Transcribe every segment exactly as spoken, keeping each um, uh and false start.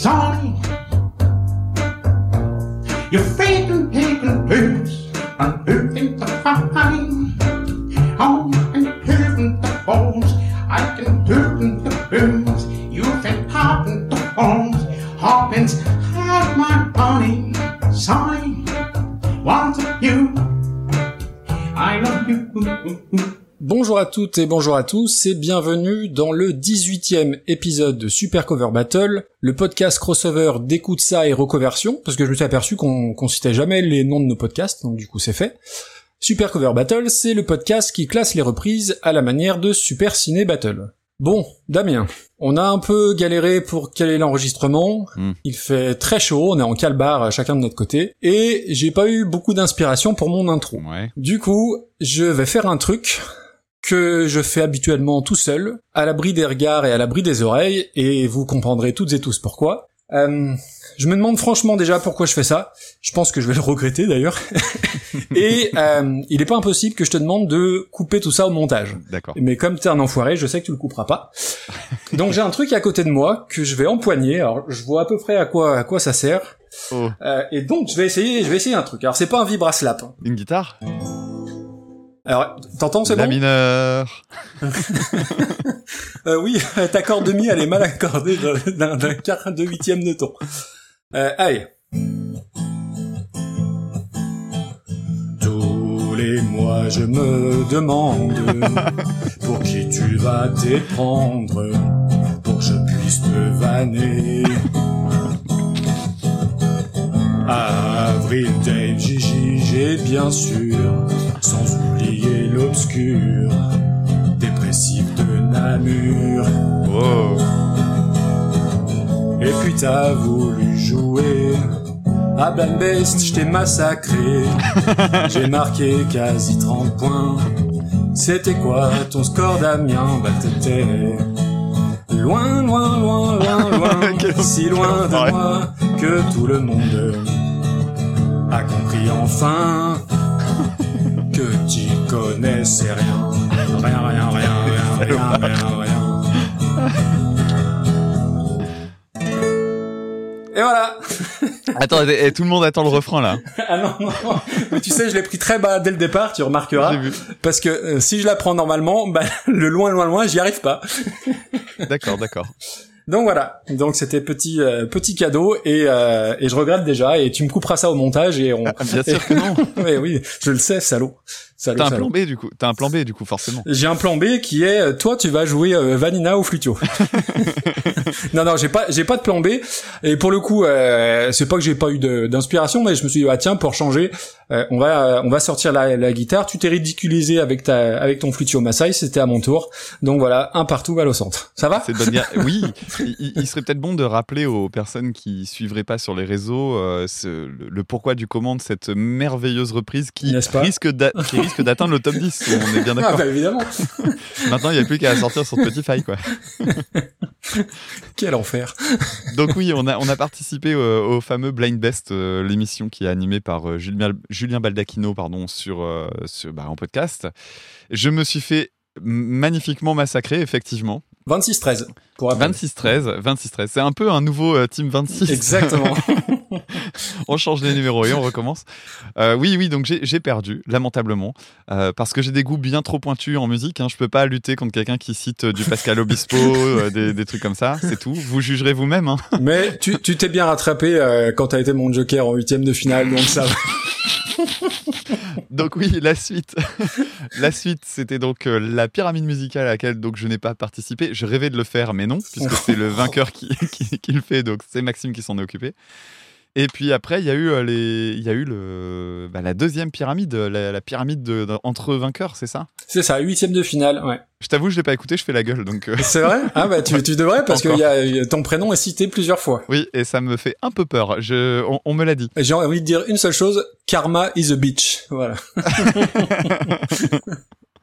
sunny. You're faking, taking pills, and hurting the fine. Oh, and hurting the bones, I can hurting the bones. You've been hopping the bones, hoppins, have my honey, sunny. Want you, I love you. Bonjour à toutes et bonjour à tous et bienvenue dans le dix-huitième épisode de Super Cover Battle, le podcast crossover d'écoute ça et reconversion, parce que je me suis aperçu qu'on, qu'on citait jamais les noms de nos podcasts, donc du coup c'est fait. Super Cover Battle, c'est le podcast qui classe les reprises à la manière de Super Ciné Battle. Bon, Damien, on a un peu galéré pour caler l'enregistrement, mmh. Il fait très chaud, on est en calbar chacun de notre côté, et j'ai pas eu beaucoup d'inspiration pour mon intro. Ouais. Du coup, je vais faire un truc que je fais habituellement tout seul, à l'abri des regards et à l'abri des oreilles, et vous comprendrez toutes et tous pourquoi. Euh, je me demande franchement déjà pourquoi je fais ça. Je pense que je vais le regretter d'ailleurs. Et euh, il est pas impossible que je te demande de couper tout ça au montage. D'accord. Mais comme t'es un enfoiré, je sais que tu le couperas pas. Donc j'ai un truc à côté de moi que je vais empoigner. Alors je vois à peu près à quoi à quoi ça sert. Oh. Euh, et donc je vais essayer je vais essayer un truc. Alors c'est pas un vibraslap. Hein. Une guitare ? Alors, t'entends, c'est La bon ? La mineur. euh, oui, ta corde de mi, elle est mal accordée d'un, d'un quart de huitième de ton. Euh, allez. Tous les mois, je me demande pour qui tu vas t'éprendre, pour que je puisse te vanner. Avril, Dave, Gigi, j'ai bien sûr, sans oublier l'obscur, dépressif de Namur. Oh. Et puis t'as voulu jouer à Blind Best, je t'ai massacré. J'ai marqué quasi trente points. C'était quoi ton score, Damien ? Bah t'étais loin, loin, loin, loin, loin, si loin de moi que tout le monde a compris enfin que t'y connaissais rien. Rien, rien, rien, rien, rien, rien, rien. Et voilà. Attends, et, et tout le monde attend le refrain là. Ah non, non, non. Mais tu sais, je l'ai pris très bas dès le départ, tu remarqueras. J'ai vu. Parce que euh, si je la prends normalement, bah, le loin, loin, loin, j'y arrive pas. D'accord, d'accord. Donc voilà, donc c'était petit euh, petit cadeau et euh, et je regrette déjà et tu me couperas ça au montage et on. Ah, bien sûr que non. Oui oui, je le sais, salaud. salaud T'as un salaud. plan B du coup. T'as un plan B du coup forcément. J'ai un plan B qui est euh, toi tu vas jouer euh, Vanina ou Flutio. non non, j'ai pas j'ai pas de plan B et pour le coup euh, c'est pas que j'ai pas eu de, d'inspiration mais je me suis dit ah tiens pour changer euh, on va euh, on va sortir la, la guitare. Tu t'es ridiculisé avec ta avec ton Flutio Maasai, c'était à mon tour. Donc voilà, un partout balle au centre. Ça va ? C'est de bonne guerre. Oui. Il, il serait peut-être bon de rappeler aux personnes qui suivraient pas sur les réseaux euh, ce, le, le pourquoi du comment de cette merveilleuse reprise qui risque, d'a, qui risque d'atteindre le top dix. On est bien d'accord. Ah bah évidemment. Maintenant, il n'y a plus qu'à sortir sur Spotify, quoi. Quel enfer. Donc oui, on a, on a participé euh, au fameux Blind Best, euh, l'émission qui est animée par euh, Julien, Julien Baldacchino pardon, sur, euh, sur, bah, en podcast. Je me suis fait magnifiquement massacrer, effectivement. vingt-six treize pour rappel. vingt-six treize, vingt-six treize. C'est un peu un nouveau euh, Team vingt-six. Exactement. On change les numéros et on recommence. Euh, oui, oui, donc j'ai, j'ai perdu, lamentablement, euh, parce que j'ai des goûts bien trop pointus en musique. Hein. Je peux pas lutter contre quelqu'un qui cite euh, du Pascal Obispo, euh, des, des trucs comme ça, c'est tout. Vous jugerez vous-même. Hein. Mais tu, tu t'es bien rattrapé euh, quand t'as été mon joker en huitième de finale, donc ça va. Donc oui, la suite. La suite, c'était donc euh, la pyramide musicale à laquelle donc je n'ai pas participé. Je rêvais de le faire, mais non, puisque c'est le vainqueur qui, qui, qui le fait, donc c'est Maxime qui s'en est occupé. Et puis après, il y a eu euh, les, il y a eu le, bah, la deuxième pyramide, la, la pyramide de, de, entre vainqueurs, c'est ça ? C'est ça, huitième de finale, ouais. Je t'avoue, je l'ai pas écouté, je fais la gueule, donc. Euh... C'est vrai ? Ah bah tu, tu devrais parce que y a, ton prénom est cité plusieurs fois. Oui, et ça me fait un peu peur. Je, on, on me l'a dit. Et j'ai envie de dire une seule chose, karma is a bitch. Voilà.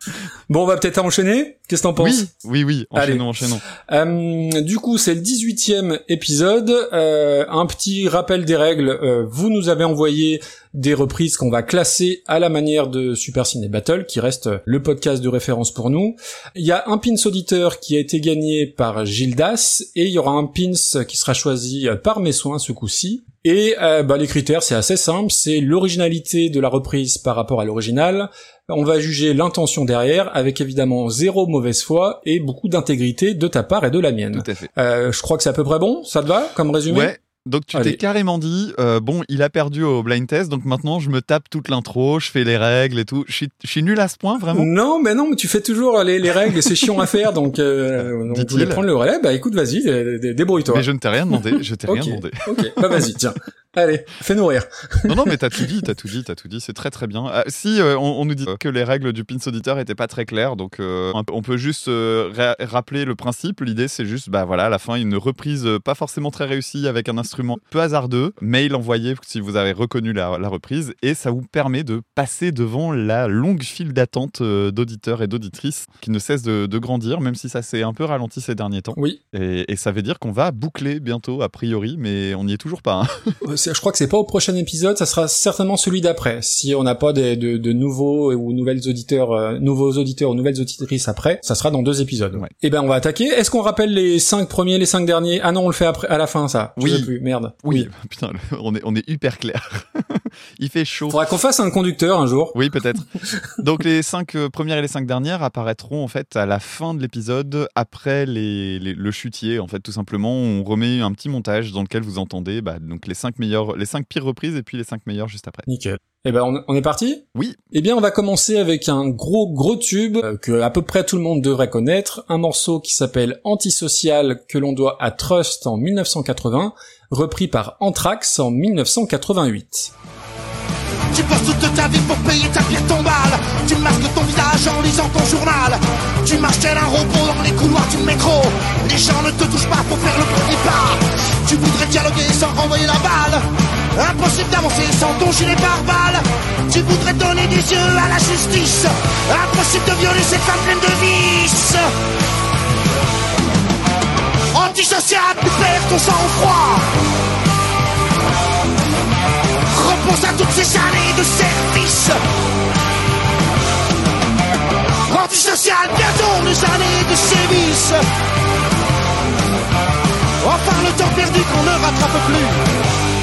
Bon, on va peut-être enchaîner. Qu'est-ce que t'en penses? Oui, oui, oui. Enchaînons, Allez. enchaînons. Euh, du coup, c'est le dix-huitième épisode. Euh, un petit rappel des règles. Euh, vous nous avez envoyé des reprises qu'on va classer à la manière de Super Ciné Battle, qui reste le podcast de référence pour nous. Il y a un pins auditeur qui a été gagné par Gildas, et il y aura un pins qui sera choisi par mes soins ce coup-ci. Et euh, bah, les critères, c'est assez simple. C'est l'originalité de la reprise par rapport à l'original. On va juger l'intention derrière, avec évidemment zéro mauvaise foi et beaucoup d'intégrité de ta part et de la mienne. Tout à fait. Euh, je crois que c'est à peu près bon, ça te va comme résumé? Ouais. Donc tu Allez. t'es carrément dit, euh, bon, il a perdu au blind test, donc maintenant je me tape toute l'intro, je fais les règles et tout. Je suis, je suis nul à ce point, vraiment? Non, mais non, mais tu fais toujours les, les règles et c'est chiant à faire, donc euh, donc je voulais prendre le relais. Bah écoute, vas-y, dé- dé- débrouille-toi. Mais je ne t'ai rien demandé, je t'ai Ok. rien demandé. Ok, bah vas-y, tiens. Allez, fais-nous rire. Non, non, mais t'as tout dit, t'as tout dit, t'as tout dit, c'est très très bien. Ah, si, euh, on, on nous dit que les règles du pins auditeur étaient pas très claires, donc euh, on peut juste euh, ra- rappeler le principe. L'idée, c'est juste, bah voilà, à la fin, une reprise euh, pas forcément très réussie avec un instrument peu hasardeux, mail envoyé si vous avez reconnu la, la reprise, et ça vous permet de passer devant la longue file d'attente euh, d'auditeurs et d'auditrices qui ne cesse de, de grandir, même si ça s'est un peu ralenti ces derniers temps. Oui. Et, et ça veut dire qu'on va boucler bientôt, a priori, mais on n'y est toujours pas. Hein. C'est- Je crois que c'est pas au prochain épisode, ça sera certainement celui d'après. Si on n'a pas des- de, de nouveaux ou nouvelles auditeurs, euh, nouveaux auditeurs ou nouvelles auditrices après, ça sera dans deux épisodes. Ouais. Et ben on va attaquer. Est-ce qu'on rappelle les cinq premiers, les cinq derniers? Ah non, on le fait après, à la fin, ça. Je Oui. sais plus, merde. Oui, putain, le- on est, on est hyper clair. Il fait chaud. Faudra qu'on fasse un conducteur un jour. Oui, peut-être. Donc les cinq euh, premières et les cinq dernières apparaîtront en fait à la fin de l'épisode, après les, les- le chutier. En fait, tout simplement, on remet un petit montage dans lequel vous entendez bah, donc les cinq meilleures, les cinq pires reprises et puis les cinq meilleures juste après. Nickel. Eh ben on, on est parti? Oui. Eh bien on va commencer avec un gros gros tube euh, que à peu près tout le monde devrait connaître, un morceau qui s'appelle Antisocial que l'on doit à Trust en mille neuf cent quatre-vingts, repris par Anthrax en mille neuf cent quatre-vingt-huit. Tu passes toute ta vie pour payer ta pire tombale. Tu masques ton visage en lisant ton journal. Tu marches tel un robot dans les couloirs du métro. Les gens ne te touchent pas pour faire le premier pas. Tu voudrais dialoguer sans renvoyer la balle. Impossible d'avancer sans ton gilet pare-balles. Tu voudrais donner des yeux à la justice. Impossible de violer cette femme pleine de vices. Antisocial, tu perds ton sang-froid. Repense à toutes ces années de service. Antisocial, bientôt les années de sévices. Enfin le temps perdu qu'on ne rattrape plus.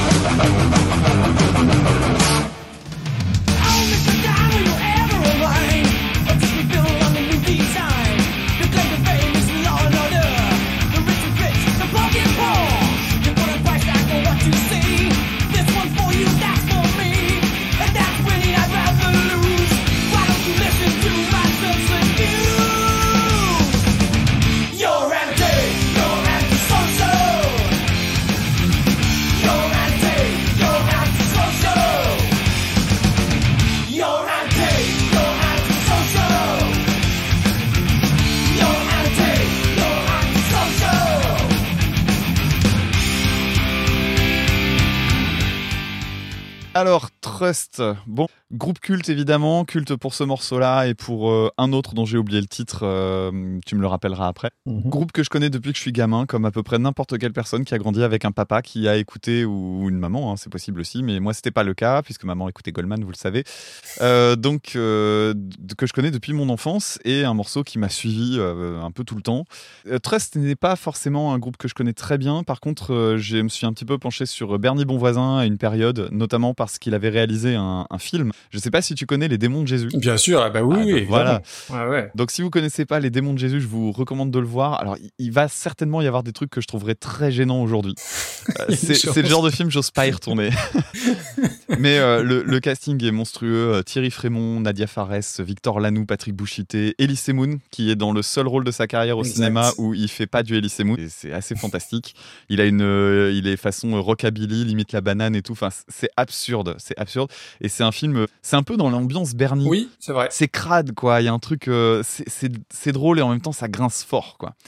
Alors, Trust, bon, groupe culte évidemment, culte pour ce morceau-là et pour euh, un autre dont j'ai oublié le titre, euh, tu me le rappelleras après. Mhm. Groupe que je connais depuis que je suis gamin, comme à peu près n'importe quelle personne qui a grandi avec un papa qui a écouté, ou une maman, hein, c'est possible aussi, mais moi c'était pas le cas, puisque maman écoutait Goldman, vous le savez. Euh, donc, euh, d- que je connais depuis mon enfance, et un morceau qui m'a suivi euh, un peu tout le temps. Euh, Trust n'est pas forcément un groupe que je connais très bien, par contre, euh, je me suis un petit peu penché sur Bernie Bonvoisin à une période, notamment parce qu'il avait réalisé un, un film. Je sais pas si tu connais Les Démons de Jésus. Bien sûr, ah bah oui, Ah, oui, bah, évidemment. voilà. Ouais, ouais. Donc si vous connaissez pas Les Démons de Jésus, je vous recommande de le voir. Alors il- il va certainement y avoir des trucs que je trouverais très gênants aujourd'hui. Euh, Il y a une c'est chance. c'est le genre de film j'ose pas y retourner. Mais euh, le, le casting est monstrueux. Thierry Frémont, Nadia Fares, Victor Lanoux, Patrick Bouchité, Elise Moon qui est dans le seul rôle de sa carrière au Exact. cinéma où il fait pas du Elise Moon. Et c'est assez fantastique. Il a une, euh, il est façon rockabilly, limite la banane et tout. Enfin c'est absurde, c'est absurde. Et c'est un film, c'est un peu dans l'ambiance Bernie. Oui, c'est vrai. C'est crade, quoi. Il y a un truc, euh, c'est- c'est c'est drôle et en même temps ça grince fort, quoi.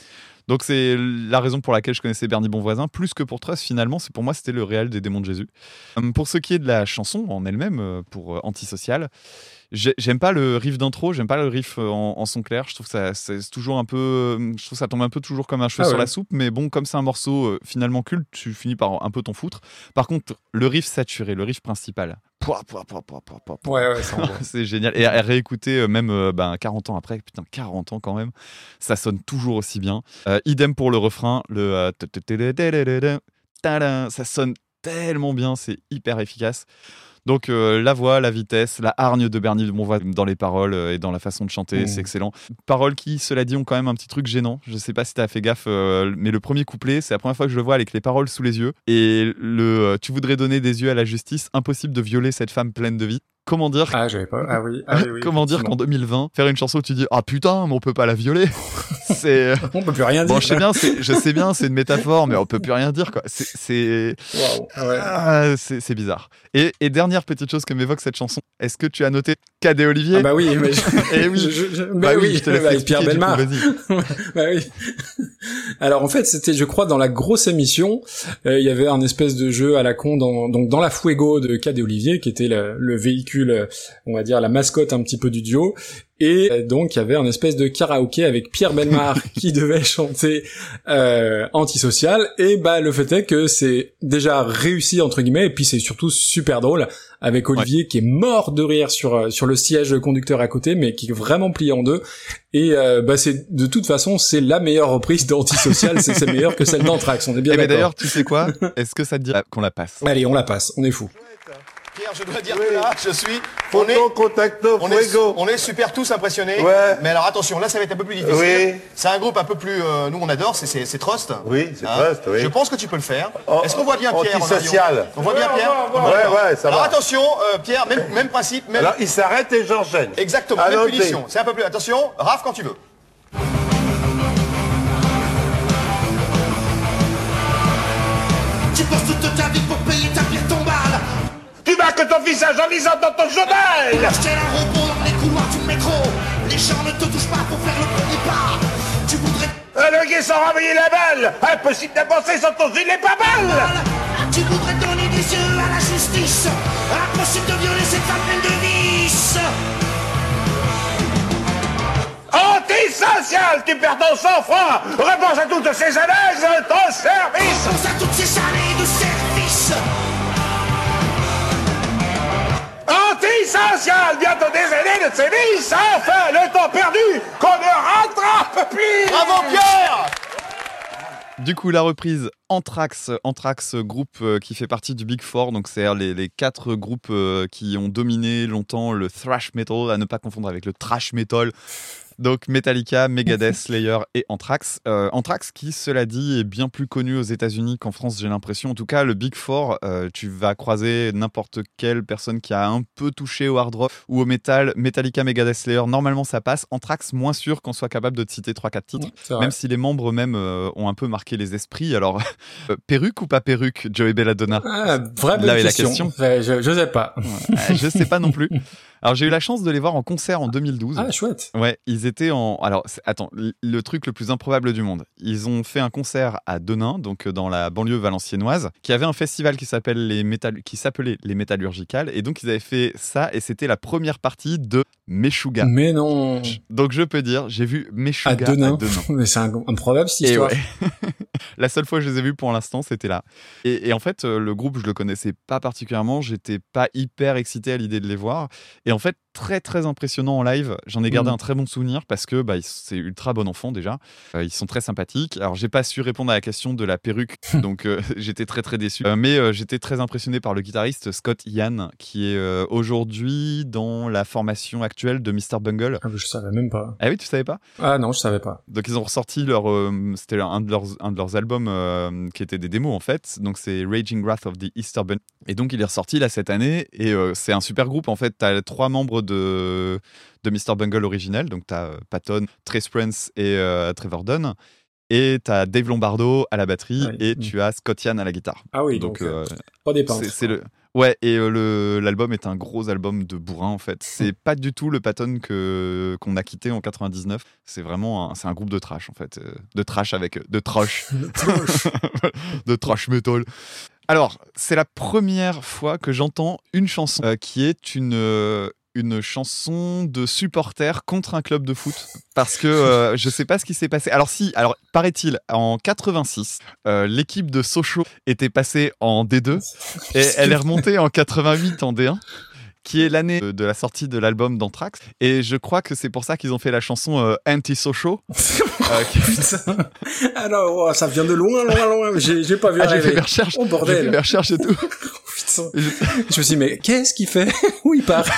Donc c'est la raison pour laquelle je connaissais Bernie Bonvoisin, plus que pour Trust finalement, c'est pour moi c'était le réel des Démons de Jésus. Euh, pour ce qui est de la chanson en elle-même, euh, pour euh, Antisocial, j'ai- j'aime pas le riff d'intro, j'aime pas le riff euh, en, en son clair, je trouve ça c'est c'est toujours un peu, je trouve ça tombe un peu toujours comme un cheveu Ah sur ouais. la soupe, mais bon comme c'est un morceau euh, finalement culte, tu finis par un peu t'en foutre. Par contre le riff saturé, le riff principal, pouah, pouah, pouah, pouah, pouah, pouah, pouah. Ouais, ouais, ça envoie. C'est génial. Et à réécouter, euh, même euh, ben, quarante ans après, putain, quarante ans quand même, ça sonne toujours aussi bien. Euh, idem pour le refrain, le euh, tada, ça sonne tellement bien, c'est hyper efficace. Donc euh, la voix, la vitesse, la hargne de Bernie Bonvoisin dans les paroles euh, et dans la façon de chanter, Mmh. c'est excellent. Paroles qui, cela dit, ont quand même un petit truc gênant. Je sais pas si t'as fait gaffe, euh, mais le premier couplet, c'est la première fois que je le vois avec les paroles sous les yeux. Et le euh, tu voudrais donner des yeux à la justice, impossible de violer cette femme pleine de vie. Comment dire Ah, j'avais pas. Ah oui. Ah, oui, oui, Comment dire effectivement. qu'en deux mille vingt, faire une chanson où tu dis ah putain, mais on peut pas la violer. C'est On peut plus rien dire. bon, je sais bien, c'est, je sais bien, c'est une métaphore, mais on peut plus rien dire quoi. C'est, c'est, Waouh. Ah ouais. ah, c'est, c'est bizarre. Et, et dernière petite chose que m'évoque cette chanson, est-ce que tu as noté Cadet Olivier? Ah bah oui, mais je... Eh oui. je- je- je- Bah bah oui, oui, je te laisse bah, expliquer, Pierre du coup, Bellemare. vas-y. Bah oui. Alors en fait, c'était, je crois, dans la grosse émission, euh, il y avait un espèce de jeu à la con dans, donc dans la Fuego de Cadet Olivier, qui était le, le véhicule, euh, on va dire la mascotte un petit peu du duo. Et euh, donc il y avait un espèce de karaoké avec Pierre Bellemare qui devait chanter euh, Antisocial. Et bah le fait est que c'est déjà réussi entre guillemets, et puis c'est surtout super drôle avec Olivier qui est mort de rire sur euh, sur le siège conducteur à côté, mais qui est vraiment plié en deux. Et euh, bah c'est de toute façon c'est la meilleure reprise d'Antisocial, c'est, c'est meilleur que celle d'Anthrax, on est bien Eh ben d'accord. d'ailleurs, tu sais quoi? Est-ce que ça te dit qu'on la passe? Allez, on la passe, on est fou. Pierre, je dois dire Oui. que là, je suis. On est, Photo, contacto, on est, fuego. on est super tous impressionnés. Ouais. Mais alors attention, là ça va être un peu plus difficile. Oui. C'est un groupe un peu plus. euh, nous on adore, c'est, c'est, c'est Trust. Oui, c'est Hein. Trust, oui. Je pense que tu peux le faire. Oh, Est-ce qu'on voit bien Pierre? Antisocial. Marion On voit bien Pierre? Ouais, ouais, ça Alors va. attention, euh, Pierre, même, même principe, même. Alors, il s'arrête et j'enchaîne. Exactement, À même noter. punition. C'est un peu plus. Attention, Raph quand tu veux. Tu bosses toute ta vie pour payer ta pire tombale. Tu marques ton visage en lisant dans ton journal. Acheter un robot dans les couloirs du métro. Les gens ne te touchent pas pour faire le premier pas. Tu voudrais Alloguer sans renvoyer la balle. Impossible d'avancer sans ton gilet pare-balles. mal. Tu voudrais donner des yeux à la justice. Impossible de violer cette femme pleine de vices. Antisocial, tu perds ton sang-froid. Repense à toutes ces années de ton service. Pense à toutes ces années de service. Antisocial, bientôt des années de sévices. Enfin, le temps perdu qu'on ne rattrape plus. Bravo Pierre! Du coup, la reprise Anthrax, Anthrax, groupe euh, qui fait partie du Big Four, donc c'est les, les quatre groupes euh, qui ont dominé longtemps le thrash metal, à ne pas confondre avec le trash metal. Donc Metallica, Megadeth, Slayer et Anthrax. Euh, Anthrax qui, cela dit, est bien plus connu aux États-Unis qu'en France, j'ai l'impression. En tout cas, le Big Four, euh, tu vas croiser n'importe quelle personne qui a un peu touché au hard rock ou au metal. Metallica, Megadeth, Slayer, normalement ça passe. Anthrax, moins sûr qu'on soit capable de te citer trois quatre titres. C'est vrai. Même si les membres eux-mêmes euh, ont un peu marqué les esprits. Alors, euh, perruque ou pas perruque, Joey Belladonna? Ah, vraie bonne Là est la question. question. Ouais, je, je sais pas. Euh, Je sais pas non plus. Alors, j'ai eu la chance de les voir en concert en deux mille douze. Ah, chouette. Ouais, ils étaient en. Alors, c'est- attends, l- le truc le plus improbable du monde. Ils ont fait un concert à Denain, donc euh, dans la banlieue valenciennoise, qui avait un festival qui s'appelle les métal... qui s'appelait les Métallurgicales, et donc ils avaient fait ça, et c'était la première partie de Meshuggah. Mais non. Donc je peux dire, j'ai vu À Meshuggah Denain. Denain. Mais c'est un- improbable cette Et histoire. ouais. La seule fois que je les ai vus pour l'instant, c'était là. Et, et en fait, euh, le groupe, je le connaissais pas particulièrement. J'étais pas hyper excité à l'idée de les voir. Et en fait, très très impressionnant en live. J'en ai gardé Mhm. un très bon souvenir parce que bah, ils- c'est ultra bon enfant déjà. Euh, ils sont très sympathiques. Alors, j'ai pas su répondre à la question de la perruque, donc euh, j'étais très très déçu. Euh, mais euh, j'étais très impressionné par le guitariste Scott Ian, qui est euh, aujourd'hui dans la formation actuelle de mister Bungle. Ah, je savais même pas. Ah oui, tu savais pas? Ah non, je savais pas. Donc ils ont ressorti leur, euh, c'était un de leurs, un de leurs albums euh, qui était des démos en fait. Donc c'est Raging Wrath of the Easter Bunny. Et donc il est ressorti là cette année et euh, c'est un super groupe en fait. T'as trois membres de de mister Bungle originel. Donc t'as euh, Patton, Trace Prince et euh, Trevor Dunn. Et t'as Dave Lombardo à la batterie Oui. et tu as Scott Ian à la guitare. Ah oui, donc donc, euh, euh, pas des peintres. c'est, c'est le Ouais, et euh, le, l'album est un gros album de bourrin en fait. C'est pas du tout le Patton que, qu'on a quitté en quatre-vingt-dix-neuf. C'est vraiment un, c'est un groupe de trash en fait. Euh, de trash avec. De trash. de trash metal. Alors, c'est la première fois que j'entends une chanson euh, qui est une. Euh, une chanson de supporters contre un club de foot parce que euh, je sais pas ce qui s'est passé. Alors si, alors paraît-il en quatre-vingt-six, euh, l'équipe de Sochaux était passée en D deux et elle est remontée en quatre-vingt-huit en D un, qui est l'année de la sortie de l'album d'Anthrax. Et je crois que c'est pour ça qu'ils ont fait la chanson euh, Anti-Sochaux. euh, qui... Alors, oh, ça vient de loin, loin, loin. J'ai, j'ai pas vu. Ah, j'ai fait mes recherches. Oh bordel. J'ai fait mes recherches et tout. Je... je me suis dit, mais qu'est-ce qu'il fait? Où il part?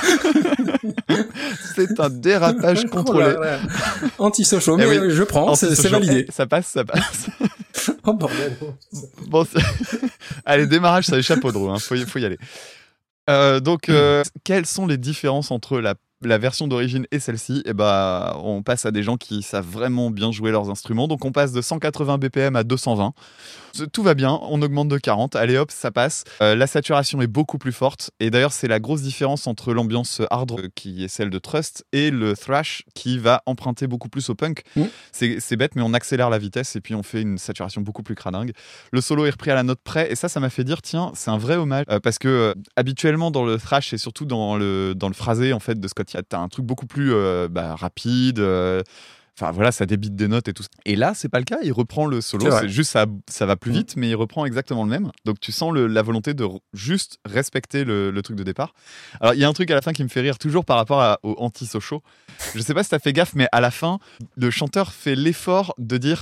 C'est un dérapage contrôlé. Oh là là. Anti-Sochaux, mais eh oui. je prends, c'est, c'est validé. Eh, ça passe, ça passe. Oh bordel. Bon, c'est... Allez, démarrage, ça échappe au drôle, hein. faut, y, faut y aller. Euh, donc, euh, quelles sont les différences entre la, la version d'origine et celle-ci? Eh ben, on passe à des gens qui savent vraiment bien jouer leurs instruments. Donc, on passe de cent quatre-vingts B P M à deux cent vingt. Tout va bien, on augmente de quarante. Allez hop, ça passe. Euh, la saturation est beaucoup plus forte. Et d'ailleurs, c'est la grosse différence entre l'ambiance hard rock, qui est celle de Trust, et le thrash, qui va emprunter beaucoup plus au punk. Mmh. C'est, c'est bête, mais on accélère la vitesse et puis on fait une saturation beaucoup plus cradingue. Le solo est repris à la note près. Et ça, ça m'a fait dire, tiens, c'est un vrai hommage. Euh, parce que euh, habituellement, dans le thrash et surtout dans le, dans le phrasé en fait, de Scott Ian, t'as un truc beaucoup plus euh, bah, rapide. Euh, Enfin voilà, ça débite des notes et tout. Et là, c'est pas le cas. Il reprend le solo. C'est, c'est juste ça, ça va plus vite, mais il reprend exactement le même. Donc tu sens le, la volonté de r- juste respecter le, le truc de départ. Alors il y a un truc à la fin qui me fait rire toujours par rapport à, au anti-Sochaux. Je sais pas si t'as fait gaffe, mais à la fin, le chanteur fait l'effort de dire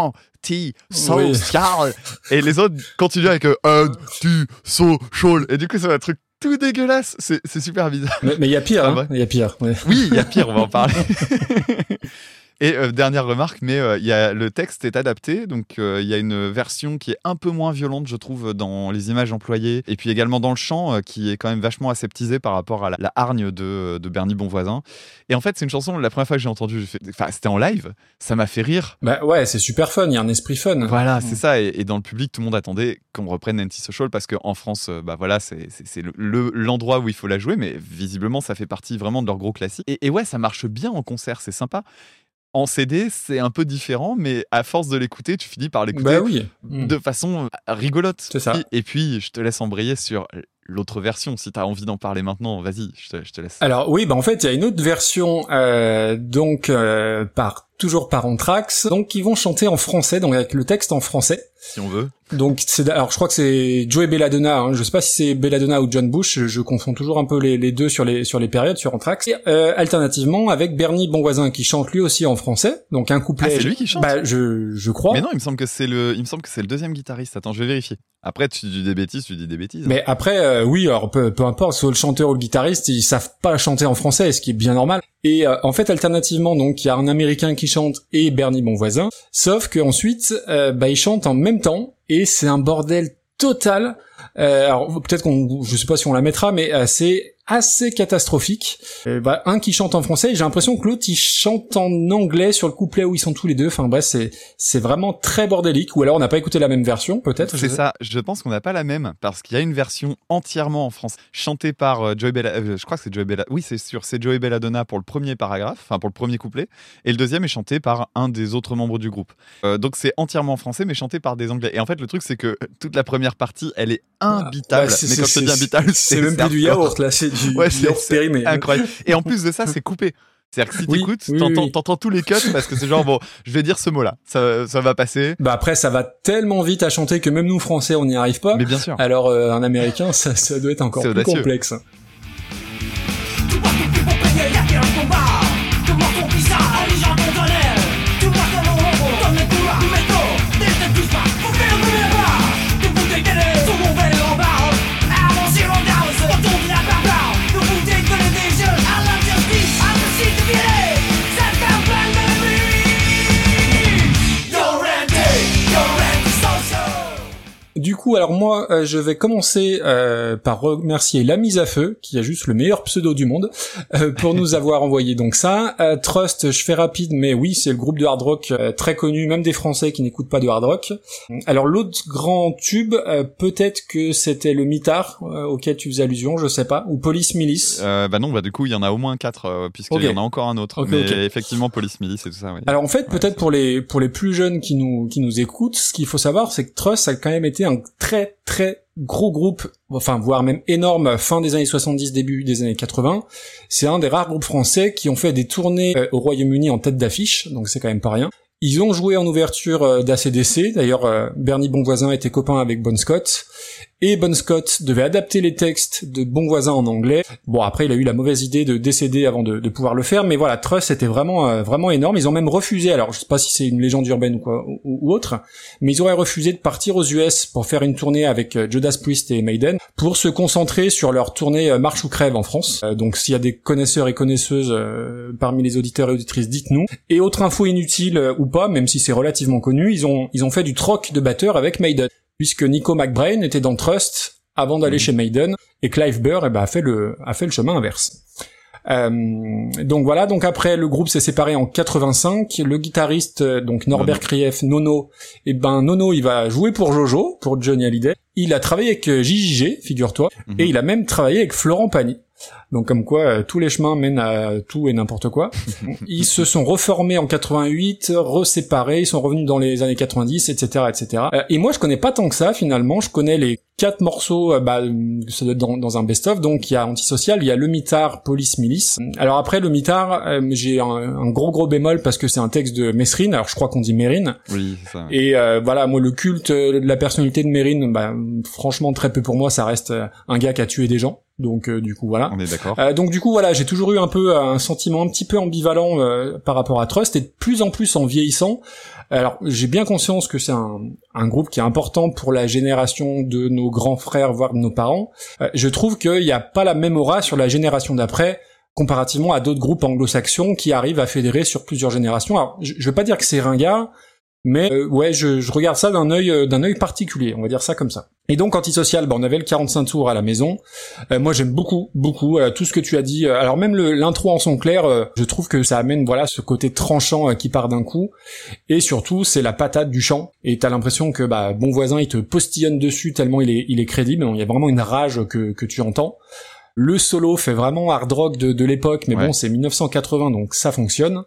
anti-social oui. Et les autres continuent avec anti-social. Et du coup, c'est un truc tout dégueulasse. C'est, c'est super bizarre. Mais il y a pire. Il hein, y a pire. Ouais. Oui, il y a pire. On va en parler. Et euh, dernière remarque, mais euh, y a, le texte est adapté, donc il euh, y a une version qui est un peu moins violente, je trouve, dans les images employées, et puis également dans le chant, euh, qui est quand même vachement aseptisé par rapport à la, la hargne de, de Bernie Bonvoisin. Et en fait, c'est une chanson, la première fois que j'ai entendu, j'ai fait, enfin, c'était en live, ça m'a fait rire. Bah ouais, c'est super fun, il y a un esprit fun. Voilà, c'est ça, et, et dans le public, tout le monde attendait qu'on reprenne Anti-Social, parce qu'en France, euh, bah voilà, c'est, c'est, c'est le, le, l'endroit où il faut la jouer, mais visiblement, ça fait partie vraiment de leur gros classique. Et, et ouais, ça marche bien en concert, c'est sympa. En C D, c'est un peu différent, mais à force de l'écouter, tu finis par l'écouter bah oui. de façon rigolote. C'est ça. Et puis, je te laisse embrayer sur l'autre version. Si tu as envie d'en parler maintenant, vas-y, je te, je te laisse. Alors oui, bah en fait, il y a une autre version, euh, donc euh, par toujours par Anthrax, donc ils vont chanter en français, donc avec le texte en français. Si on veut. Donc c'est, alors je crois que c'est Joey Belladonna, hein, je sais pas si c'est Belladonna ou John Bush, je, je confonds toujours un peu les, les deux sur les sur les périodes sur Anthrax. Et, euh, alternativement avec Bernie Bonvoisin qui chante lui aussi en français, donc un couplet. Ah, c'est lui qui chante. Bah je je crois. Mais non, il me semble que c'est le, il me semble que c'est le deuxième guitariste. Attends, je vais vérifier. Après, tu dis des bêtises, tu dis des bêtises. Mais après, euh, oui, alors peu, peu importe, soit le chanteur ou le guitariste, ils savent pas chanter en français, ce qui est bien normal. Et euh, en fait, alternativement, donc il y a un Américain qui chante et Bernie Bonvoisin, sauf que ensuite, euh, bah ils chantent en même temps et c'est un bordel total. Euh, alors peut-être qu'on, je sais pas si on la mettra, mais euh, c'est assez catastrophique. Euh, bah, un qui chante en français, et j'ai l'impression que l'autre il chante en anglais sur le couplet où ils sont tous les deux. Enfin bref, c'est c'est vraiment très bordélique. Ou alors on n'a pas écouté la même version, peut-être. C'est ça. Je pense qu'on n'a pas la même parce qu'il y a une version entièrement en France, chantée par euh, Joey Bella. Euh, je crois que c'est Joey Bella. Oui, c'est sûr, c'est Joey Belladonna pour le premier paragraphe, enfin pour le premier couplet, et le deuxième est chanté par un des autres membres du groupe. Euh, donc c'est entièrement en français, mais chanté par des Anglais. Et en fait, le truc c'est que toute la première partie, elle est imbitable. Ouais, c'est, mais quand c'est, je dis imbitable, c'est, c'est même plus du yaourt là, c'est du ouais, c'est, yaourt périmé. Incroyable. Et en plus de ça, c'est coupé. C'est-à-dire que si oui, t'écoutes, oui, t'entends, oui. t'entends tous les cuts parce que c'est genre, bon, je vais dire ce mot-là, ça, ça va passer. Bah après, ça va tellement vite à chanter que même nous, Français, on n'y arrive pas. Mais bien sûr. Alors, euh, un Américain, ça, ça doit être encore c'est plus audacieux. complexe. Du coup, alors moi, euh, je vais commencer euh, par remercier La Mise à Feu, qui a juste le meilleur pseudo du monde, euh, pour nous avoir envoyé donc ça. Euh, Trust, je fais rapide, mais oui, c'est le groupe de hard rock euh, très connu, même des Français qui n'écoutent pas de hard rock. Alors l'autre grand tube, euh, peut-être que c'était le mitard euh, auquel tu faisais allusion, je sais pas, ou Police Milice. Euh, bah non, bah du coup il y en a au moins quatre euh, puisqu'il Okay. y en a encore un autre. Okay, mais okay. effectivement Police Milice et tout ça. Oui. Alors en fait, Ouais, peut-être c'est... pour les pour les plus jeunes qui nous qui nous écoutent, ce qu'il faut savoir, c'est que Trust a quand même été un très très gros groupe, enfin voire même énorme, fin des années soixante-dix, début des années quatre-vingts. C'est un des rares groupes français qui ont fait des tournées euh, au Royaume-Uni en tête d'affiche, donc c'est quand même pas rien. Ils ont joué en ouverture euh, d'A C D C, d'ailleurs euh, Bernie Bonvoisin était copain avec Bon Scott, et Bon Scott devait adapter les textes de Bonvoisin en anglais. Bon, après il a eu la mauvaise idée de décéder avant de, de pouvoir le faire, mais voilà, Trust était vraiment euh, vraiment énorme. Ils ont même refusé, alors je sais pas si c'est une légende urbaine ou quoi ou, ou autre, mais ils auraient refusé de partir aux U S pour faire une tournée avec euh, Judas Priest et Maiden, pour se concentrer sur leur tournée euh, Marche ou Crève en France. Euh, donc s'il y a des connaisseurs et connaisseuses euh, parmi les auditeurs et auditrices, dites-nous. Et autre info inutile euh, ou pas, même si c'est relativement connu, ils ont ils ont fait du troc de batteur avec Maiden, puisque Nico McBrain était dans Trust avant d'aller mmh. chez Maiden, et Clive Burr eh ben, a fait le a fait le chemin inverse. Euh, donc voilà, donc après le groupe s'est séparé en quatre-vingt-cinq, le guitariste donc Norbert Nono. Krief, Nono, et ben Nono il va jouer pour Jojo, pour Johnny Hallyday. Il a travaillé avec J J G, figure-toi, mmh. et il a même travaillé avec Florent Pagny. Donc comme quoi euh, tous les chemins mènent à tout et n'importe quoi. Ils se sont reformés en quatre-vingt-huit, reséparés, ils sont revenus dans les années quatre-vingt-dix, et cetera, et cetera. Euh, et moi je connais pas tant que ça finalement. Je connais les quatre morceaux, euh, bah ça doit être dans, dans un best-of. Donc il y a Antisocial, il y a Le Mitard, Police Milice. Alors après Le Mitard, euh, j'ai un, un gros gros bémol parce que c'est un texte de Mesrine. Alors je crois qu'on dit Mérine. Oui, c'est ça. Ouais. Et euh, voilà, moi le culte de la personnalité de Mérine, bah franchement très peu pour moi. Ça reste un gars qui a tué des gens. Donc euh, du coup voilà. On est d'accord. Euh, donc du coup voilà, j'ai toujours eu un peu un sentiment un petit peu ambivalent euh, par rapport à Trust, et de plus en plus en vieillissant. Alors j'ai bien conscience que c'est un, un groupe qui est important pour la génération de nos grands frères, voire de nos parents. Euh, je trouve qu'il n'y a pas la même aura sur la génération d'après, comparativement à d'autres groupes anglo-saxons qui arrivent à fédérer sur plusieurs générations. Alors je, je veux pas dire que c'est ringard, mais euh, ouais, je, je regarde ça d'un œil euh, d'un œil particulier, on va dire ça comme ça. Et donc Antisocial, bah, on avait le quarante-cinq tours à la maison. Euh, moi j'aime beaucoup, beaucoup euh, tout ce que tu as dit. Alors même le, l'intro en son clair, euh, je trouve que ça amène voilà ce côté tranchant euh, qui part d'un coup. Et surtout c'est la patate du chant. Et t'as l'impression que bah Bonvoisin il te postillonne dessus tellement il est il est crédible. Il y a vraiment une rage que que tu entends. Le solo fait vraiment hard rock de, de l'époque, mais ouais. Bon c'est dix-neuf cent quatre-vingts donc ça fonctionne.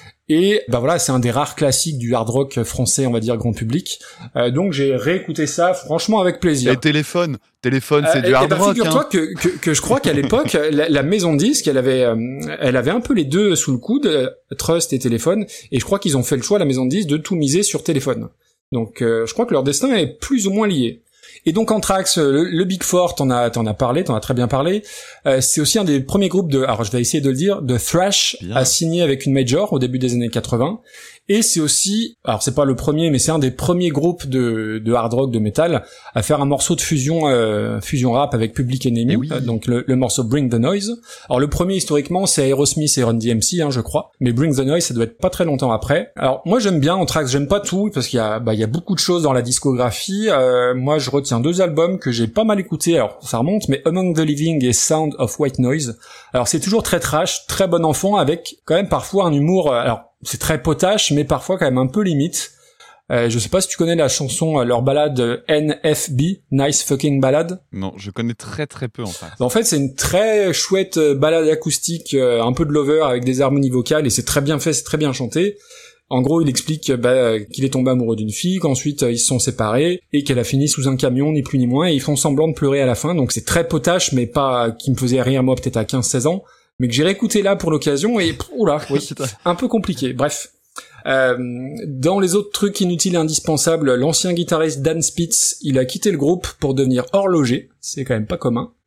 Et bah voilà, c'est un des rares classiques du hard rock français, on va dire grand public. Euh, donc j'ai réécouté ça, franchement avec plaisir. Et Téléphone, Téléphone, c'est euh, du et, hard et bah, rock. Figure-toi hein. que, que que je crois qu'à l'époque, la, la maison de disques, elle avait, euh, elle avait un peu les deux sous le coude, euh, Trust et Téléphone. Et je crois qu'ils ont fait le choix, la maison de disques, de tout miser sur Téléphone. Donc euh, je crois que leur destin est plus ou moins lié. Et donc Anthrax, le, le Big Four, t'en as, t'en as parlé, t'en as très bien parlé. Euh, c'est aussi un des premiers groupes de, alors je vais essayer de le dire, de thrash bien. À signer avec une major au début des années quatre-vingts. Et c'est aussi, alors c'est pas le premier, mais c'est un des premiers groupes de, de hard rock, de métal, à faire un morceau de fusion, euh, fusion rap avec Public Enemy, oui. euh, donc le, le morceau Bring the Noise. Alors le premier historiquement, c'est Aerosmith et Run D M C, hein, je crois, mais Bring the Noise, ça doit être pas très longtemps après. Alors moi j'aime bien Anthrax, j'aime pas tout parce qu'il y a, bah il y a beaucoup de choses dans la discographie. Euh, moi je retiens deux albums que j'ai pas mal écoutés. Alors ça remonte, mais Among the Living et Sound of White Noise. Alors c'est toujours très trash, très bon enfant, avec quand même parfois un humour. Euh, alors c'est très potache, mais parfois quand même un peu limite. Euh, je sais pas si tu connais la chanson, euh, leur balade euh, N F B, Nice Fucking Ballade. Non, je connais très très peu en fait. En fait, c'est une très chouette euh, balade acoustique, euh, un peu de lover avec des harmonies vocales, et c'est très bien fait, c'est très bien chanté. En gros, il explique bah, qu'il est tombé amoureux d'une fille, qu'ensuite euh, ils se sont séparés, et qu'elle a fini sous un camion, ni plus ni moins, et ils font semblant de pleurer à la fin. Donc c'est très potache, mais pas qui me faisait rire moi peut-être à quinze seize ans. Mais que j'ai réécouté là pour l'occasion et oula, oui, un peu compliqué. Bref, euh, dans les autres trucs inutiles et indispensables, l'ancien guitariste Dan Spitz, il a quitté le groupe pour devenir horloger, c'est quand même pas commun.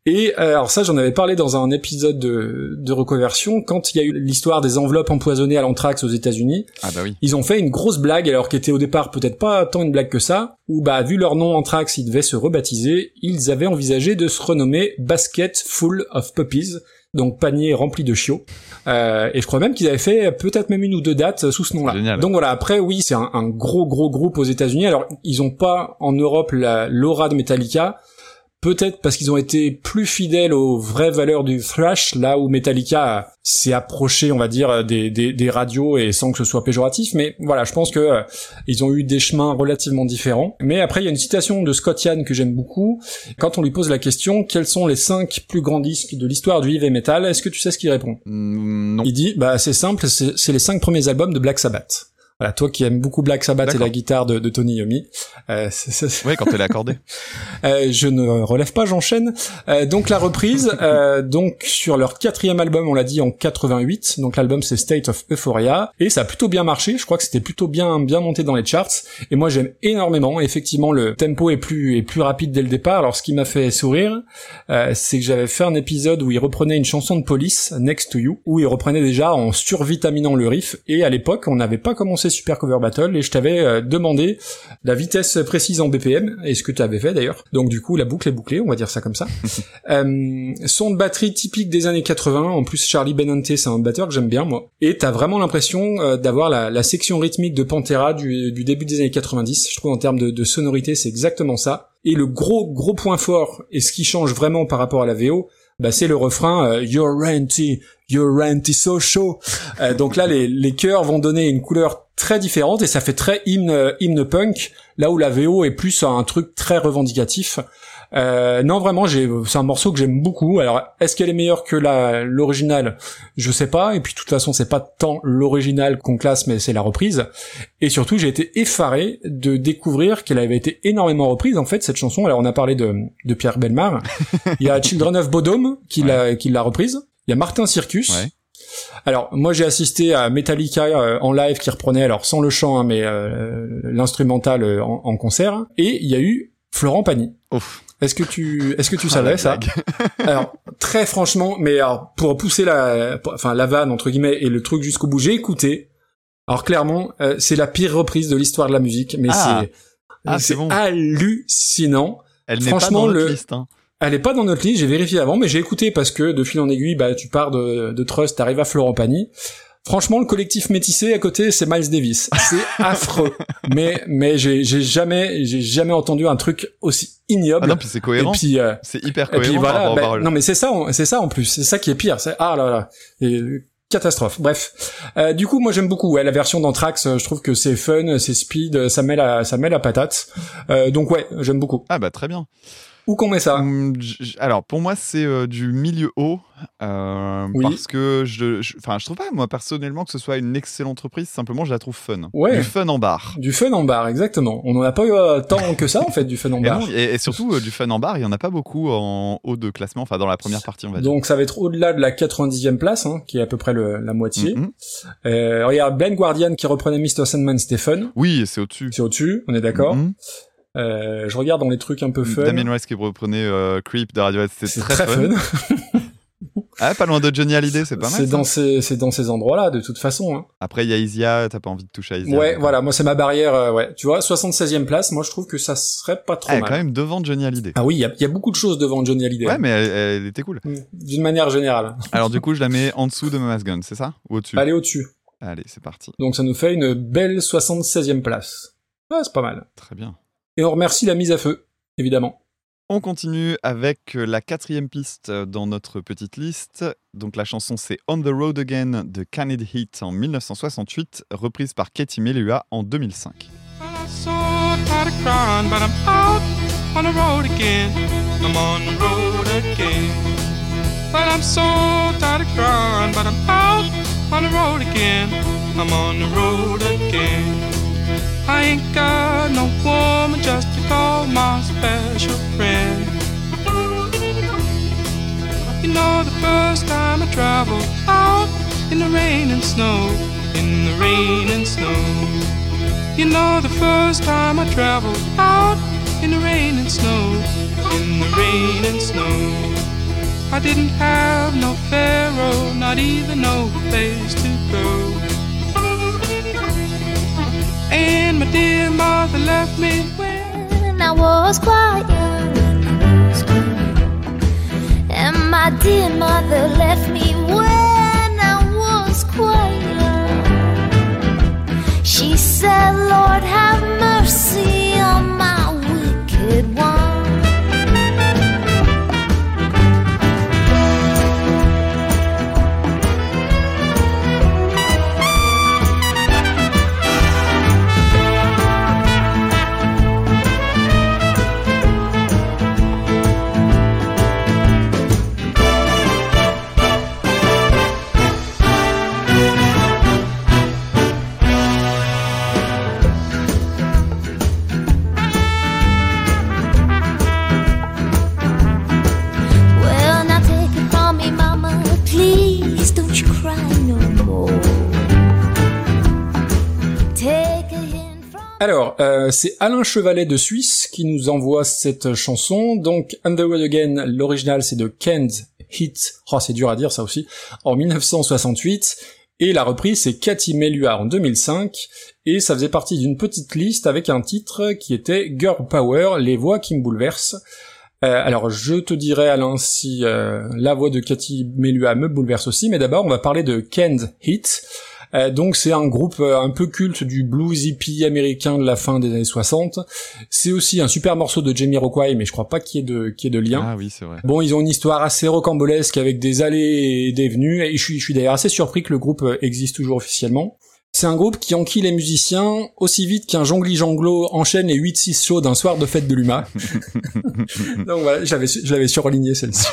Et euh, alors ça, j'en avais parlé dans un épisode de, de Recoversion, quand il y a eu l'histoire des enveloppes empoisonnées à l'anthrax aux États-Unis. Ah bah oui. Ils ont fait une grosse blague, alors qui était au départ peut-être pas tant une blague que ça, où bah vu leur nom Anthrax, ils devaient se rebaptiser. Ils avaient envisagé de se renommer Basket Full of Puppies, donc panier rempli de chiots. Euh, et je crois même qu'ils avaient fait peut-être même une ou deux dates sous ce nom-là. Génial. Donc voilà, après oui, c'est un, un gros gros groupe aux États-Unis. Alors ils ont pas en Europe la, l'aura de Metallica. Peut-être parce qu'ils ont été plus fidèles aux vraies valeurs du thrash, là où Metallica s'est approché, on va dire, des, des, des radios, et sans que ce soit péjoratif, mais voilà, je pense que euh, ils ont eu des chemins relativement différents. Mais après, il y a une citation de Scott Ian que j'aime beaucoup. Quand on lui pose la question, quels sont les cinq plus grands disques de l'histoire du heavy metal, est-ce que tu sais ce qu'il répond? Mm, non. Il dit, bah c'est simple, c'est, c'est les cinq premiers albums de Black Sabbath. Voilà, toi qui aimes beaucoup Black Sabbath D'accord. et la guitare de, de Tony Iommi. Euh, c'est, c'est... Ouais, quand elle est accordée. Euh, je ne relève pas, j'enchaîne. Euh, donc la reprise, euh, donc sur leur quatrième album, on l'a dit en quatre-vingt-huit. Donc l'album c'est State of Euphoria, et ça a plutôt bien marché. Je crois que c'était plutôt bien bien monté dans les charts. Et moi j'aime énormément. Effectivement, le tempo est plus est plus rapide dès le départ. Alors ce qui m'a fait sourire, euh, c'est que j'avais fait un épisode où il reprenait une chanson de Police, Next to You, où il reprenait déjà en survitaminant le riff. Et à l'époque, on n'avait pas commencé Super Cover Battle, et je t'avais euh, demandé la vitesse précise en B P M, et ce que tu avais fait d'ailleurs. Donc du coup la boucle est bouclée, on va dire ça comme ça. euh, son de batterie typique des années quatre-vingts, en plus Charlie Benante c'est un batteur que j'aime bien moi, et t'as vraiment l'impression euh, d'avoir la, la section rythmique de Pantera du, du début des années quatre-vingt-dix. Je trouve en termes de, de sonorité c'est exactement ça. Et le gros gros point fort, et ce qui change vraiment par rapport à la V O, bah c'est le refrain euh, You're renty, you're renty so show. Euh, donc là les les chœurs vont donner une couleur très différente, et ça fait très hymne hymne punk, là où la V O est plus un truc très revendicatif. Euh, non vraiment, j'ai c'est un morceau que j'aime beaucoup. Alors est-ce qu'elle est meilleure que la l'original? Je sais pas, et puis de toute façon c'est pas tant l'original qu'on classe, mais c'est la reprise. Et surtout j'ai été effaré de découvrir qu'elle avait été énormément reprise en fait cette chanson. Alors on a parlé de de Pierre Bellemare. Il y a Children of Bodom qui ouais. l'a qui l'a reprise. Il y a Martin Circus. Ouais. Alors moi j'ai assisté à Metallica euh, en live qui reprenait, alors sans le chant hein, mais euh, l'instrumental euh, en, en concert, et il y a eu Florent Pagny. Ouf. Est-ce que tu est-ce que tu savais ah, ça? Alors très franchement, mais alors pour pousser la enfin la vanne entre guillemets et le truc jusqu'au bout, j'ai écouté. Alors clairement, euh, c'est la pire reprise de l'histoire de la musique, mais ah. c'est ah, c'est, c'est bon. hallucinant. Elle n'est franchement, pas dans notre le... liste hein. Elle est pas dans notre liste, j'ai vérifié avant, mais j'ai écouté parce que de fil en aiguille, bah tu pars de, de Trust, t'arrives à Florent Pagny. Franchement, le collectif métissé à côté, c'est Miles Davis. C'est affreux. Mais mais j'ai j'ai jamais j'ai jamais entendu un truc aussi ignoble. Ah non, puis c'est cohérent. Et puis euh, c'est hyper cohérent. Et puis voilà, par bah, non mais c'est ça, c'est ça en plus. C'est ça qui est pire. C'est ah là là. Et, catastrophe. Bref, euh, du coup, moi j'aime beaucoup ouais, la version d'Anthrax. Je trouve que c'est fun, c'est speed, ça met la ça met la patate. Euh, donc ouais, j'aime beaucoup. Ah bah très bien. Où qu'on met ça? hum, Alors pour moi c'est euh, du milieu haut euh, oui. parce que je, enfin je, je trouve pas moi personnellement que ce soit une excellente reprise. Simplement je la trouve fun. Ouais. Du fun en bar. Du fun en bar, exactement. On en a pas eu euh, tant que ça en fait du fun en bar. Et, non, et, et surtout euh, du fun en bar, il y en a pas beaucoup en haut de classement. Enfin dans la première partie on va dire. Donc ça va être au-delà de la quatre-vingt-dixième place, hein, qui est à peu près le, la moitié. Mm-hmm. Euh, regarde Ben Guardian qui reprenait mister Sandman, c'était fun. Oui, c'est au-dessus. C'est au-dessus, on est d'accord. Mm-hmm. Euh, je regarde dans les trucs un peu fun. Damien Rice qui reprenait euh, Creep de Radiohead, c'était c'est très, très fun. fun. Ah, pas loin de Johnny Hallyday, c'est pas mal. C'est ça. dans ces, c'est dans ces endroits-là, de toute façon. Hein. Après, il y a Isia, t'as pas envie de toucher à Isia. Ouais, voilà, moi c'est ma barrière, euh, ouais. Tu vois, soixante-seizième place, moi je trouve que ça serait pas trop ah, mal. Quand même devant Johnny Hallyday. Ah oui, il y a, y a beaucoup de choses devant Johnny Hallyday. Ouais, mais elle, elle était cool. D'une manière générale. Alors du coup, je la mets en dessous de Mama's Gun, c'est ça? Ou au-dessus? Allez, au-dessus. Allez, c'est parti. Donc ça nous fait une belle soixante-seizième place. Ah, c'est pas mal. Très bien. Et on remercie la mise à feu, évidemment. On continue avec la quatrième piste dans notre petite liste. Donc la chanson c'est On the Road Again de Canned Heat en dix-neuf cent soixante-huit, reprise par Katie Melua en deux mille cinq. I ain't got no woman just to call my special friend. You know the first time I traveled out in the rain and snow, in the rain and snow. You know the first time I traveled out in the rain and snow, in the rain and snow. I didn't have no pharaoh, not even no place to go. And my dear mother left me when I was quite young, I was quite young. And my dear mother left me when I was quite young. She said, Lord, have mercy on my wicked one. Alors, euh, c'est Alain Chevalet de Suisse qui nous envoie cette chanson. Donc, On the Road Again, l'original c'est de Canned Heat, oh c'est dur à dire ça aussi, en dix-neuf cent soixante-huit, et la reprise c'est Katy Melua en deux mille cinq, et ça faisait partie d'une petite liste avec un titre qui était Girl Power, les voix qui me bouleversent. Euh, alors, je te dirai Alain si euh, la voix de Katy Melua me bouleverse aussi, mais d'abord on va parler de Canned Heat. Euh, donc c'est un groupe euh, un peu culte du blues hippie américain de la fin des années soixante. C'est aussi un super morceau de Jamiroquai, mais je crois pas qu'il y ait de qu'il y ait de lien. Ah oui, c'est vrai. Bon, ils ont une histoire assez rocambolesque avec des allées et des venues, et je suis je suis d'ailleurs assez surpris que le groupe existe toujours officiellement. C'est un groupe qui enquille les musiciens aussi vite qu'un jongli-janglo enchaîne les huit six shows d'un soir de fête de l'U M A. Donc voilà, j'avais, je l'avais surligné celle-ci.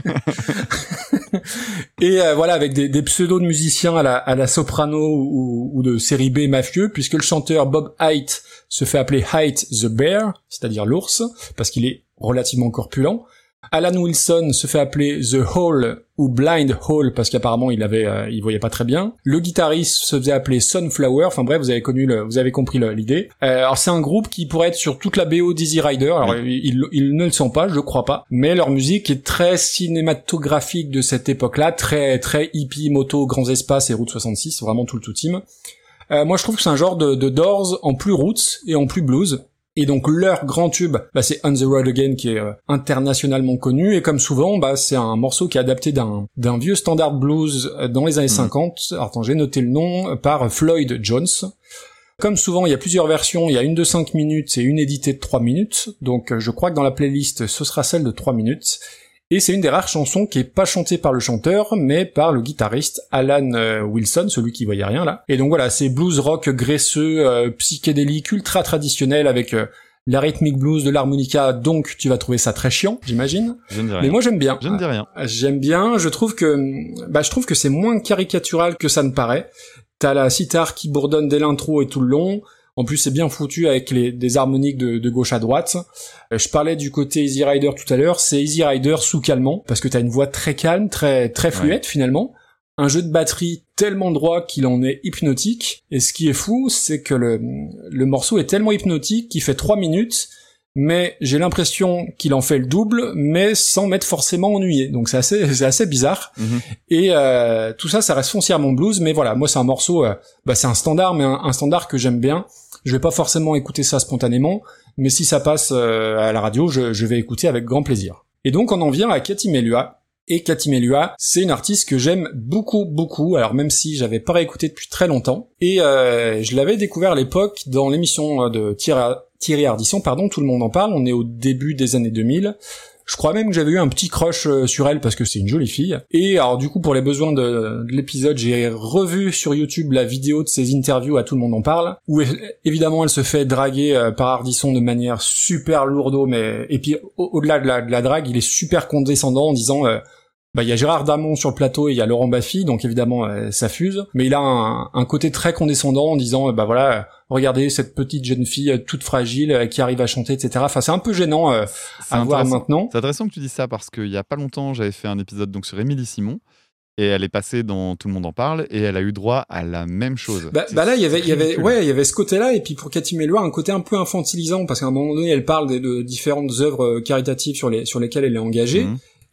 Et euh, voilà, avec des, des pseudos de musiciens à la, à la soprano ou, ou de série B mafieux, puisque le chanteur Bob Haidt se fait appeler Haidt the Bear, c'est-à-dire l'ours, parce qu'il est relativement corpulent. Alan Wilson se fait appeler The Hole ou Blind Hole parce qu'apparemment il avait, euh, il voyait pas très bien. Le guitariste se faisait appeler Sunflower. Enfin bref, vous avez connu, le, vous avez compris le, l'idée. Euh, alors c'est un groupe qui pourrait être sur toute la B O d'Easy Rider. Alors oui. ils, ils ne le sont pas, je crois pas. Mais leur musique est très cinématographique de cette époque-là, très très hippie, moto, grands espaces et Route soixante-six, vraiment tout le tout team. Euh, moi je trouve que c'est un genre de, de Doors en plus roots et en plus blues. Et donc leur grand tube, bah, c'est On the Road Again qui est euh, internationalement connu, et comme souvent, bah c'est un morceau qui est adapté d'un d'un vieux standard blues dans les années mmh. cinquante. Alors attends, j'ai noté le nom, par Floyd Jones. Comme souvent, il y a plusieurs versions, il y a une de cinq minutes et une éditée de trois minutes. Donc je crois que dans la playlist, ce sera celle de trois minutes. Et c'est une des rares chansons qui est pas chantée par le chanteur, mais par le guitariste Alan euh, Wilson, celui qui voyait rien là. Et donc voilà, c'est blues rock graisseux, euh, psychédélique, ultra traditionnel avec euh, la rythmique blues, de l'harmonica, donc tu vas trouver ça très chiant, j'imagine. Je ne dis rien. Mais moi j'aime bien. Je ne dis rien. J'aime bien, je trouve que bah je trouve que c'est moins caricatural que ça ne paraît. T'as la sitar qui bourdonne dès l'intro et tout le long. En plus, c'est bien foutu avec les, des harmoniques de, de gauche à droite. Euh, je parlais du côté Easy Rider tout à l'heure. C'est Easy Rider sous calmant, parce que t'as une voix très calme, très très fluette ouais. finalement. Un jeu de batterie tellement droit qu'il en est hypnotique. Et ce qui est fou, c'est que le, le morceau est tellement hypnotique qu'il fait trois minutes, mais j'ai l'impression qu'il en fait le double, mais sans m'être forcément ennuyé. Donc c'est assez, c'est assez bizarre. Mm-hmm. Et euh, tout ça, ça reste foncièrement blues. Mais voilà, moi c'est un morceau, euh, bah c'est un standard, mais un, un standard que j'aime bien. Je vais pas forcément écouter ça spontanément, mais si ça passe euh, à la radio, je, je vais écouter avec grand plaisir. Et donc on en vient à Katy Melua. Et Katy Melua, c'est une artiste que j'aime beaucoup, beaucoup, alors même si j'avais pas réécouté depuis très longtemps. Et euh, je l'avais découvert à l'époque dans l'émission de Thierry, Thierry Ardisson, pardon, Tout le monde en parle, on est au début des années deux mille. Je crois même que j'avais eu un petit crush sur elle parce que c'est une jolie fille. Et alors du coup, pour les besoins de, de l'épisode, j'ai revu sur YouTube la vidéo de ses interviews à Tout le monde en parle, où évidemment elle se fait draguer par Ardisson de manière super lourdeau, mais et puis au- au-delà de la, de la drague, il est super condescendant en disant euh, bah il y a Gérard Damon sur le plateau et il y a Laurent Baffy, donc évidemment euh, ça fuse, mais il a un, un côté très condescendant en disant euh, bah voilà, euh, regardez cette petite jeune fille euh, toute fragile euh, qui arrive à chanter, et cetera. Enfin c'est un peu gênant euh, à voir maintenant. C'est intéressant que tu dises ça parce qu'il y a pas longtemps j'avais fait un épisode donc sur Émilie Simon. Et elle est passée dans Tout le monde en parle et elle a eu droit à la même chose. Bah, bah là il y avait il y avait ouais il y avait ce côté-là, et puis pour Katy Melua un côté un peu infantilisant parce qu'à un moment donné elle parle de, de différentes œuvres caritatives sur les sur lesquelles elle est engagée. Mmh.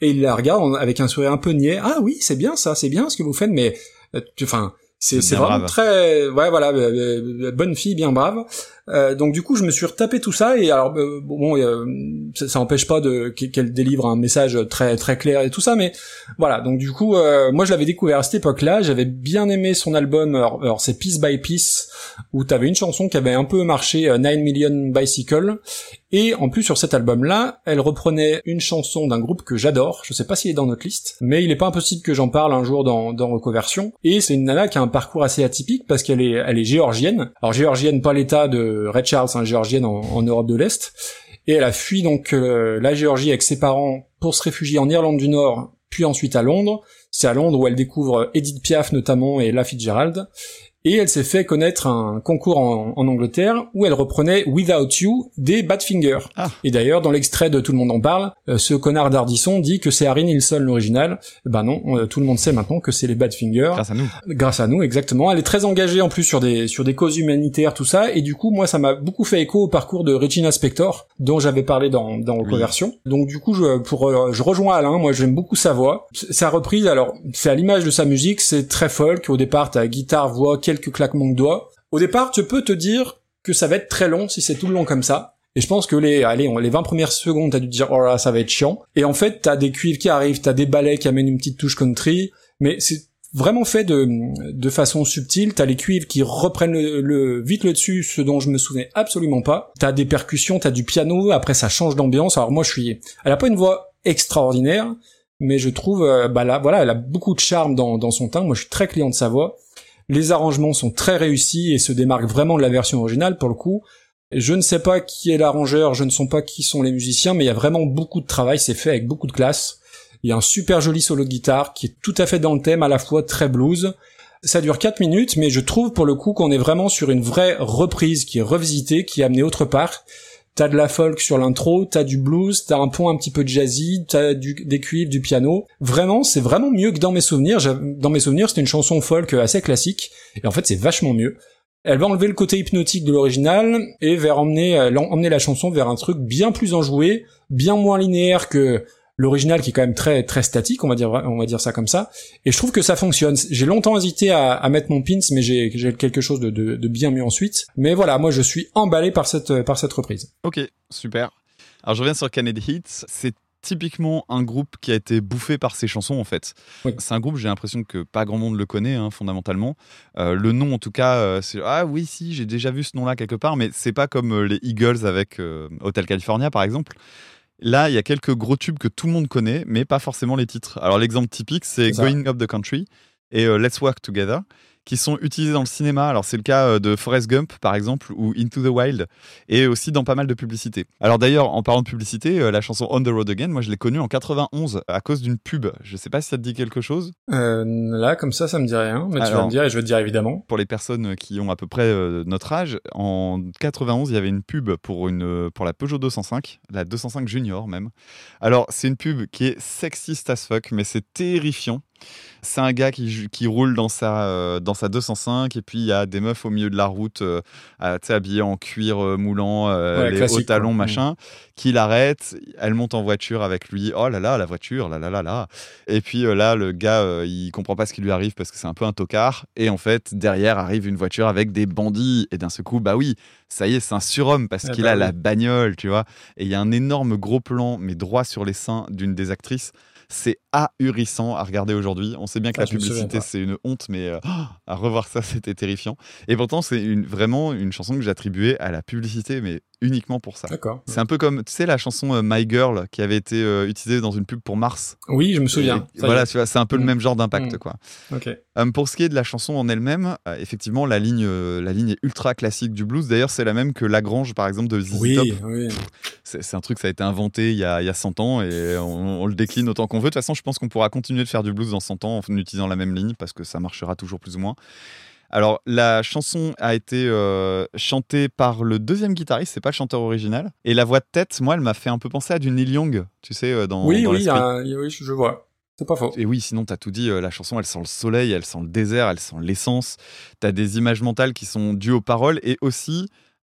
et il la regarde en- avec un sourire un peu niais. Ah oui, c'est bien ça, c'est bien ce que vous faites, mais euh, tu- enfin, c'est, C'est c'est bien vraiment brave. très, ouais, voilà, euh, euh, bonne fille, bien brave. Euh, donc du coup, je me suis retapé tout ça, et alors euh, bon, euh, ça, ça empêche pas de qu'elle délivre un message très très clair et tout ça, mais voilà. Donc du coup, euh, moi je l'avais découvert à cette époque-là. J'avais bien aimé son album. Alors, alors c'est Piece by Piece, où t'avais une chanson qui avait un peu marché, euh, Nine Million Bicycle. Et en plus sur cet album-là, elle reprenait une chanson d'un groupe que j'adore. Je sais pas s'il est dans notre liste, mais il est pas impossible que j'en parle un jour dans dans Recoversion. Et c'est une nana qui a un parcours assez atypique parce qu'elle est elle est géorgienne. Alors géorgienne, pas l'état de Ray Charles, hein, géorgienne en, en Europe de l'Est. Et elle a fui donc euh, la Géorgie avec ses parents pour se réfugier en Irlande du Nord, puis ensuite à Londres. C'est à Londres où elle découvre Edith Piaf notamment et Ella Fitzgerald. Et elle s'est fait connaître un concours en, en Angleterre où elle reprenait Without You des Badfinger. Ah. Et d'ailleurs, dans l'extrait de Tout le monde en parle, euh, ce connard d'Ardisson dit que c'est Harry Nilsson l'original. Ben non, euh, tout le monde sait maintenant que c'est les Badfinger. Grâce à nous. Grâce à nous, exactement. Elle est très engagée en plus sur des sur des causes humanitaires, tout ça. Et du coup, moi, ça m'a beaucoup fait écho au parcours de Regina Spektor, dont j'avais parlé dans dans Oui. Recoversion. Donc du coup, je pour euh, je rejoins Alain. Moi, j'aime beaucoup sa voix. Sa reprise, alors c'est à l'image de sa musique, c'est très folk. Au départ, t'as guitare, voix, quelques claquements de doigts. Au départ, tu peux te dire que ça va être très long si c'est tout le long comme ça. Et je pense que les, allez, on- les vingt premières secondes, t'as dû te dire, oh là, ça va être chiant. Et en fait, t'as des cuivres qui arrivent, t'as des ballets qui amènent une petite touche country, mais c'est vraiment fait de, de façon subtile. T'as les cuivres qui reprennent le, le- vite le dessus, ce dont je me souvenais absolument pas. T'as des percussions, t'as du piano, après ça change d'ambiance. Alors moi, je suis, elle a pas une voix extraordinaire, mais je trouve, euh, bah là, voilà, elle a beaucoup de charme dans, dans son teint. Moi, je suis très client de sa voix. Les arrangements sont très réussis et se démarquent vraiment de la version originale pour le coup. Je ne sais pas qui est l'arrangeur, je ne sais pas qui sont les musiciens, mais il y a vraiment beaucoup de travail, c'est fait avec beaucoup de classe. Il y a un super joli solo de guitare qui est tout à fait dans le thème, à la fois très blues. Ça dure quatre minutes, mais je trouve pour le coup qu'on est vraiment sur une vraie reprise qui est revisitée, qui est amenée autre part. T'as de la folk sur l'intro, t'as du blues, t'as un pont un petit peu jazzy, t'as du, des cuivres, du piano. Vraiment, c'est vraiment mieux que dans mes souvenirs. J'av- Dans mes souvenirs, c'était une chanson folk assez classique, et en fait, c'est vachement mieux. Elle va enlever le côté hypnotique de l'original et vers emmener, euh, l'en- emmener la chanson vers un truc bien plus enjoué, bien moins linéaire que l'original qui est quand même très très statique, on va dire on va dire ça comme ça. Et je trouve que ça fonctionne. J'ai longtemps hésité à, à mettre mon pins, mais j'ai j'ai quelque chose de, de, de bien mieux ensuite. Mais voilà, moi je suis emballé par cette par cette reprise. Ok, super. Alors je reviens sur Kennedy Hits. C'est typiquement un groupe qui a été bouffé par ses chansons en fait. Oui. C'est un groupe, j'ai l'impression que pas grand monde le connaît hein, fondamentalement. Euh, le nom en tout cas, euh, c'est ah oui si j'ai déjà vu ce nom-là quelque part, mais c'est pas comme euh, les Eagles avec euh, Hotel California par exemple. Là, il y a quelques gros tubes que tout le monde connaît, mais pas forcément les titres. Alors l'exemple typique, c'est C'est ça. Going Up the Country et euh, Let's Work Together, qui sont utilisés dans le cinéma. Alors c'est le cas euh, de Forrest Gump par exemple ou Into the Wild et aussi dans pas mal de publicités. Alors d'ailleurs en parlant de publicité, euh, la chanson On the Road Again, moi je l'ai connue en quatre-vingt-onze à cause d'une pub. Je sais pas si ça te dit quelque chose. Euh, là, comme ça, ça me dit rien, mais tu Alors. vas me dire et je vais te dire évidemment. Pour les personnes qui ont à peu près euh, notre âge, en quatre-vingt-onze, il y avait une pub pour, une, pour la Peugeot deux cent cinq, la deux cent cinq Junior même. Alors, c'est une pub qui est sexiste as fuck, mais c'est terrifiant. C'est un gars qui, qui roule dans sa, euh, dans sa deux cent cinq et puis il y a des meufs au milieu de la route euh, à- tu sais, habillées en cuir euh, moulant, euh, Ouais, les classique, hauts talons, quoi. machin, qui l'arrêtent. Elle monte en voiture avec lui. Oh là là, la voiture, là là là là. Et puis euh, là, le gars, euh, il comprend pas ce qui lui arrive parce que c'est un peu un tocard. Et en fait, derrière arrive une voiture avec des bandits. Et d'un seul coup, bah oui, ça y est, c'est un surhomme parce Ah qu'il bah a oui. la bagnole, tu vois. Et il y a un énorme gros plan, mais droit sur les seins d'une des actrices. C'est ahurissant à regarder aujourd'hui. On sait bien que Ah, la je me souviens publicité, pas. c'est une honte, mais euh, à revoir ça, c'était terrifiant. Et pourtant, c'est une, vraiment une chanson que j'attribuais à la publicité, mais uniquement pour ça. D'accord. C'est un peu comme, tu sais, la chanson euh, My Girl qui avait été euh, utilisée dans une pub pour Mars. Oui, je me souviens. Et Ça y voilà, est. tu vois, c'est un peu le Mm. même genre d'impact, Mm. quoi. Ok. Euh, pour ce qui est de la chanson en elle-même, euh, effectivement, la ligne, euh, la ligne est ultra classique du blues. D'ailleurs, c'est la même que Lagrange, par exemple, de Z Z Oui, Top. oui. C'est, c'est un truc, ça a été inventé il y a, il y a cent ans et on, on le décline autant qu'on veut. De toute façon, je pense qu'on pourra continuer de faire du blues dans cent ans en utilisant la même ligne parce que ça marchera toujours plus ou moins. Alors, la chanson a été euh, chantée par le deuxième guitariste, c'est pas le chanteur original. Et la voix de tête, moi, elle m'a fait un peu penser à du Neil Young, tu sais, euh, dans, Oui, dans oui, il y l'esprit. a un- oui, je vois. C'est pas faux. Et oui, sinon, t'as tout dit. euh, la chanson, elle sent le soleil, elle sent le désert, elle sent l'essence. T'as des images mentales qui sont dues aux paroles et aussi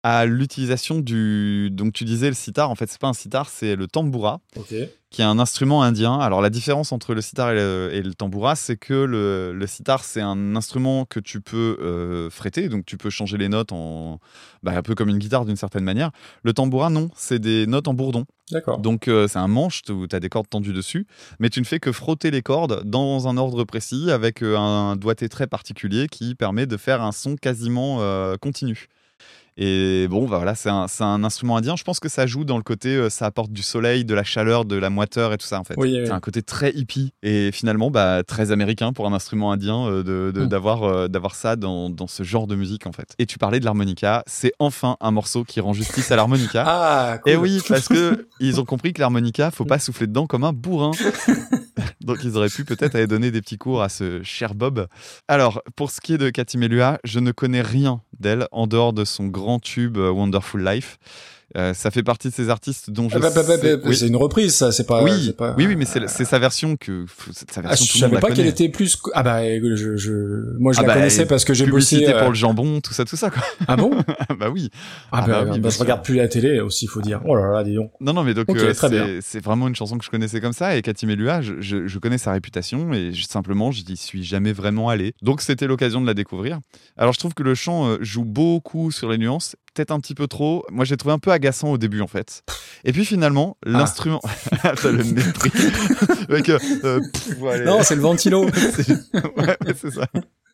à l'utilisation du... Donc tu disais le sitar, en fait c'est pas un sitar, c'est le tambura, okay. qui est un instrument indien. Alors la différence entre le sitar et le, et le tambura, c'est que le, le sitar c'est un instrument que tu peux euh, fréter, donc tu peux changer les notes en... Bah, un peu comme une guitare d'une certaine manière. Le tambura non, c'est des notes en bourdon. D'accord. Donc euh, c'est un manche où tu as des cordes tendues dessus, mais tu ne fais que frotter les cordes dans un ordre précis avec euh, un doigté très particulier qui permet de faire un son quasiment euh, continu. Et bon, bah voilà, c'est un, c'est un instrument indien. Je pense que ça joue dans le côté, euh, ça apporte du soleil, de la chaleur, de la moiteur et tout ça en fait. Oui, oui. C'est un côté très hippie et finalement bah, très américain pour un instrument indien euh, de, de, mm. d'avoir, euh, d'avoir ça dans, dans ce genre de musique en fait. Et tu parlais de l'harmonica, c'est enfin un morceau qui rend justice à l'harmonica. Ah, cool. Et oui, parce que ils ont compris que l'harmonica, faut pas souffler dedans comme un bourrin. Donc ils auraient pu peut-être aller donner des petits cours à ce cher Bob. Alors, pour ce qui est de Cathy Melua, je ne connais rien d'elle en dehors de son grand tube euh, Wonderful Life. Euh, ça fait partie de ces artistes dont je ah bah, bah, bah, sais... bah, oui. C'est une reprise, ça, c'est pas... Oui, c'est pas... oui, oui, mais c'est, c'est sa version que... C'est sa version, ah, tout je le monde savais la pas connaît. qu'elle était plus... Ah bah, je, je... moi je ah la bah, connaissais parce que j'ai bossé... Publicité euh... pour le jambon, tout ça, tout ça, quoi. Ah bon? Bah oui. Ah, ah bah, bah, oui, bah je regarde plus la télé aussi, il faut dire. Oh là là, dis donc. Non, non, mais donc okay, euh, très c'est, bien. c'est vraiment une chanson que je connaissais comme ça, et Cathy Melua, je, je, je connais sa réputation, et je, simplement, je n'y suis jamais vraiment allé. Donc c'était l'occasion de la découvrir. Alors je trouve que le chant euh, joue beaucoup sur les nuances, peut-être un petit peu trop. Moi, j'ai trouvé un peu agaçant au début, en fait. Et puis finalement, ah. l'instrument... T'as le mépris. Avec, euh, euh, pff, voilà. Non, c'est le ventilo. c'est... Ouais, c'est ça.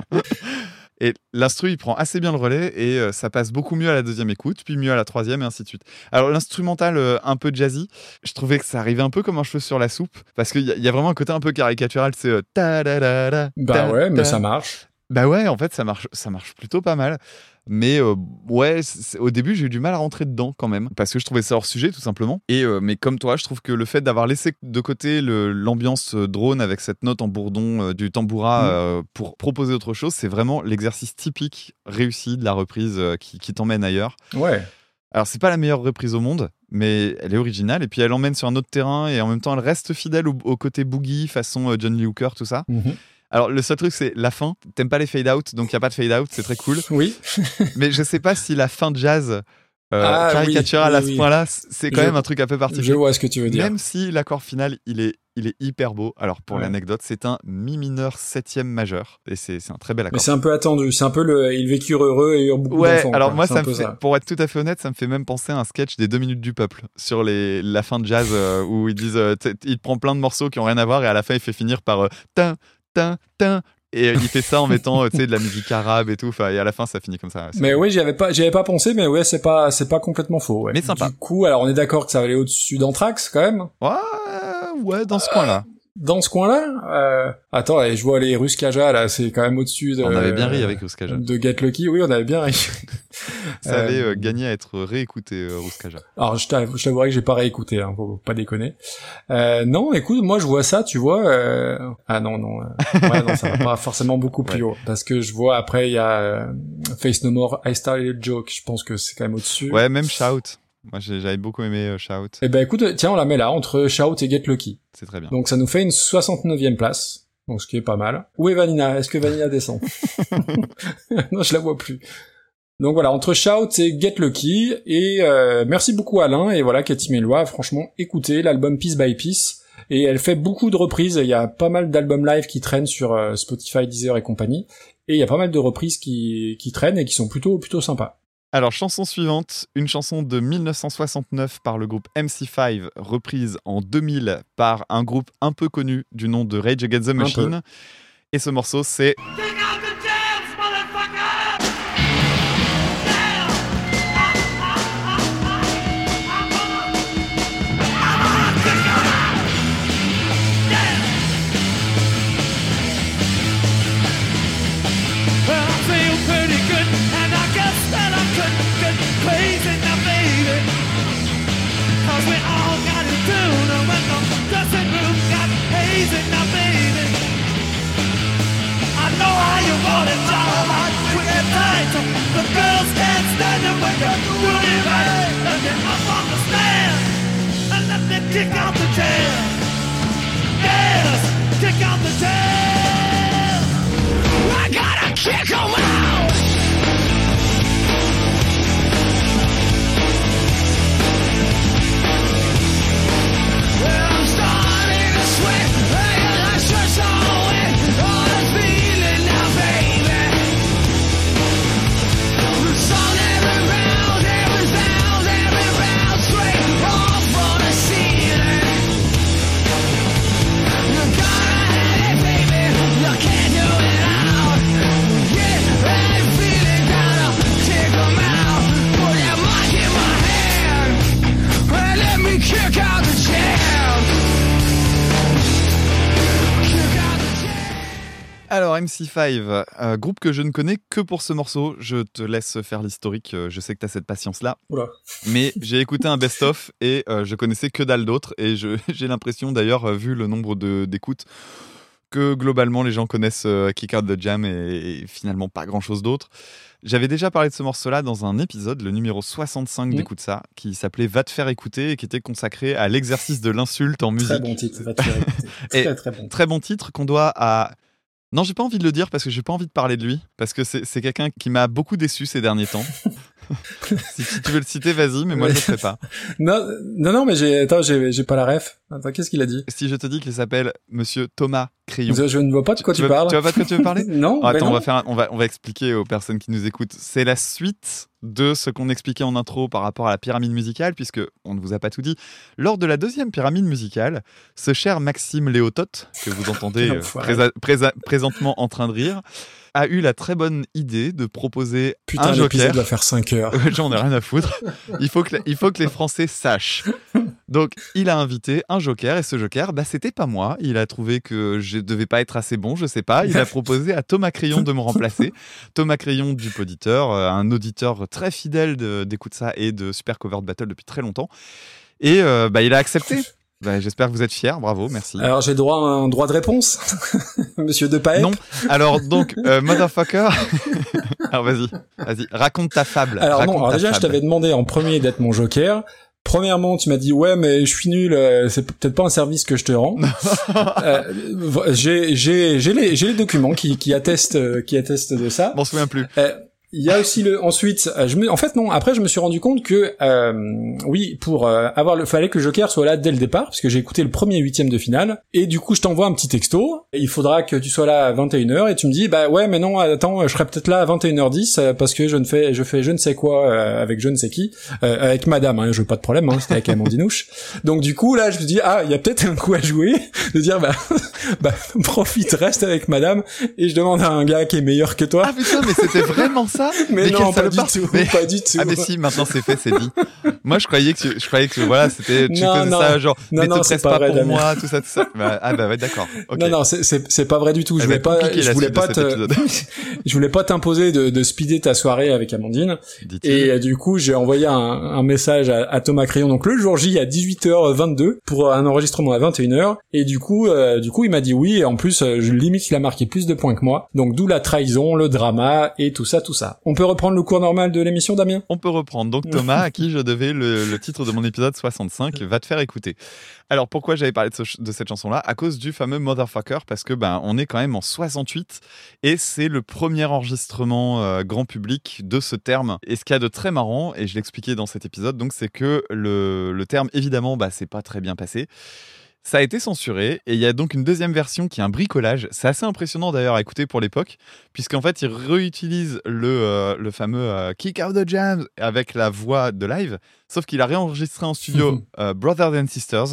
Et l'instru, il prend assez bien le relais et euh, ça passe beaucoup mieux à la deuxième écoute, puis mieux à la troisième et ainsi de suite. Alors l'instrumental euh, un peu jazzy, je trouvais que ça arrivait un peu comme un cheveu sur la soupe, parce qu'il y, y a vraiment un côté un peu caricatural, c'est euh, ta da da da. Bah ouais, mais ça marche. Bah ouais, en fait, ça marche, ça marche plutôt pas mal. Mais euh, ouais, au début, j'ai eu du mal à rentrer dedans quand même, parce que je trouvais ça hors sujet, tout simplement. Et euh, mais comme toi, je trouve que le fait d'avoir laissé de côté le, l'ambiance drone avec cette note en bourdon euh, du tambura mmh. euh, pour proposer autre chose, c'est vraiment l'exercice typique réussi de la reprise euh, qui, qui t'emmène ailleurs. Ouais. Alors, c'est pas la meilleure reprise au monde, mais elle est originale. Et puis, elle emmène sur un autre terrain et en même temps, elle reste fidèle au, au côté boogie, façon euh, John Lee Hooker, tout ça. Mmh. Alors, le seul truc, c'est la fin. T'aimes pas les fade-out, donc il n'y a pas de fade-out, c'est très cool. Oui. Mais je sais pas si la fin de jazz euh, ah, caricaturale oui, à ce oui. point-là, c'est quand je, même un truc un peu particulier. Je vois ce que tu veux dire. Même si l'accord final, il est, il est hyper beau. Alors, pour ouais. l'anecdote, c'est un mi mineur septième majeur. Et c'est, c'est un très bel accord. Mais c'est un peu attendu. C'est un peu le, ils vécurent heureux et eurent beaucoup ouais, d'enfants. alors quoi. moi, c'est ça me fait, ça. pour être tout à fait honnête, ça me fait même penser à un sketch des deux minutes du peuple sur les, la fin de jazz euh, où ils disent, euh, il prend plein de morceaux qui ont rien à voir et à la fin, il fait finir par euh, tin, tin, tin. Et il fait ça en mettant, tu sais, de la musique arabe et tout. Enfin, et à la fin, ça finit comme ça. C'est mais cool. oui, j'y avais pas, j'y avais pas pensé, mais ouais, c'est pas, c'est pas complètement faux. Ouais. Mais sympa. Du coup, alors on est d'accord que ça va aller au-dessus d'Anthrax quand même. Ouais, ouais, dans ce euh, coin-là. Dans ce coin-là. Euh... Attends, et je vois les Ruskaja là, c'est quand même au-dessus de. On avait bien ri avec Ruskaja. De Get Lucky, oui, on avait bien ri. Ça avait euh, gagné à être réécouté, euh, Ruskaja. Alors, je, t'avoue, je t'avouerai que j'ai pas réécouté, hein, faut pas déconner. Euh, non, écoute, moi je vois ça, tu vois. Euh... Ah non, non, euh... ouais, non, ça va pas forcément beaucoup plus ouais. haut, parce que je vois après il y a euh, Face No More, I Started a Joke. Je pense que c'est quand même au-dessus. Ouais, même Shout. Moi, j'avais beaucoup aimé euh, Shout. Eh ben, écoute, tiens, on la met là entre Shout et Get Lucky. C'est très bien. Donc, ça nous fait une soixante-neuvième place. Donc, ce qui est pas mal. Où est Vanina? Est-ce que Vanina descend? Non, je la vois plus. Donc voilà, entre Shout et Get Lucky, et euh, merci beaucoup Alain, et voilà, Cathy Melua, franchement, écoutez l'album Piece by Piece, et elle fait beaucoup de reprises, il y a pas mal d'albums live qui traînent sur euh, Spotify, Deezer et compagnie, et il y a pas mal de reprises qui, qui traînent et qui sont plutôt, plutôt sympas. Alors, chanson suivante, une chanson de dix-neuf cent soixante-neuf par le groupe M C cinq, reprise en deux mille par un groupe un peu connu du nom de Rage Against the Machine, et ce morceau c'est... Kick out the tail. Yes, kick out the tail. I gotta kick 'em out. M C cinq, euh, groupe que je ne connais que pour ce morceau. Je te laisse faire l'historique, euh, je sais que tu as cette patience-là. Oula. Mais j'ai écouté un best-of et euh, je connaissais que dalle d'autres. Et je, j'ai l'impression d'ailleurs, euh, vu le nombre de, d'écoutes, que globalement les gens connaissent euh, Kick Out the Jam et, et finalement pas grand-chose d'autre. J'avais déjà parlé de ce morceau-là dans un épisode, le numéro soixante-cinq mmh. d'Écoute ça, qui s'appelait Va te faire écouter et qui était consacré à l'exercice de l'insulte en musique. Très bon titre, Va te faire écouter. Très, et très bon. Très bon titre qu'on doit à... Non, j'ai pas envie de le dire parce que j'ai pas envie de parler de lui, parce que c'est, c'est quelqu'un qui m'a beaucoup déçu ces derniers temps. si, si tu veux le citer, vas-y, mais moi je le ferai pas. Non, non, non, mais j'ai, attends, j'ai, j'ai pas la ref. Attends, qu'est-ce qu'il a dit? Si je te dis qu'il s'appelle Monsieur Thomas Crayon. Je, je ne vois pas de quoi tu, tu, tu parles. Tu vois pas de quoi tu veux parler? Non. Oh, attends, non. on va faire, un, on va, on va expliquer aux personnes qui nous écoutent. C'est la suite de ce qu'on expliquait en intro par rapport à la pyramide musicale, puisque on ne vous a pas tout dit. Lors de la deuxième pyramide musicale, ce cher Maxime Léotote, que vous entendez euh, présa- présa- présentement en train de rire, a eu la très bonne idée de proposer Putain, un joker. L'épisode va faire cinq heures. J'en ai rien à foutre. Il faut que, il faut que les Français sachent. Donc, il a invité un joker, et ce joker, bah, c'était pas moi. Il a trouvé que je devais pas être assez bon, je sais pas. Il a proposé à Thomas Crayon de me remplacer. Thomas Crayon du Poditeur, un auditeur très fidèle de, d'Écoute ça et de Super Cover Battle depuis très longtemps. Et euh, bah, il a accepté. Bah, j'espère que vous êtes fiers, bravo, merci. Alors j'ai droit à un droit de réponse, Monsieur Depaep. Non. Alors donc, euh, motherfucker. Alors vas-y, vas-y, raconte ta fable. Alors raconte non, alors déjà fable. je t'avais demandé en premier d'être mon joker. Premièrement, tu m'as dit ouais, mais je suis nul. Euh, c'est peut-être pas un service que je te rends. euh, j'ai j'ai j'ai les j'ai les documents qui qui attestent euh, qui attestent de ça. Je m'en souviens plus. Euh, Il y a aussi le ensuite je me en fait non après je me suis rendu compte que euh, oui pour euh, avoir le fallait que le joker soit là dès le départ parce que j'ai écouté le premier huitième de finale et du coup je t'envoie un petit texto il faudra que tu sois là à vingt et une heures et tu me dis bah ouais mais non attends je serai peut-être là à vingt et une heures dix euh, parce que je ne fais je fais je ne sais quoi euh, avec je ne sais qui euh, avec madame hein, je veux pas de problème hein, c'était avec Amandinouche donc du coup là je me dis ah il y a peut-être un coup à jouer de dire bah bah profite reste avec madame et je demande à un gars qui est meilleur que toi. Ah putain mais c'était vraiment ça. Mais, mais non, pas du tout, mais... pas du tout. Ah mais si, maintenant c'est fait, c'est dit. Moi je croyais que tu, je croyais que voilà, c'était tu non, faisais non. ça genre non, mais non, te presse pas, pas vrai, pour Damien. moi, tout ça tout ça. Bah, ah bah ouais, d'accord. Okay. Non non, c'est c'est c'est pas vrai du tout. Je voulais pas je voulais pas te je voulais pas t'imposer de de speeder ta soirée avec Amandine. Dit-il. Et euh, du coup, j'ai envoyé un un message à, à Thomas Crayon donc le jour J à dix-huit heures vingt-deux pour un enregistrement à vingt et une heures et du coup euh, du coup, il m'a dit oui et en plus euh, je limite il a marqué plus de points que moi. Donc d'où la trahison, le drama et tout ça tout ça. On peut reprendre le cours normal de l'émission, Damien ? On peut reprendre. Donc Thomas, à qui je devais le, le titre de mon épisode soixante-cinq, va te faire écouter. Alors pourquoi j'avais parlé de, ce, de cette chanson-là ? À cause du fameux Motherfucker, parce que ben on est quand même en soixante-huit et c'est le premier enregistrement euh, grand public de ce terme. Et ce qu'il y a de très marrant, et je l'expliquais dans cet épisode, donc c'est que le, le terme, évidemment, bah c'est pas très bien passé. Ça a été censuré et il y a donc une deuxième version qui est un bricolage. C'est assez impressionnant d'ailleurs à écouter pour l'époque, puisqu'en fait ils réutilisent le, euh, le fameux euh, Kick Out the Jam avec la voix de live, sauf qu'il a réenregistré en studio euh, Brothers and Sisters.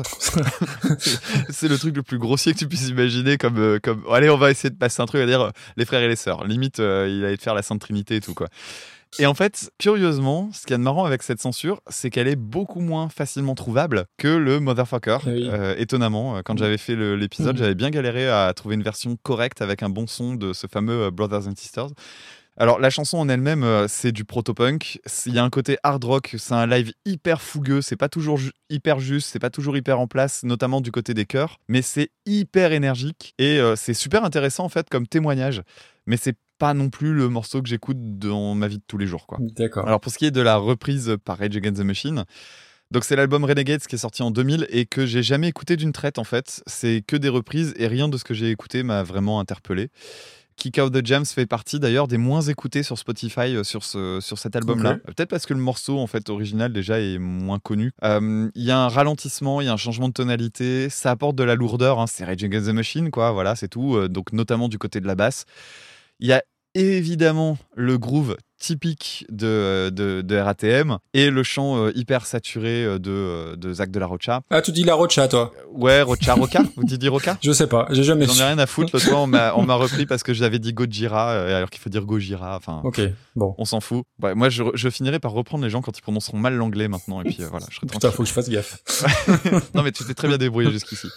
c'est, c'est le truc le plus grossier que tu puisses imaginer. Comme, euh, comme allez, on va essayer de passer un truc à dire euh, les frères et les sœurs. Limite, euh, il allait faire la Sainte Trinité et tout quoi. Et en fait, curieusement, ce qu'il y a de marrant avec cette censure, c'est qu'elle est beaucoup moins facilement trouvable que le Motherfucker. Oui. Euh, étonnamment, quand j'avais fait le, l'épisode, mmh. j'avais bien galéré à trouver une version correcte avec un bon son de ce fameux Brothers and Sisters. Alors, la chanson en elle-même, c'est du proto-punk. Il y a un côté hard rock, c'est un live hyper fougueux, c'est pas toujours ju- hyper juste, c'est pas toujours hyper en place, notamment du côté des chœurs, mais c'est hyper énergique et euh, c'est super intéressant en fait comme témoignage. Mais c'est pas non plus le morceau que j'écoute dans ma vie de tous les jours, quoi. D'accord. Alors pour ce qui est de la reprise par Rage Against the Machine, donc c'est l'album Renegades qui est sorti en deux mille et que j'ai jamais écouté d'une traite en fait. C'est que des reprises et rien de ce que j'ai écouté m'a vraiment interpellé. Kick Out the Jams fait partie d'ailleurs des moins écoutés sur Spotify euh, sur, ce, sur cet album-là. Okay. Peut-être parce que le morceau en fait original déjà est moins connu. Il euh, y a un ralentissement, il y a un changement de tonalité, ça apporte de la lourdeur. Hein, c'est Rage Against the Machine, quoi. Voilà, c'est tout. Euh, donc notamment du côté de la basse. Il y a évidemment le groove typique de, de, de R A T M et le chant euh, hyper saturé de, de Zach de la Rocha. Ah, tu dis la Rocha, toi ? Ouais, Rocha, Roca. Vous dites Roca ? Je sais pas, j'ai jamais J'en ai rien à foutre. L'autre fois, on m'a, on m'a repris parce que j'avais dit Gojira euh, alors qu'il faut dire Gojira. Enfin, ok, bon. On s'en fout. Ouais, moi, je, je finirai par reprendre les gens quand ils prononceront mal l'anglais maintenant. Et puis euh, voilà, je serai Putain, faut que je fasse gaffe. Non, mais tu t'es très bien débrouillé jusqu'ici.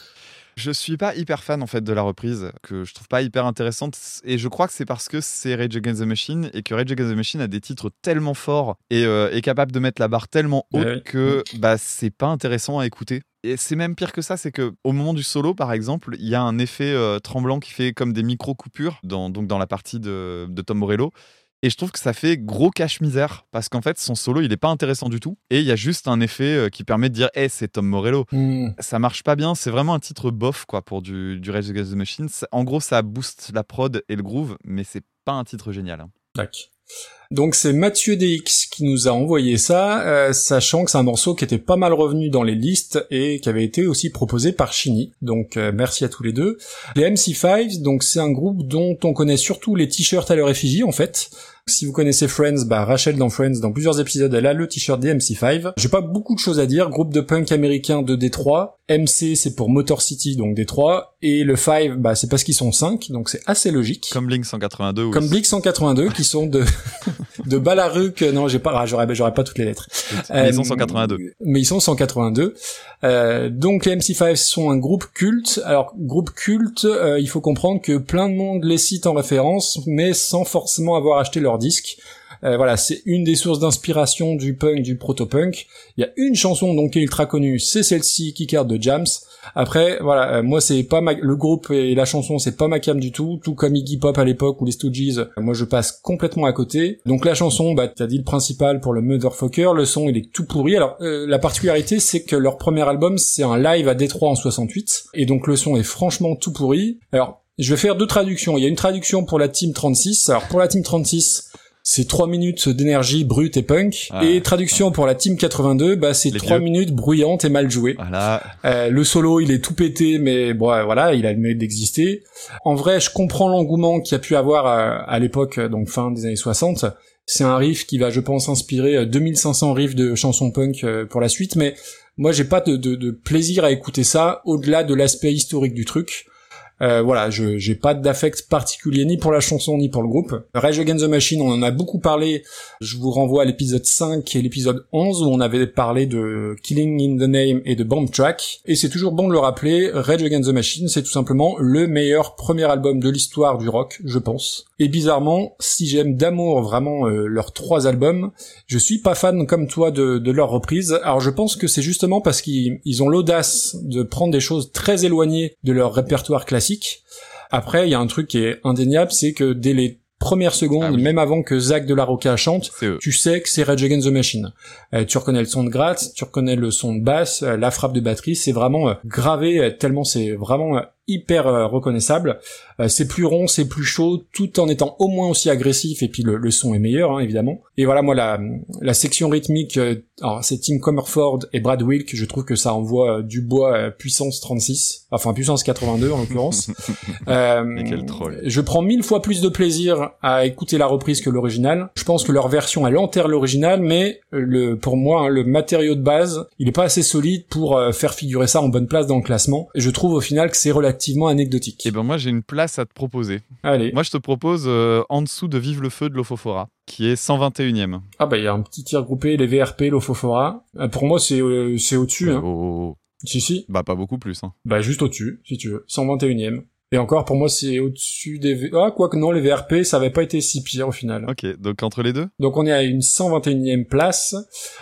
Je suis pas hyper fan en fait de la reprise, que je trouve pas hyper intéressante, et je crois que c'est parce que c'est Rage Against the Machine et que Rage Against the Machine a des titres tellement forts et euh, est capable de mettre la barre tellement haute ouais. que bah c'est pas intéressant à écouter. Et c'est même pire que ça, c'est que au moment du solo par exemple, il y a un effet euh, tremblant qui fait comme des micro coupures dans donc dans la partie de, de Tom Morello. Et je trouve que ça fait gros cache-misère parce qu'en fait, son solo, il est pas intéressant du tout. Et il y a juste un effet qui permet de dire hey, « c'est Tom Morello mm. ». Ça marche pas bien. C'est vraiment un titre bof quoi, pour du, du Rage Against the Machine. En gros, ça booste la prod et le groove, mais c'est pas un titre génial. Hein. Tac. Donc c'est Mathieu D X qui nous a envoyé ça, euh, sachant que c'est un morceau qui était pas mal revenu dans les listes et qui avait été aussi proposé par Shinny. Donc euh, merci à tous les deux. Les M C cinq, donc c'est un groupe dont on connaît surtout les t-shirts à leur effigie en fait. Si vous connaissez Friends, bah Rachel dans Friends, dans plusieurs épisodes, elle a le t-shirt des M C cinq. J'ai pas beaucoup de choses à dire. Groupe de punk américain de Détroit. M C, c'est pour Motor City, donc Détroit. Et le cinq, bah c'est parce qu'ils sont cinq, donc c'est assez logique. Comme Blink cent quatre-vingt-deux. Comme Blink cent quatre-vingt-deux, qui sont de de Balaruc. Non, j'ai pas, j'aurais, j'aurais pas toutes les lettres. Mais euh, ils sont cent quatre-vingt-deux. Mais ils sont cent quatre-vingt-deux. Euh, donc les M C cinq sont un groupe culte. Alors groupe culte, euh, il faut comprendre que plein de monde les cite en référence, mais sans forcément avoir acheté leur disque. Euh, voilà, c'est une des sources d'inspiration du punk, du proto-punk. Il y a une chanson donc qui est ultra connue, c'est celle-ci, Kick Out de Jams. Après, voilà, euh, moi c'est pas ma... le groupe et la chanson, c'est pas ma cam du tout, tout comme Iggy Pop à l'époque ou les Stooges. Euh, moi je passe complètement à côté. Donc la chanson, bah t'as dit le principal pour le Motherfucker, le son il est tout pourri. Alors euh, la particularité c'est que leur premier album c'est un live à Détroit en soixante-huit, et donc le son est franchement tout pourri. Alors je vais faire deux traductions. Il y a une traduction pour la Team trente-six. Alors pour la Team trente-six, c'est trois minutes d'énergie brute et punk. Ah, et traduction ah. pour la Team quatre-vingt-deux, bah c'est trois minutes bruyantes et mal jouées. Voilà. Euh, le solo, il est tout pété, mais bon, voilà, il a le mérite d'exister. En vrai, je comprends l'engouement qu'il y a pu avoir à, à l'époque, donc fin des années soixante. C'est un riff qui va, je pense, inspirer deux mille cinq cents riffs de chansons punk pour la suite, mais moi, j'ai pas de, de, de plaisir à écouter ça, au-delà de l'aspect historique du truc. Euh, voilà, je j'ai pas d'affect particulier ni pour la chanson ni pour le groupe. Rage Against the Machine, on en a beaucoup parlé. Je vous renvoie à l'épisode cinq et l'épisode onze où on avait parlé de Killing in the Name et de Bomb Track. Et c'est toujours bon de le rappeler, Rage Against the Machine, c'est tout simplement le meilleur premier album de l'histoire du rock, je pense. Et bizarrement, si j'aime d'amour vraiment euh, leurs trois albums, je suis pas fan comme toi de, de leurs reprises. Alors je pense que c'est justement parce qu'ils ils ont l'audace de prendre des choses très éloignées de leur répertoire classique. Après, il y a un truc qui est indéniable, c'est que dès les premières secondes, ah oui. même avant que Zach de la Roca chante, tu sais que c'est Rage Against the Machine. Euh, tu reconnais le son de gratte, tu reconnais le son de basse, euh, la frappe de batterie, c'est vraiment euh, gravé, euh, tellement c'est vraiment euh, hyper euh, reconnaissable. Euh, c'est plus rond, c'est plus chaud, tout en étant au moins aussi agressif, et puis le, le son est meilleur, hein, évidemment. Et voilà, moi, la, la section rythmique, euh, alors c'est Tim Comerford et Brad Wilk, je trouve que ça envoie euh, du bois euh, puissance trente-six, enfin puissance quatre-vingt-deux en l'occurrence. euh, Mais quel troll. Je prends mille fois plus de plaisir à écouter la reprise que l'original. Je pense que leur version, elle enterre l'original, mais le, pour moi, hein, le matériau de base, il est pas assez solide pour euh, faire figurer ça en bonne place dans le classement. Et je trouve au final que c'est relativement anecdotique. Et ben moi, j'ai une place à te proposer. Allez. Moi, je te propose euh, en dessous de Vive le feu de l'Ofofora, qui est cent vingt et unième. Ah bah, il y a un petit tir groupé, les V R P, l'Ofofora. Euh, pour moi, c'est euh, c'est au-dessus. Euh, hein. oh, oh. Si, si. Bah, pas beaucoup plus. Hein. Bah, juste au-dessus, si tu veux. cent vingt et unième. Et encore, pour moi, c'est au-dessus des... V... Ah, quoique non, les V R P, ça avait pas été si pire au final. Ok, donc entre les deux ? Donc on est à une cent vingt et unième place,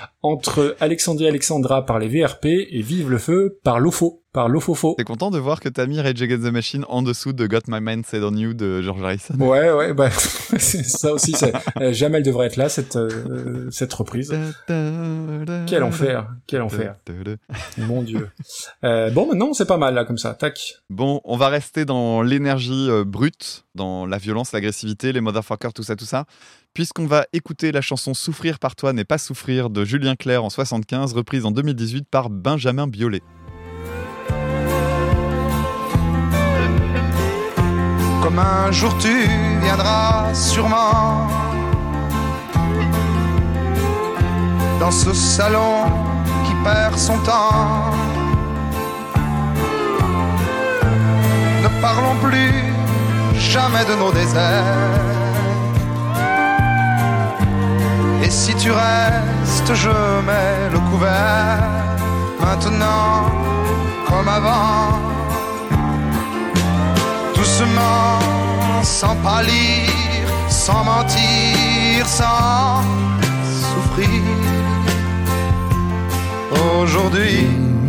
entre Alexandrie Alexandra par les V R P et Vive le feu par l'Ofo, par l'Ofofo. T'es content de voir que t'as mis Rage Against the Machine en dessous de Got My Mind Set on You de George Harrison ? Ouais, ouais, bah, ça aussi, c'est... jamais elle devrait être là, cette, euh, cette reprise. Quel enfer, quel enfer. Mon Dieu. Euh, bon, maintenant, c'est pas mal, là, comme ça, tac. Bon, on va rester dans l'énergie euh, brute, dans la violence, l'agressivité, les motherfuckers, tout ça, tout ça, puisqu'on va écouter la chanson Souffrir par toi n'est pas souffrir de Julien Clerc en soixante-quinze, reprise en deux mille dix-huit par Benjamin Biolay. Comme un jour tu viendras sûrement dans ce salon qui perd son temps. Ne parlons plus jamais de nos déserts. Et si tu restes, je mets le couvert. Maintenant, comme avant, sereinement, sans pâlir, sans mentir, sans souffrir. Aujourd'hui,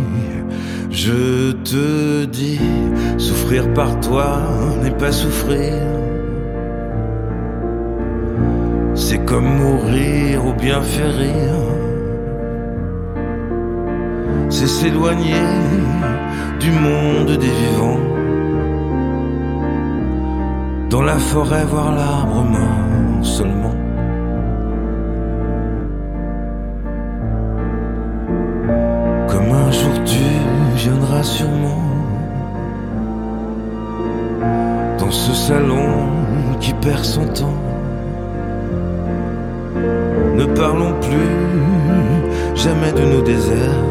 je te dis, souffrir par toi n'est pas souffrir. C'est comme mourir ou bien faire rire. C'est s'éloigner du monde des vivants. Dans la forêt voir l'arbre mort seulement. Comme un jour tu viendras sûrement dans ce salon qui perd son temps. Ne parlons plus jamais de nos déserts.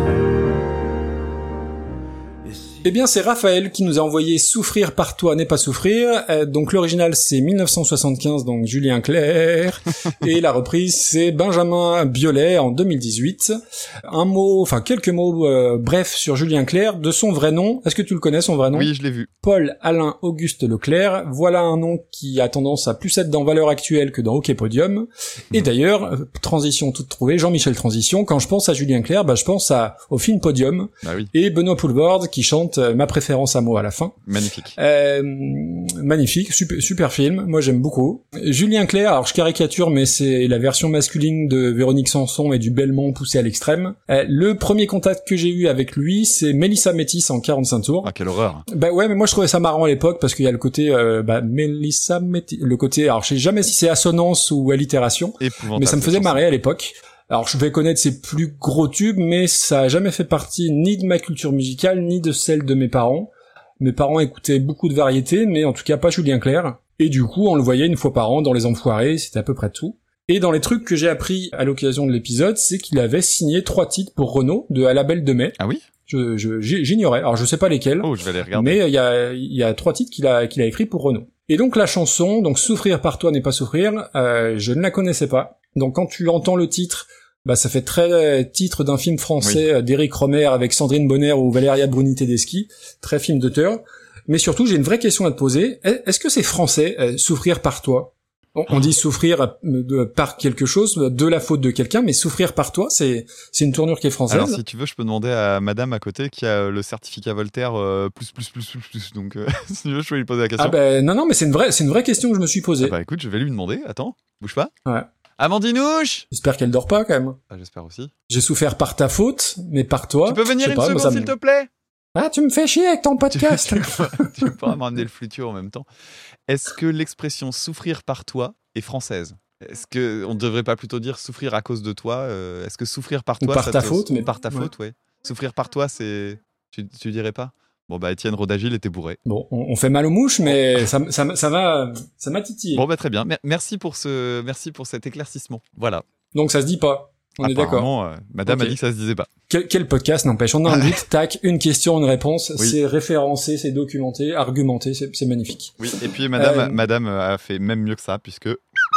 Eh bien, c'est Raphaël qui nous a envoyé Souffrir par toi n'est pas souffrir. Euh, donc l'original c'est mille neuf cent soixante-quinze, donc Julien Clerc, et la reprise c'est Benjamin Biolay en deux mille dix-huit. Un mot, enfin quelques mots euh, brefs sur Julien Clerc, de son vrai nom. Est-ce que tu le connais, son vrai nom? Oui, je l'ai vu. Paul Alain Auguste Leclerc. Voilà un nom qui a tendance à plus être dans Valeurs Actuelles que dans Hockey Podium. Et d'ailleurs, euh, transition toute trouvée, Jean-Michel Transition, quand je pense à Julien Clerc, bah je pense à au film Podium, bah oui. Et Benoît Poulvord qui chante ma préférence à moi à la fin. Magnifique. Euh, magnifique, super, super film. Moi, j'aime beaucoup. Julien Clerc, alors je caricature, mais c'est la version masculine de Véronique Sanson et du Belmont poussé à l'extrême. Euh, le premier contact que j'ai eu avec lui, c'est Mélissa Métis en quarante-cinq tours. Ah, quelle horreur. Bah ouais, mais moi je trouvais ça marrant à l'époque parce qu'il y a le côté, euh, bah, Mélissa Métis, le côté, alors je sais jamais si c'est assonance ou allitération, mais ça me faisait marrer à l'époque. Alors je vais connaître ses plus gros tubes, mais ça a jamais fait partie ni de ma culture musicale, ni de celle de mes parents. Mes parents écoutaient beaucoup de variétés, mais en tout cas pas Julien Clerc. Et du coup, on le voyait une fois par an dans Les Enfoirés, c'était à peu près tout. Et dans les trucs que j'ai appris à l'occasion de l'épisode, c'est qu'il avait signé trois titres pour Renaud, de À la Belle de Mai. Ah oui? Je, je, j'ignorais, alors je sais pas lesquels. Oh, je vais les regarder. Mais il y a, il y a trois titres qu'il a, qu'il a écrit pour Renaud. Et donc la chanson, donc Souffrir par toi n'est pas souffrir, euh, je ne la connaissais pas. Donc quand tu entends le titre, bah ça fait très titre d'un film français oui. d'Éric Rohmer avec Sandrine Bonner ou Valéria Bruni Tedeschi, très film d'auteur. Mais surtout, j'ai une vraie question à te poser. Est-ce que c'est français, euh, souffrir par toi? On, on dit souffrir de, par quelque chose, de la faute de quelqu'un, mais souffrir par toi, c'est c'est une tournure qui est française. Alors si tu veux, je peux demander à madame à côté qui a le certificat Voltaire euh, plus plus plus plus plus. Donc euh, si tu veux, je peux lui poser la question. Ah ben non non, mais c'est une vraie c'est une vraie question que je me suis posée. Ah bah écoute, je vais lui demander. Attends, bouge pas. Ouais. Amandinouche! J'espère qu'elle dort pas, quand même. Ah, j'espère aussi. J'ai souffert par ta faute, mais par toi... Tu peux venir une pas, seconde, ça s'il me... te plaît? Ah, tu me fais chier avec ton podcast. tu, peux, tu peux pas m'amener le flutio en même temps. Est-ce que l'expression « souffrir par toi » est française? Est-ce que on ne devrait pas plutôt dire « souffrir à cause de toi » euh, Est-ce que souffrir par toi... Ou par ça ta te... faute, mais... Par ta faute, ouais. Souffrir par toi, c'est... Tu, tu dirais pas? Bon bah Étienne Rodagil était bourré. Bon, on, on fait mal aux mouches, mais ça, ça, ça m'a, ça m'a titillé. Bon bah très bien. Merci pour ce, merci pour cet éclaircissement. Voilà. Donc ça se dit pas. On est d'accord. Euh, Madame okay. a dit que ça se disait pas. Quel, quel podcast n'empêche. On a un doute, tac, une question, une réponse. Oui. C'est référencé, c'est documenté, argumenté, c'est, c'est magnifique. Oui. Et puis Madame, euh... Madame a fait même mieux que ça puisque.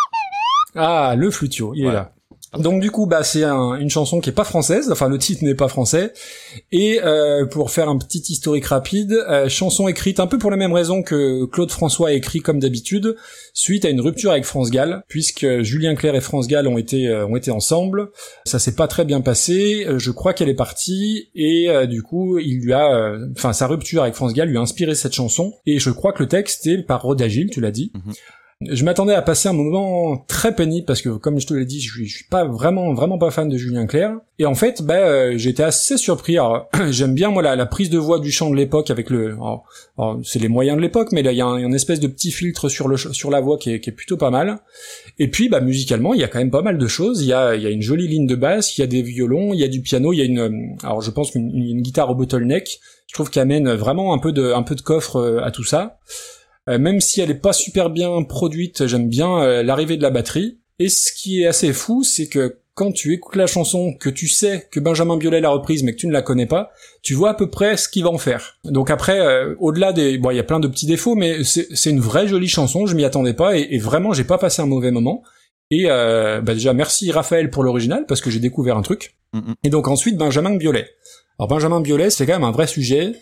Ah, le flutio, il ouais. est là. Donc du coup, bah c'est un, une chanson qui est pas française, enfin le titre n'est pas français. Et euh, pour faire un petit historique rapide, euh, chanson écrite un peu pour la même raison que Claude François a écrit comme d'habitude, suite à une rupture avec France Gall, puisque Julien Clerc et France Gall ont été euh, ont été ensemble. Ça s'est pas très bien passé. Je crois qu'elle est partie et euh, du coup, il lui a, enfin euh, sa rupture avec France Gall lui a inspiré cette chanson. Et je crois que le texte est par Rodagil, tu l'as dit. Mm-hmm. Je m'attendais à passer un moment très pénible parce que, comme je te l'ai dit, je suis, je suis pas vraiment, vraiment pas fan de Julien Clerc. Et en fait, bah, euh, j'ai été assez surpris. Alors, j'aime bien moi la, la prise de voix du chant de l'époque avec le. Alors, alors, c'est les moyens de l'époque, mais là, il y a un, une espèce de petit filtre sur le sur la voix qui est, qui est plutôt pas mal. Et puis, bah, musicalement, il y a quand même pas mal de choses. Il y a, il y a une jolie ligne de basse, il y a des violons, il y a du piano, il y a une. Alors, je pense qu'une une guitare au bottleneck, je trouve qu'elle amène vraiment un peu de, un peu de coffre à tout ça. Euh, même si elle est pas super bien produite, j'aime bien euh, l'arrivée de la batterie. Et ce qui est assez fou, c'est que quand tu écoutes la chanson, que tu sais que Benjamin Biolay l'a reprise, mais que tu ne la connais pas, tu vois à peu près ce qu'il va en faire. Donc après, euh, au-delà des... Bon, il y a plein de petits défauts, mais c'est, c'est une vraie jolie chanson, je m'y attendais pas, et, et vraiment, j'ai pas passé un mauvais moment. Et euh, bah déjà, merci Raphaël pour l'original, parce que j'ai découvert un truc. Mm-hmm. Et donc ensuite, Benjamin Biolay. Alors Benjamin Biolay, c'est quand même un vrai sujet...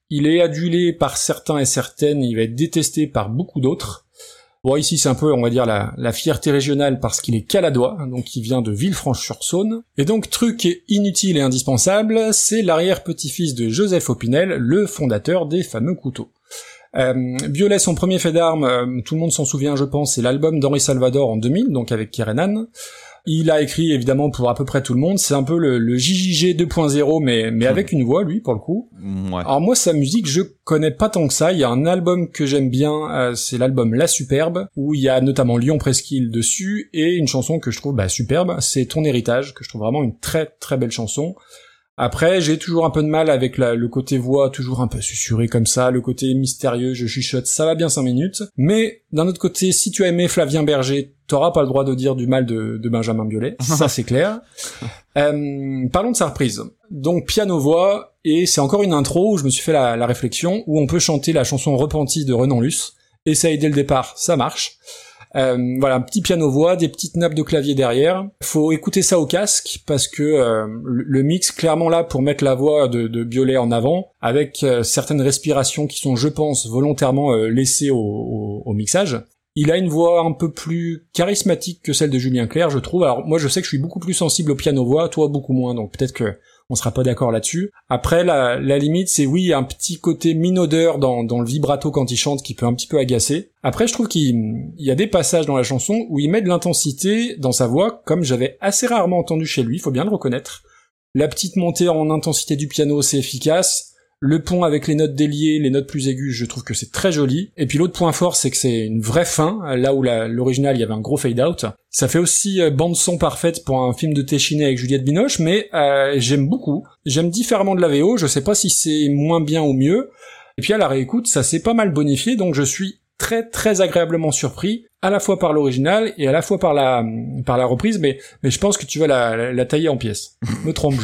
Il est adulé par certains et certaines, il va être détesté par beaucoup d'autres. Bon, ici, c'est un peu, on va dire, la, la fierté régionale parce qu'il est caladois, donc il vient de Villefranche-sur-Saône. Et donc, truc inutile et indispensable, c'est l'arrière-petit-fils de Joseph Opinel, le fondateur des fameux couteaux. Euh, Biolay, son premier fait d'armes, euh, tout le monde s'en souvient, je pense, c'est l'album d'Henri Salvador en deux mille, donc avec Kerenan. Il a écrit, évidemment, pour à peu près tout le monde, c'est un peu le, le J J G deux point zéro, mais, mais avec une voix, lui, pour le coup. Ouais. Alors moi, sa musique, je connais pas tant que ça. Il y a un album que j'aime bien, euh, c'est l'album La Superbe, où il y a notamment Lyon Presqu'île dessus, et une chanson que je trouve bah, superbe, c'est Ton Héritage, que je trouve vraiment une très très belle chanson. Après, j'ai toujours un peu de mal avec la, le côté voix, toujours un peu susurré comme ça, le côté mystérieux, je chuchote, ça va bien cinq minutes. Mais, d'un autre côté, si tu as aimé Flavien Berger, t'auras pas le droit de dire du mal de, de Benjamin Biolay, ça c'est clair. Euh, parlons de sa reprise. Donc, piano-voix, et c'est encore une intro où je me suis fait la, la réflexion, où on peut chanter la chanson Repentie de Renan Luce. Essaye dès le départ, ça marche. Euh, voilà, un petit piano-voix, des petites nappes de clavier derrière. Faut écouter ça au casque parce que euh, le, le mix clairement là pour mettre la voix de, de Biolay en avant, avec euh, certaines respirations qui sont, je pense, volontairement euh, laissées au, au, au mixage. Il a une voix un peu plus charismatique que celle de Julien Clerc, je trouve. Alors moi, je sais que je suis beaucoup plus sensible au piano-voix, toi beaucoup moins, donc peut-être que on sera pas d'accord là-dessus. Après, la, la limite, c'est oui, un petit côté minaudeur dans, dans le vibrato quand il chante qui peut un petit peu agacer. Après, je trouve qu'il il y a des passages dans la chanson où il met de l'intensité dans sa voix, comme j'avais assez rarement entendu chez lui, faut bien le reconnaître. La petite montée en intensité du piano, c'est efficace. Le pont avec les notes déliées, les notes plus aiguës, je trouve que c'est très joli. Et puis l'autre point fort, c'est que c'est une vraie fin, là où la, l'original, il y avait un gros fade-out. Ça fait aussi euh, bande-son parfaite pour un film de Téchiné avec Juliette Binoche, mais euh, j'aime beaucoup. J'aime différemment de la V O, je sais pas si c'est moins bien ou mieux. Et puis à la réécoute, ça s'est pas mal bonifié, donc je suis très très agréablement surpris, à la fois par l'original et à la fois par la par la reprise, mais, mais je pense que tu vas la, la, la tailler en pièces. Me trompe-je.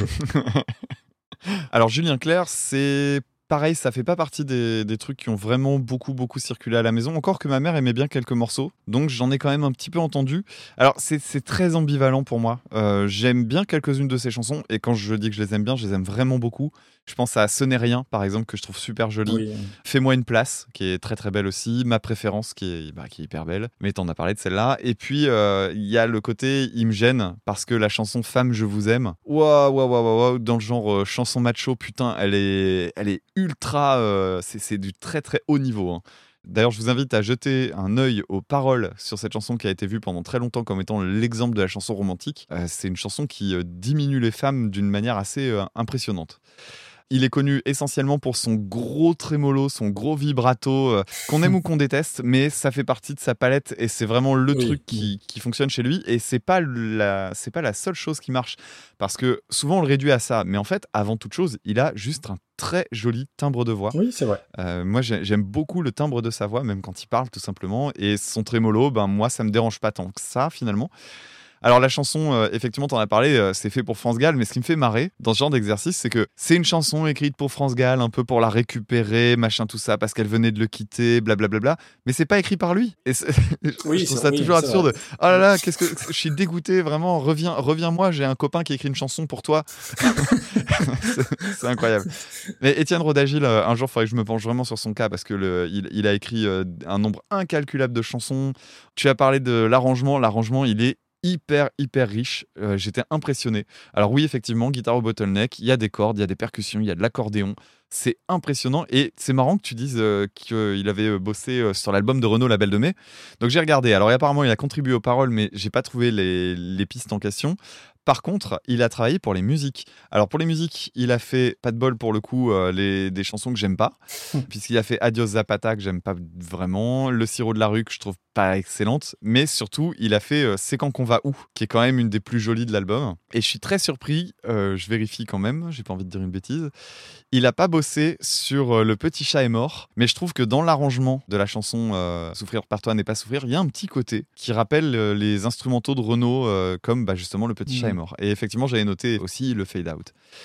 Alors Julien Clerc, c'est pareil, ça fait pas partie des, des trucs qui ont vraiment beaucoup beaucoup circulé à la maison, encore que ma mère aimait bien quelques morceaux, donc j'en ai quand même un petit peu entendu. Alors c'est, c'est très ambivalent pour moi, euh, j'aime bien quelques-unes de ses chansons, et quand je dis que je les aime bien, je les aime vraiment beaucoup. Je pense à Ce n'est rien, par exemple, que je trouve super jolie. Oui. Fais-moi une place, qui est très très belle aussi. Ma préférence, qui est, bah, qui est hyper belle. Mais t'en as parlé de celle-là. Et puis, il euh, y a le côté, il me gêne, parce que la chanson Femme, je vous aime, waouh, waouh, waouh, waouh, dans le genre euh, chanson macho, putain, elle est, elle est ultra. Euh, c'est, c'est du très très haut niveau. Hein. D'ailleurs, je vous invite à jeter un œil aux paroles sur cette chanson qui a été vue pendant très longtemps comme étant l'exemple de la chanson romantique. Euh, c'est une chanson qui euh, diminue les femmes d'une manière assez euh, impressionnante. Il est connu essentiellement pour son gros trémolo, son gros vibrato, euh, qu'on aime ou qu'on déteste, mais ça fait partie de sa palette et c'est vraiment le oui. truc qui, qui fonctionne chez lui. Et c'est pas la, c'est pas la seule chose qui marche, parce que souvent on le réduit à ça. Mais en fait, avant toute chose, il a juste un très joli timbre de voix. Oui, c'est vrai. Euh, moi, j'aime beaucoup le timbre de sa voix, même quand il parle, tout simplement. Et son trémolo, ben moi, ça me dérange pas tant que ça, finalement. Alors la chanson, euh, effectivement, t'en as parlé, euh, c'est fait pour France Gall, mais ce qui me fait marrer dans ce genre d'exercice, c'est que c'est une chanson écrite pour France Gall, un peu pour la récupérer, machin, tout ça, parce qu'elle venait de le quitter, blablabla, bla bla bla, mais c'est pas écrit par lui. Et oui, je trouve ça oui, toujours absurde. Vrai. Oh là là, qu'est-ce que je suis dégoûté, vraiment, reviens, reviens-moi, j'ai un copain qui écrit une chanson pour toi. c'est, c'est incroyable. Mais Étienne Rodagil, euh, un jour, il faudrait que je me penche vraiment sur son cas, parce que le, il, il a écrit euh, un nombre incalculable de chansons. Tu as parlé de l'arrangement, l'arrangement, il est hyper hyper riche, euh, j'étais impressionné. Alors oui, effectivement, guitare au bottleneck, il y a des cordes, il y a des percussions, il y a de l'accordéon, c'est impressionnant. Et c'est marrant que tu dises euh, qu'il avait bossé euh, sur l'album de Renaud, La Belle de Mai. Donc j'ai regardé, alors apparemment il a contribué aux paroles, mais j'ai pas trouvé les, les pistes en question. Par contre, il a travaillé pour les musiques. Alors pour les musiques, il a fait, pas de bol pour le coup, euh, les, des chansons que j'aime pas, mmh. puisqu'il a fait Adios Zapata, que j'aime pas vraiment, Le Sirop de la Rue, que je trouve pas excellente, mais surtout, il a fait euh, C'est quand qu'on va où, qui est quand même une des plus jolies de l'album. Et je suis très surpris, euh, je vérifie quand même, j'ai pas envie de dire une bêtise, il a pas bossé sur euh, Le Petit Chat est mort, mais je trouve que dans l'arrangement de la chanson euh, Souffrir par toi n'est pas souffrir, il y a un petit côté qui rappelle euh, les instrumentaux de Renaud, euh, comme bah, justement Le Petit mmh. Chat est mort. Et effectivement, j'avais noté aussi le fade out.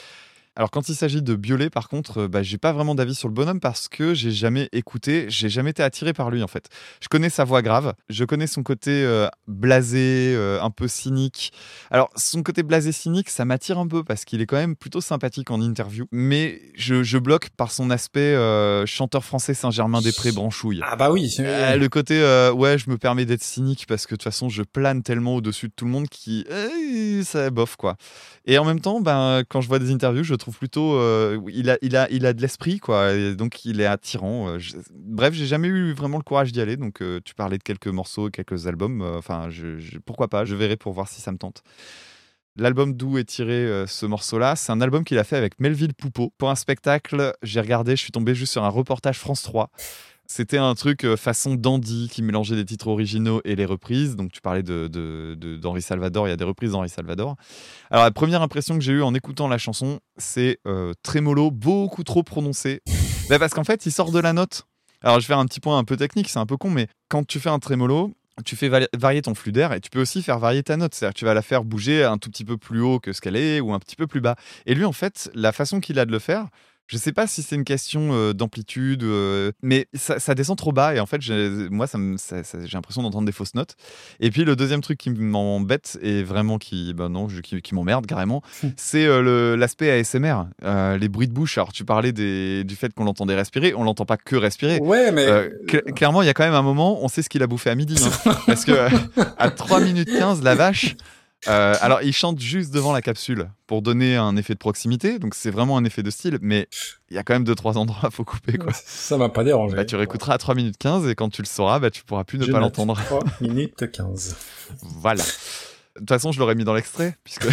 Alors quand il s'agit de Biolay, par contre, euh, bah, j'ai pas vraiment d'avis sur le bonhomme parce que j'ai jamais écouté, j'ai jamais été attiré par lui en fait. Je connais sa voix grave, je connais son côté euh, blasé, euh, un peu cynique. Alors son côté blasé cynique, ça m'attire un peu parce qu'il est quand même plutôt sympathique en interview, mais je, je bloque par son aspect euh, chanteur français Saint-Germain-des-Prés branchouille. Ah bah oui. Euh, le côté euh, ouais, je me permets d'être cynique parce que de toute façon je plane tellement au-dessus de tout le monde qui euh, ça bof quoi. Et en même temps, ben quand je vois des interviews, je trouve plutôt euh, il a il a il a de l'esprit quoi, et donc il est attirant. Euh, je... Bref, j'ai jamais eu vraiment le courage d'y aller, donc euh, tu parlais de quelques morceaux, quelques albums, enfin euh, je, je, pourquoi pas, je verrai pour voir si ça me tente. L'album d'où est tiré euh, ce morceau-là, c'est un album qu'il a fait avec Melville Poupeau. Pour un spectacle, j'ai regardé, je suis tombé juste sur un reportage France trois. C'était un truc euh, façon dandy qui mélangeait des titres originaux et les reprises. Donc tu parlais de, de, de, d'Henri Salvador, il y a des reprises d'Henri Salvador. Alors la première impression que j'ai eue en écoutant la chanson, c'est euh, trémolo beaucoup trop prononcé. Bah, parce qu'en fait, il sort de la note. Alors je vais faire un petit point un peu technique, c'est un peu con, mais quand tu fais un trémolo, tu fais varier ton flux d'air et tu peux aussi faire varier ta note. C'est-à-dire que tu vas la faire bouger un tout petit peu plus haut que ce qu'elle est ou un petit peu plus bas. Et lui, en fait, la façon qu'il a de le faire, je sais pas si c'est une question euh, d'amplitude, euh, mais ça, ça descend trop bas et en fait, j'ai, moi, ça me, ça, ça, j'ai l'impression d'entendre des fausses notes. Et puis le deuxième truc qui m'embête et vraiment qui, ben non, je, qui, qui m'emmerde carrément, c'est euh, le, l'aspect A S M R, euh, les bruits de bouche. Alors tu parlais des, du fait qu'on l'entendait respirer, on l'entend pas que respirer. Ouais, mais euh, cl- clairement, il y a quand même un moment, on sait ce qu'il a bouffé à midi, hein, parce que euh, à trois minutes quinze, la vache. Euh, alors, il chante juste devant la capsule pour donner un effet de proximité, donc c'est vraiment un effet de style, mais il y a quand même deux trois endroits, il faut couper quoi. Ça m'a pas dérangé. Bah, tu réécouteras à trois minutes quinze et quand tu le sauras, bah, tu pourras plus ne Je pas note. l'entendre. trois minutes quinze. Voilà. De toute façon, je l'aurais mis dans l'extrait, puisque,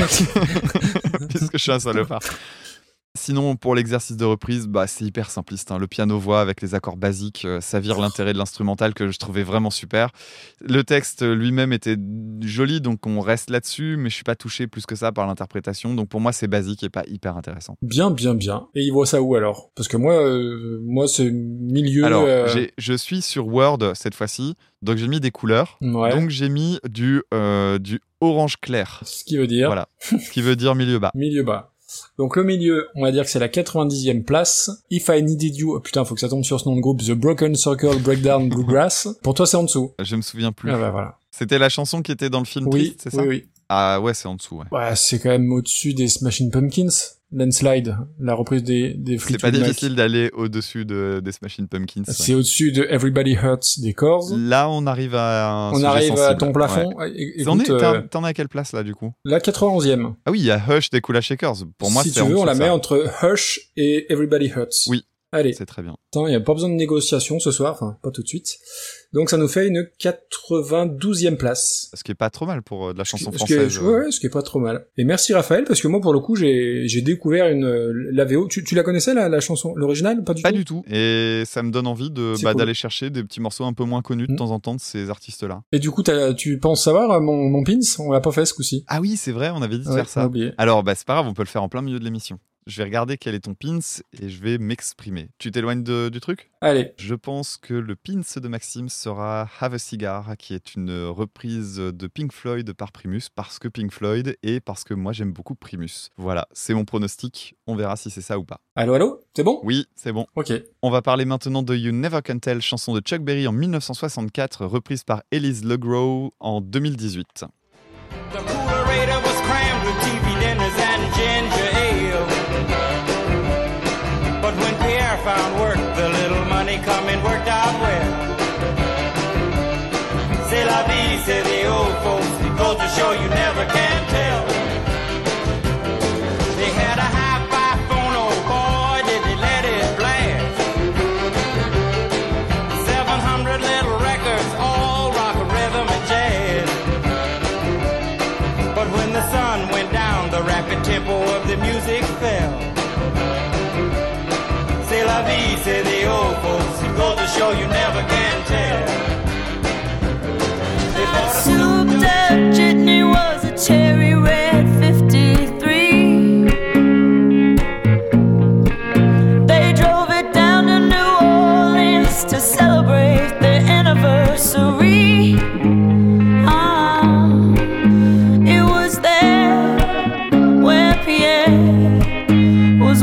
puisque je suis un salopard. Sinon, pour l'exercice de reprise, bah, c'est hyper simpliste. Hein. Le piano-voix avec les accords basiques, euh, ça vire l'intérêt de l'instrumental que je trouvais vraiment super. Le texte lui-même était joli, donc on reste là-dessus, mais je suis pas touché plus que ça par l'interprétation. Donc pour moi, c'est basique et pas hyper intéressant. Bien, bien, bien. Et il voit ça où alors ? Parce que moi, euh, moi, c'est milieu. Alors, euh... j'ai, je suis sur Word cette fois-ci, donc j'ai mis des couleurs. Ouais. Donc j'ai mis du, euh, du orange clair. Ce qui veut dire. Voilà. Ce qui veut dire milieu bas. Milieu bas. Donc le milieu, on va dire que c'est la quatre-vingt-dixième place. If I Needed You, oh, putain, faut que ça tombe sur ce nom de groupe, The Broken Circle Breakdown Bluegrass. Pour toi, c'est en dessous. Je me souviens plus. Ah bah voilà. C'était la chanson qui était dans le film Oui, Triste, c'est ça ? oui, oui. Ah ouais, c'est en dessous, ouais. Ouais, c'est quand même au-dessus des Smashing Pumpkins. Landslide, la reprise des, des C'est pas difficile d'aller au-dessus de, des Smashing Pumpkins. C'est ouais. au-dessus de Everybody Hurts des Corrs. Là, on arrive à un On sujet arrive sensible. à ton plafond. Ouais. É- T'en, écoute, es, euh, t'en es à quelle place, là, du coup ? la quatre-vingt-onzième. Ah oui, il y a Hush des Kula Shakers. Pour moi, si c'est tu en veux, dessous on la de met ça. entre Hush et Everybody Hurts. Oui. Allez. C'est très bien. Attends, il n'y a pas besoin de négociation ce soir, enfin, pas tout de suite. Donc ça nous fait une quatre-vingt-douzième place. Ce qui est pas trop mal pour euh, de la chanson Ce qui française. est, ouais, ce qui est pas trop mal. Et merci Raphaël, parce que moi, pour le coup, j'ai, j'ai découvert une, la V O. Tu, tu la connaissais, la, la chanson, l'original? Pas du Pas tout? du tout. Et ça me donne envie de, C'est bah, cool. d'aller chercher des petits morceaux un peu moins connus de Mm. temps en temps de ces artistes-là. Et du coup, t'as, tu penses savoir, mon, mon pins? On l'a pas fait ce coup-ci. Ah oui, c'est vrai, on avait dit de Ouais, faire on a ça. oublié. Alors, bah, c'est pas grave, on peut le faire en plein milieu de l'émission. Je vais regarder quel est ton pins et je vais m'exprimer. Tu t'éloignes de- du truc ? Allez. Je pense que le pins de Maxime sera Have a Cigar, qui est une reprise de Pink Floyd par Primus, parce que Pink Floyd et parce que moi j'aime beaucoup Primus. Voilà, c'est mon pronostic. On verra si c'est ça ou pas. Allô, allô? C'est bon? Oui, c'est bon. Ok. On va parler maintenant de You Never Can Tell, chanson de Chuck Berry en dix-neuf cent soixante-quatre, reprise par Elise Legros en deux mille dix-huit. The coolerator was crammed with T V dinners and ginger ale. But when Pierre found work, the little money coming worked out well. C'est la vie, say the old folks. It goes to show you never can tell. They had a hi-fi phone, oh boy, did they let it blast. Seven hundred little records, all rock, rhythm, and jazz. But when the sun went down, the rapid tempo of the music fell. C'est la vie, say the old folks. It goes to show you never can tell. Souped up jitney was a cherry red fifty-three. They drove it down to New Orleans to celebrate their anniversary. Ah, it was there where Pierre was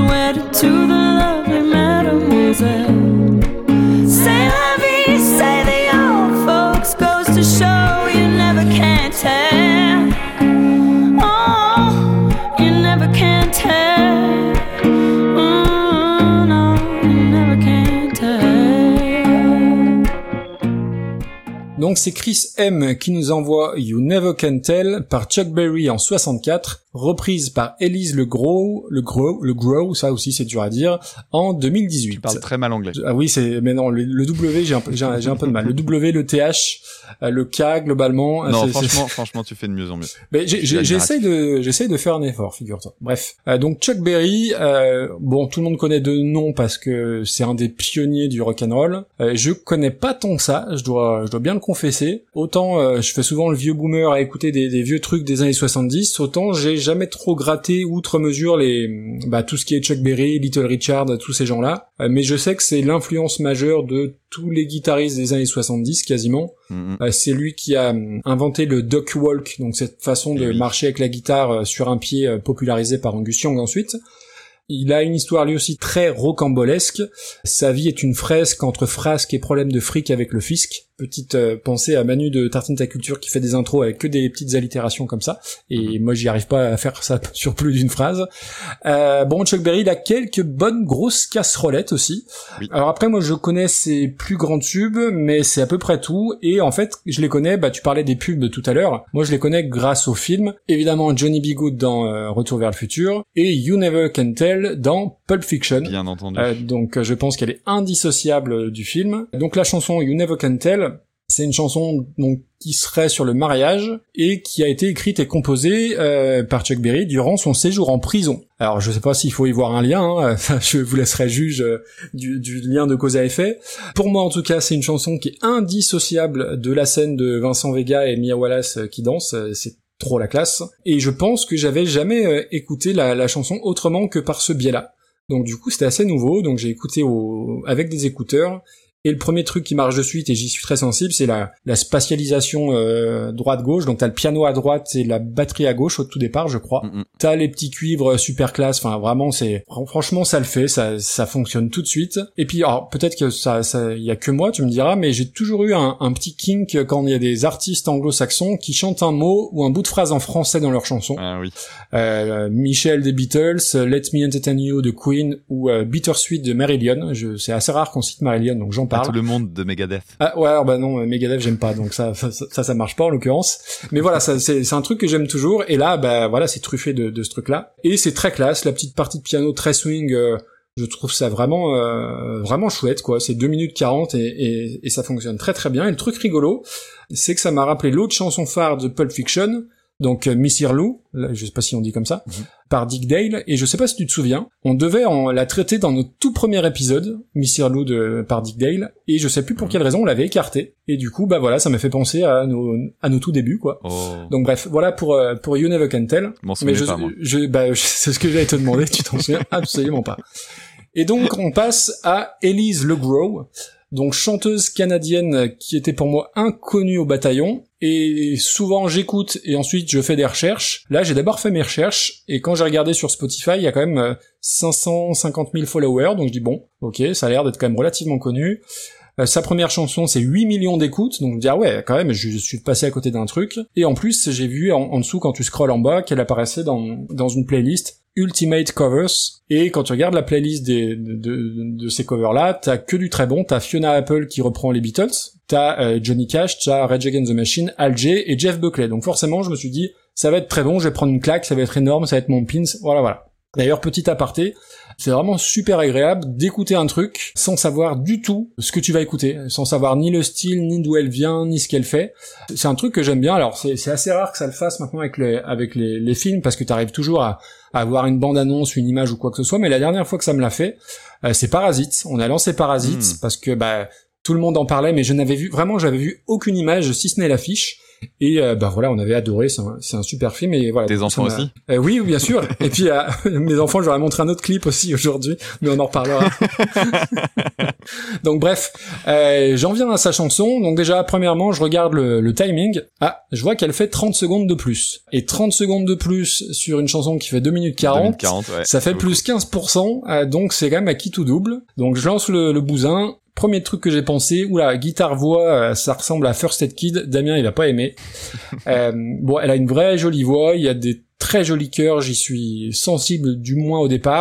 Donc c'est Chris M qui nous envoie You Never Can Tell par Chuck Berry en soixante-quatre, reprise par Élise Le Gros, Le Gros, Le Gros, ça aussi c'est dur à dire, en deux mille dix-huit. Tu parles très mal anglais. Ah oui, c'est, mais non, le, le W, j'ai un peu, j'ai un, j'ai un peu de mal. Le W, le T H, le K, globalement. Non, c'est, franchement, c'est... franchement, tu fais de mieux en mieux. Mais j'ai, j'ai, j'essaie de, j'essaie de faire un effort, figure-toi. Bref. Euh, donc Chuck Berry, euh, bon, tout le monde connaît de nom parce que c'est un des pionniers du rock'n'roll. Euh, je connais pas tant que ça, je dois, je dois bien le confesser. Autant, euh, je fais souvent le vieux boomer à écouter des, des vieux trucs des années soixante-dix, autant j'ai jamais trop gratté outre mesure les, bah, tout ce qui est Chuck Berry, Little Richard, tous ces gens-là. Euh, mais je sais que c'est l'influence majeure de tous les guitaristes des années soixante-dix, quasiment. Mm-hmm. Euh, c'est lui qui a euh, inventé le duck walk, donc cette façon de oui. marcher avec la guitare euh, sur un pied, euh, popularisée par Angus Young ensuite. Il a une histoire lui aussi très rocambolesque. Sa vie est une fresque entre frasques et problèmes de fric avec le fisc. Petite euh, pensée à Manu de Tartine ta Culture qui fait des intros avec que des petites allitérations comme ça. Et moi, j'y arrive pas à faire ça sur plus d'une phrase. Euh, bon, Chuck Berry, il a quelques bonnes grosses casserolettes aussi. Oui. Alors après, moi, je connais ses plus grands tubes, mais c'est à peu près tout. Et en fait, je les connais, bah, tu parlais des pubs tout à l'heure. Moi, je les connais grâce au film. Évidemment, Johnny B. Good dans euh, Retour vers le futur. Et You Never Can Tell dans Pulp Fiction. Bien entendu. Euh, donc, je pense qu'elle est indissociable du film. Donc, la chanson You Never Can Tell, c'est une chanson donc qui serait sur le mariage et qui a été écrite et composée euh, par Chuck Berry durant son séjour en prison. Alors je sais pas s'il faut y voir un lien, hein. Enfin, je vous laisserai juge euh, du, du lien de cause à effet. Pour moi en tout cas, c'est une chanson qui est indissociable de la scène de Vincent Vega et Mia Wallace euh, qui dansent. C'est trop la classe. Et je pense que j'avais jamais euh, écouté la, la chanson autrement que par ce biais-là. Donc du coup c'était assez nouveau, donc j'ai écouté au, avec des écouteurs. Et le premier truc qui marche de suite, et j'y suis très sensible, c'est la, la spatialisation euh, droite-gauche. Donc t'as le piano à droite et la batterie à gauche au tout départ, je crois. Mm-hmm. T'as les petits cuivres super classe. Enfin vraiment, c'est franchement ça le fait, ça ça fonctionne tout de suite. Et puis alors peut-être que ça ça y a que moi, tu me diras, mais j'ai toujours eu un, un petit kink quand il y a des artistes anglo-saxons qui chantent un mot ou un bout de phrase en français dans leur chanson. Ah oui. Euh, Michel des Beatles, Let Me Entertain You de Queen ou euh, Bittersweet de Marillion. Je, c'est assez rare qu'on cite Marillion, donc j'en parle. Tout le monde de Megadeth. Ah ouais, alors bah non, Megadeth j'aime pas, donc ça, ça, ça, ça marche pas en l'occurrence. Mais voilà, ça, c'est, c'est un truc que j'aime toujours. Et là, bah voilà, c'est truffé de, de ce truc-là. Et c'est très classe, la petite partie de piano très swing. Euh, je trouve ça vraiment, euh, vraiment chouette, quoi. C'est deux minutes quarante et, et, et ça fonctionne très très bien. Et le truc rigolo, c'est que ça m'a rappelé l'autre chanson phare de Pulp Fiction. Donc euh, Miss Irlou, là, je sais pas si on dit comme ça, mm-hmm. par Dick Dale, et je sais pas si tu te souviens, on devait en la traiter dans notre tout premier épisode, Miss Irlou de par Dick Dale, et je sais plus pour quelle raison on l'avait écarté, et du coup bah voilà, ça m'a fait penser à nos à nos tout débuts quoi. Oh. Donc bref, voilà pour euh, pour You Never Can Tell. Je m'en souviens Mais je, pas, moi. je bah c'est ce que j'allais te demander, tu t'en souviens absolument pas. Et donc on passe à Élise Le Gros. Donc chanteuse canadienne qui était pour moi inconnue au bataillon, et souvent j'écoute et ensuite je fais des recherches. Là j'ai d'abord fait mes recherches, et quand j'ai regardé sur Spotify, il y a quand même cinq cent cinquante mille followers, donc je dis bon, ok, ça a l'air d'être quand même relativement connu. Euh, sa première chanson c'est huit millions d'écoutes, donc je me dis ah ouais, quand même, je suis passé à côté d'un truc. Et en plus j'ai vu en, en dessous, quand tu scrolles en bas, qu'elle apparaissait dans, dans une playlist Ultimate Covers, et quand tu regardes la playlist des, de, de, de ces covers-là, t'as que du très bon. T'as Fiona Apple qui reprend les Beatles, t'as euh, Johnny Cash, t'as Rage Against the Machine, Al Jay et Jeff Buckley. Donc forcément, je me suis dit, ça va être très bon, je vais prendre une claque, ça va être énorme, ça va être mon pins, voilà, voilà. D'ailleurs, petit aparté, c'est vraiment super agréable d'écouter un truc sans savoir du tout ce que tu vas écouter, sans savoir ni le style, ni d'où elle vient, ni ce qu'elle fait. C'est un truc que j'aime bien. Alors, c'est, c'est assez rare que ça le fasse maintenant avec les, avec les, les films, parce que t'arrives toujours à, à avoir une bande-annonce, une image ou quoi que ce soit, mais la dernière fois que ça me l'a fait, euh, c'est Parasite. On a lancé Parasite, mmh. parce que, bah, tout le monde en parlait, mais je n'avais vu, vraiment, j'avais vu aucune image, si ce n'est l'affiche. Et euh, bah voilà, on avait adoré, c'est un, c'est un super film. Et voilà. Tes enfants aussi euh, Oui, bien sûr. Et puis euh, mes enfants, je leur ai montré un autre clip aussi aujourd'hui, mais on en reparlera. Donc bref, euh, j'en viens à sa chanson. Donc déjà, premièrement, je regarde le, le timing. Ah, je vois qu'elle fait trente secondes de plus. Et trente secondes de plus sur une chanson qui fait deux minutes quarante, deux minutes quarante ouais, ça fait plus quinze pour cent. Euh, donc c'est quand même à qui tout double. Donc je lance le, le bousin. Premier truc que j'ai pensé, oula, guitare-voix, euh, ça ressemble à First Aid Kid. Damien, il a pas aimé. euh, bon, elle a une vraie jolie voix, il y a des très jolis chœurs, j'y suis sensible du moins au départ.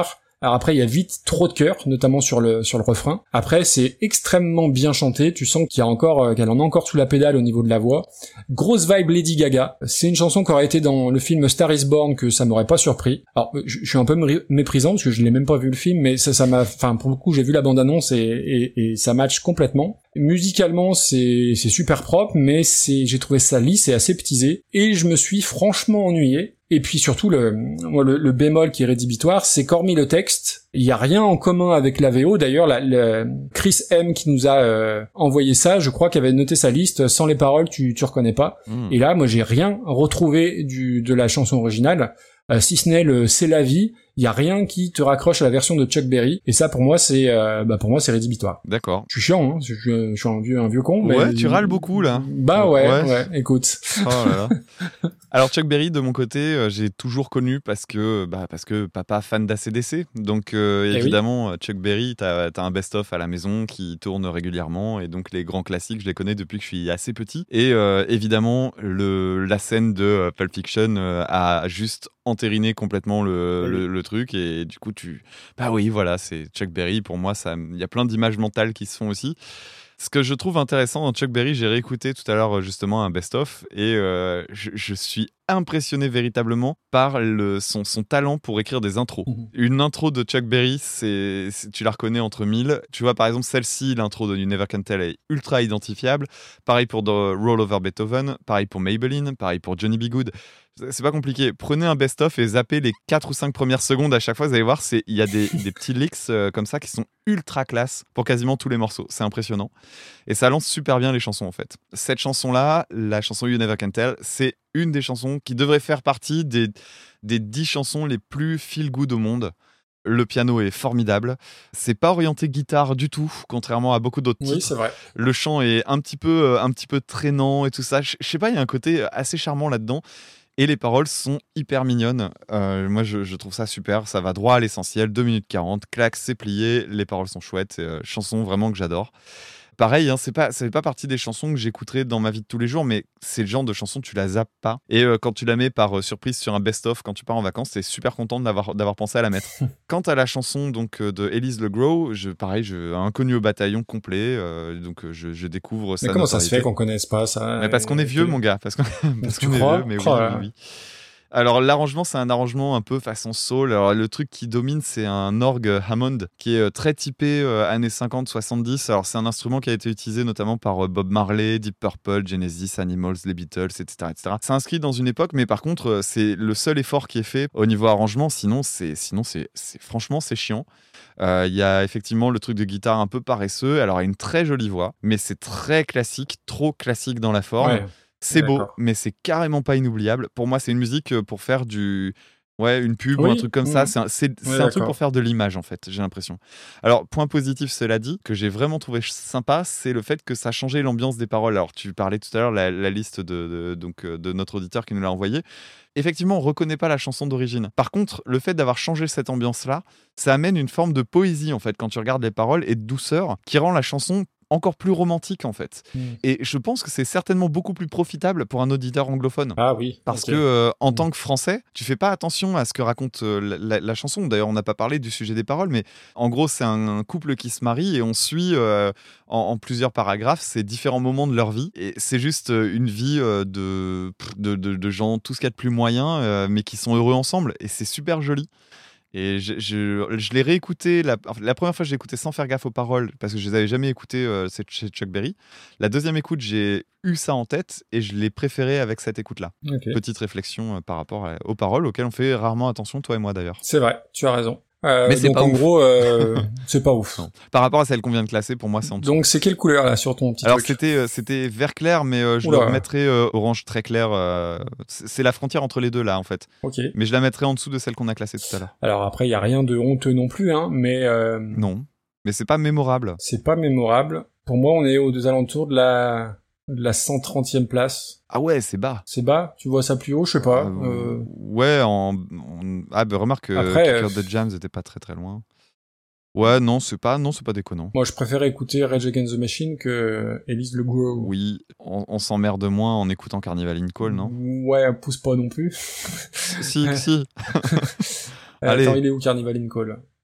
Alors après, il y a vite trop de chœurs, notamment sur le sur le refrain. Après, c'est extrêmement bien chanté. Tu sens qu'il y a encore, qu'elle en a encore sous la pédale au niveau de la voix. Grosse vibe Lady Gaga. C'est une chanson qui aurait été dans le film Star is Born, que ça m'aurait pas surpris. Alors, je, je suis un peu méprisant parce que je l'ai même pas vu le film, mais ça, ça m'a, enfin, pour le coup, j'ai vu la bande-annonce et, et, et ça match complètement. Musicalement, c'est c'est super propre, mais c'est j'ai trouvé ça lisse et aseptisé, et je me suis franchement ennuyé. Et puis surtout le moi, le, le bémol qui est rédhibitoire, c'est qu'hormis le texte, il y a rien en commun avec la V O. D'ailleurs, la, la, Chris M qui nous a euh, envoyé ça, je crois qu'il avait noté sa liste sans les paroles, tu tu reconnais pas. Mmh. Et là, moi, j'ai rien retrouvé du de la chanson originale. Euh, si ce n'est le C'est la vie, il y a rien qui te raccroche à la version de Chuck Berry, et ça pour moi c'est euh, bah pour moi c'est rédhibitoire. D'accord. Je suis chiant, hein, je, je, je suis un vieux un vieux con. Ouais, mais... tu râles beaucoup là. Bah ouais, ouais, ouais écoute. Oh là là. Alors Chuck Berry de mon côté, euh, j'ai toujours connu parce que bah parce que papa fan d'A C D C, donc euh, évidemment oui. Chuck Berry, t'as t'as un best-of à la maison qui tourne régulièrement, et donc les grands classiques, je les connais depuis que je suis assez petit, et euh, évidemment le la scène de Pulp Fiction euh, a juste entériné complètement le, oui. le, le truc, et du coup tu bah oui voilà, c'est Chuck Berry. Pour moi ça, il y a plein d'images mentales qui se font aussi. Ce que je trouve intéressant dans Chuck Berry, j'ai réécouté tout à l'heure justement un best-of, et euh, je, je suis impressionné véritablement par le, son, son talent pour écrire des intros. Mmh. Une intro de Chuck Berry, c'est, c'est, tu la reconnais entre mille. Tu vois, par exemple, celle-ci, l'intro de You Never Can Tell, est ultra identifiable. Pareil pour The Roll Over Beethoven, pareil pour Maybelline, pareil pour Johnny B. Good. C'est pas compliqué. Prenez un best-of et zappez les quatre ou cinq premières secondes à chaque fois. Vous allez voir, il y a des, des petits licks euh, comme ça qui sont ultra classe pour quasiment tous les morceaux. C'est impressionnant. Et ça lance super bien les chansons en fait. Cette chanson-là, la chanson You Never Can Tell, c'est une des chansons qui devrait faire partie des, des dix chansons les plus feel-good au monde. Le piano est formidable. C'est pas orienté guitare du tout, contrairement à beaucoup d'autres titres. Oui, c'est vrai. Le chant est un petit peu, un petit peu traînant et tout ça. Je sais pas, il y a un côté assez charmant là-dedans. Et les paroles sont hyper mignonnes. Euh, moi, je, je trouve ça super. Ça va droit à l'essentiel. deux minutes quarante, clac, c'est plié. Les paroles sont chouettes. Euh, chanson vraiment que j'adore. Pareil, hein, c'est pas, ça fait pas partie des chansons que j'écouterais dans ma vie de tous les jours, mais c'est le genre de chanson, tu la zappes pas. Et euh, quand tu la mets par euh, surprise sur un best-of, quand tu pars en vacances, t'es super content d'avoir, d'avoir pensé à la mettre. Quant à la chanson donc, euh, de Élise Legros, je, pareil, je, inconnu au bataillon complet, euh, donc je, je découvre ça. Mais comment ça se fait qu'on connaisse pas ça? Mais parce qu'on est vieux, mon gars. Parce qu'on, parce tu qu'on crois est vieux, mais oui, oh oui, oui. Alors l'arrangement, c'est un arrangement un peu façon soul. Alors le truc qui domine, c'est un orgue Hammond qui est très typé euh, années cinquante soixante-dix. Alors c'est un instrument qui a été utilisé notamment par euh, Bob Marley, Deep Purple, Genesis, Animals, les Beatles, et cetera, et cetera. C'est inscrit dans une époque, mais par contre, euh, c'est le seul effort qui est fait au niveau arrangement. Sinon, c'est, sinon c'est, c'est franchement, c'est chiant. Il euh, y a effectivement le truc de guitare un peu paresseux. Alors il a une très jolie voix, mais c'est très classique, trop classique dans la forme. Ouais. C'est beau, D'accord. mais c'est carrément pas inoubliable. Pour moi, c'est une musique pour faire du... Ouais, une pub oui, ou un truc comme mmh. ça. C'est un, c'est, c'est ouais, un truc pour faire de l'image, en fait, j'ai l'impression. Alors, point positif, cela dit, que j'ai vraiment trouvé sympa, c'est le fait que ça a changé l'ambiance des paroles. Alors, tu parlais tout à l'heure, la, la liste de, de, donc, de notre auditeur qui nous l'a envoyé. Effectivement, on ne reconnaît pas la chanson d'origine. Par contre, le fait d'avoir changé cette ambiance-là, ça amène une forme de poésie, en fait, quand tu regardes les paroles, et de douceur, qui rend la chanson encore plus romantique en fait. Mmh. Et je pense que c'est certainement beaucoup plus profitable pour un auditeur anglophone. Ah oui. Parce okay. que euh, en mmh. tant que Français, tu fais pas attention à ce que raconte euh, la, la, la chanson. D'ailleurs, on n'a pas parlé du sujet des paroles, mais en gros, c'est un, un couple qui se marie et on suit euh, en, en plusieurs paragraphes ces différents moments de leur vie. Et c'est juste une vie euh, de, de, de, de gens, tout ce qu'il y a de plus moyen, euh, mais qui sont heureux ensemble. Et c'est super joli. Et je, je, je l'ai réécouté, la, la première fois je l'ai écouté sans faire gaffe aux paroles, parce que je les avais jamais écoutées euh, chez Chuck Berry. La deuxième écoute, j'ai eu ça en tête, et je l'ai préféré avec cette écoute-là. Okay. Petite réflexion euh, par rapport à, aux paroles, auxquelles on fait rarement attention, toi et moi d'ailleurs. C'est vrai, tu as raison. Euh, mais c'est donc pas en ouf. gros, euh, c'est pas ouf. Non. Par rapport à celle qu'on vient de classer, pour moi, c'est en dessous. Donc c'est quelle couleur là sur ton petit Alors truc? c'était euh, c'était vert clair, mais euh, je Oula. le remettrais euh, orange très clair. Euh, c'est la frontière entre les deux là en fait. Ok. Mais je la mettrais en dessous de celle qu'on a classée tout à l'heure. Alors après, il y a rien de honteux non plus, hein, mais euh, non. Mais c'est pas mémorable. C'est pas mémorable. Pour moi, on est aux deux alentours de la de la cent trentième place. Ah ouais, c'est bas. C'est bas. Tu vois ça plus haut, je sais pas. Euh, euh... Ouais, en, en... ah bah remarque que Kicker the Jams était pas très très loin. Ouais, non, c'est pas, non, c'est pas déconnant. Moi, je préfère écouter Rage Against the Machine que Élise Legros. Oui, on, on s'emmerde moins en écoutant Carnival in Call, non? Ouais, pousse pas non plus. Si, si. Allez. Attends, il est où Carnival in Call?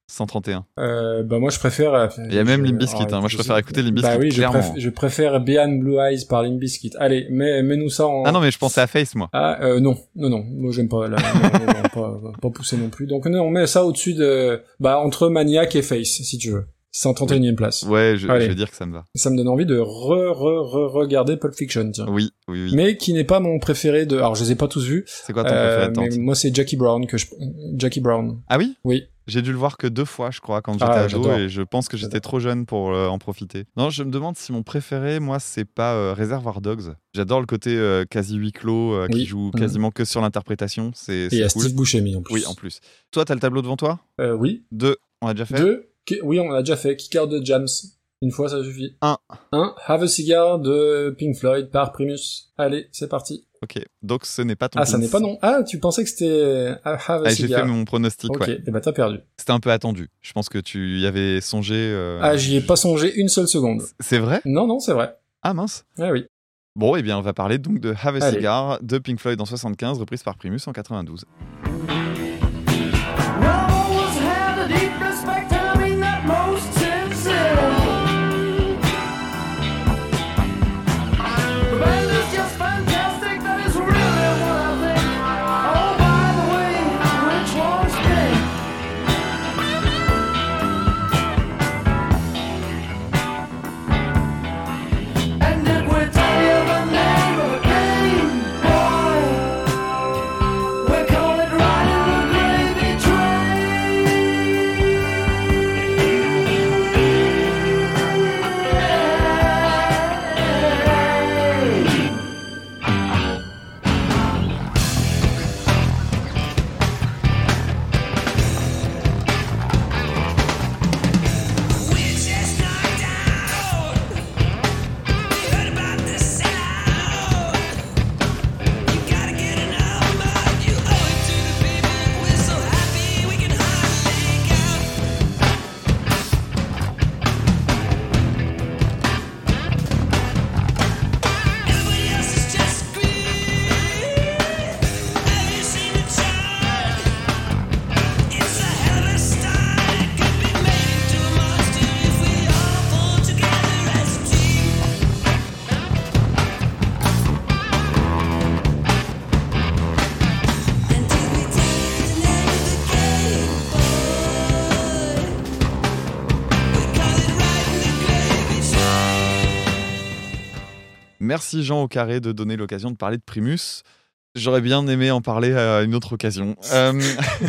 cent trente et un. Euh, bah moi je préfère. Euh, Il y a même je- Limp Bizkit. alors, Hein. Moi, je préfère sais- écouter Limp Bizkit. Bah oui, je, clairement. préfère, je préfère Beyond Blue Eyes par Limp Bizkit. Allez, mets, mets-nous ça en. Ah non, mais je pensais à Face, moi. Ah euh, non, non, non, moi j'aime pas, là, non, non, non, pas, pas pousser non plus. Donc non, on met ça au-dessus de, bah entre Maniac et Face, si tu veux. cent trente et unième place. Ouais, je, Allez. je vais dire que ça me va. Ça me donne envie de re, re, re regarder Pulp Fiction, tiens. Oui, oui, oui. Mais qui n'est pas mon préféré de. Alors je les ai pas tous vus. C'est quoi ton Euh, préféré de mais Tarantino? moi c'est Jackie Brown que je. Jackie Brown. Ah oui? Oui. J'ai dû le voir que deux fois, je crois, quand j'étais Ah, ado, j'adore. et je pense que j'étais J'adore. trop jeune pour euh, en profiter. Non, je me demande si mon préféré, moi, c'est pas euh, Reservoir Dogs. J'adore le côté euh, quasi huis clos, euh, qui Oui. joue Mhm. quasiment que sur l'interprétation. C'est Et il y a c'est cool. Steve Buscemi en plus. Oui, en plus. Toi, t'as le tableau devant toi? Euh, oui. Deux, on a déjà fait? Deux. Ki- Oui, on l'a déjà fait. Kick Out de Jams. Une fois, ça suffit. Un. Un. Have a Cigar de Pink Floyd par Primus. Allez, c'est parti. Ok, donc ce n'est pas ton Ah, ça pins. n'est pas non. Ah, tu pensais que c'était Have a Ah, j'ai Cigar. fait mon pronostic, Ok, ouais. et bah t'as perdu. C'était un peu attendu. Je pense que tu y avais songé. euh, Ah, j'y ai pas songé une seule seconde. C'est vrai? Non, non, c'est vrai. Ah mince. Ah oui. Bon, eh bien, on va parler donc de Have a Allez. Cigar de Pink Floyd en soixante-quinze, reprise par Primus en quatre-vingt-douze. Merci Jean au carré de donner l'occasion de parler de Primus. J'aurais bien aimé en parler à une autre occasion. Euh...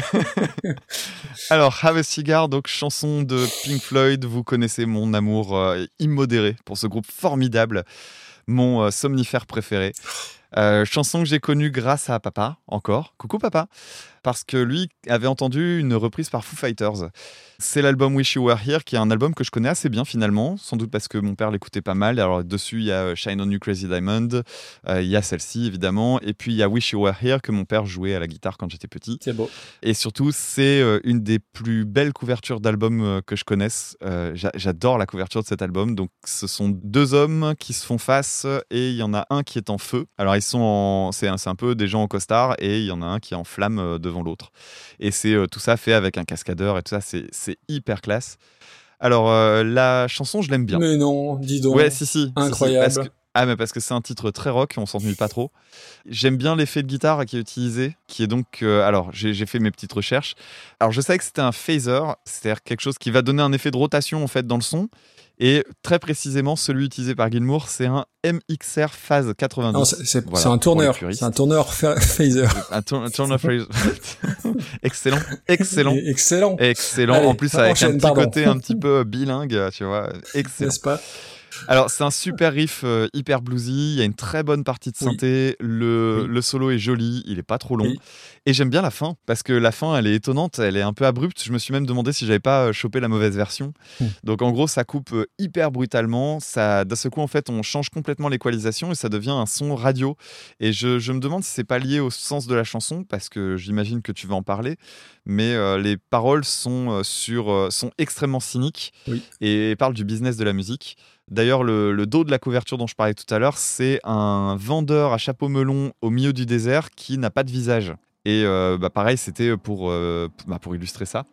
Alors, Have a Cigar, donc chanson de Pink Floyd. Vous connaissez mon amour euh, immodéré pour ce groupe formidable, mon euh, somnifère préféré. Euh, chanson que j'ai connue grâce à papa, encore. Coucou papa. Parce que lui avait entendu une reprise par Foo Fighters. C'est l'album Wish You Were Here, qui est un album que je connais assez bien finalement, sans doute parce que mon père l'écoutait pas mal. Alors dessus, il y a Shine On You Crazy Diamond, euh, il y a celle-ci évidemment, et puis il y a Wish You Were Here que mon père jouait à la guitare quand j'étais petit. C'est beau. Et surtout, c'est euh, une des plus belles couvertures d'album euh, que je connaisse. Euh, j'a- j'adore la couverture de cet album. Donc ce sont deux hommes qui se font face et il y en a un qui est en feu. Alors ils sont en... c'est un, c'est un peu des gens en costard et il y en a un qui est en flamme euh, devant l'autre. Et c'est euh, tout ça fait avec un cascadeur et tout ça, c'est, c'est hyper classe. Alors euh, la chanson, je l'aime bien. Mais non, dis donc. Ouais, si, si. Incroyable. Si, si, parce que- ah, mais parce que c'est un titre très rock, on s'ennuie pas trop. J'aime bien l'effet de guitare qui est utilisé, qui est donc... euh, alors, j'ai, j'ai fait mes petites recherches. Alors, je savais que c'était un phaser, c'est-à-dire quelque chose qui va donner un effet de rotation, en fait, dans le son. Et très précisément, celui utilisé par Gilmour, c'est un M X R Phase quatre-vingt-dix. Non, c'est, c'est, Voilà, c'est un pour les tourneur. puristes. C'est un tourneur fa- phaser. Un tour- un tourneur phaser. Excellent, excellent. Excellent. Excellent. Allez, en plus, avec enchaîne, un petit pardon. côté un petit peu bilingue, tu vois. Excellent. N'est-ce pas? Alors, c'est un super riff euh, hyper bluesy. Il y a une très bonne partie de synthé. Le, Oui. le solo est joli. Il est pas trop long. Oui. Et j'aime bien la fin parce que la fin, elle est étonnante. Elle est un peu abrupte. Je me suis même demandé si j'avais pas euh, chopé la mauvaise version. Mm. Donc, en gros, ça coupe euh, hyper brutalement. Ça, d'un seul coup, en fait, on change complètement l'équalisation et ça devient un son radio. Et je, je me demande si c'est pas lié au sens de la chanson parce que j'imagine que tu vas en parler. Mais euh, les paroles sont, euh, sur, euh, sont extrêmement cyniques Oui. et parlent du business de la musique. D'ailleurs, le, le dos de la couverture dont je parlais tout à l'heure, c'est un vendeur à chapeau melon au milieu du désert qui n'a pas de visage. Et euh, bah pareil, c'était pour, euh, pour, bah pour illustrer ça.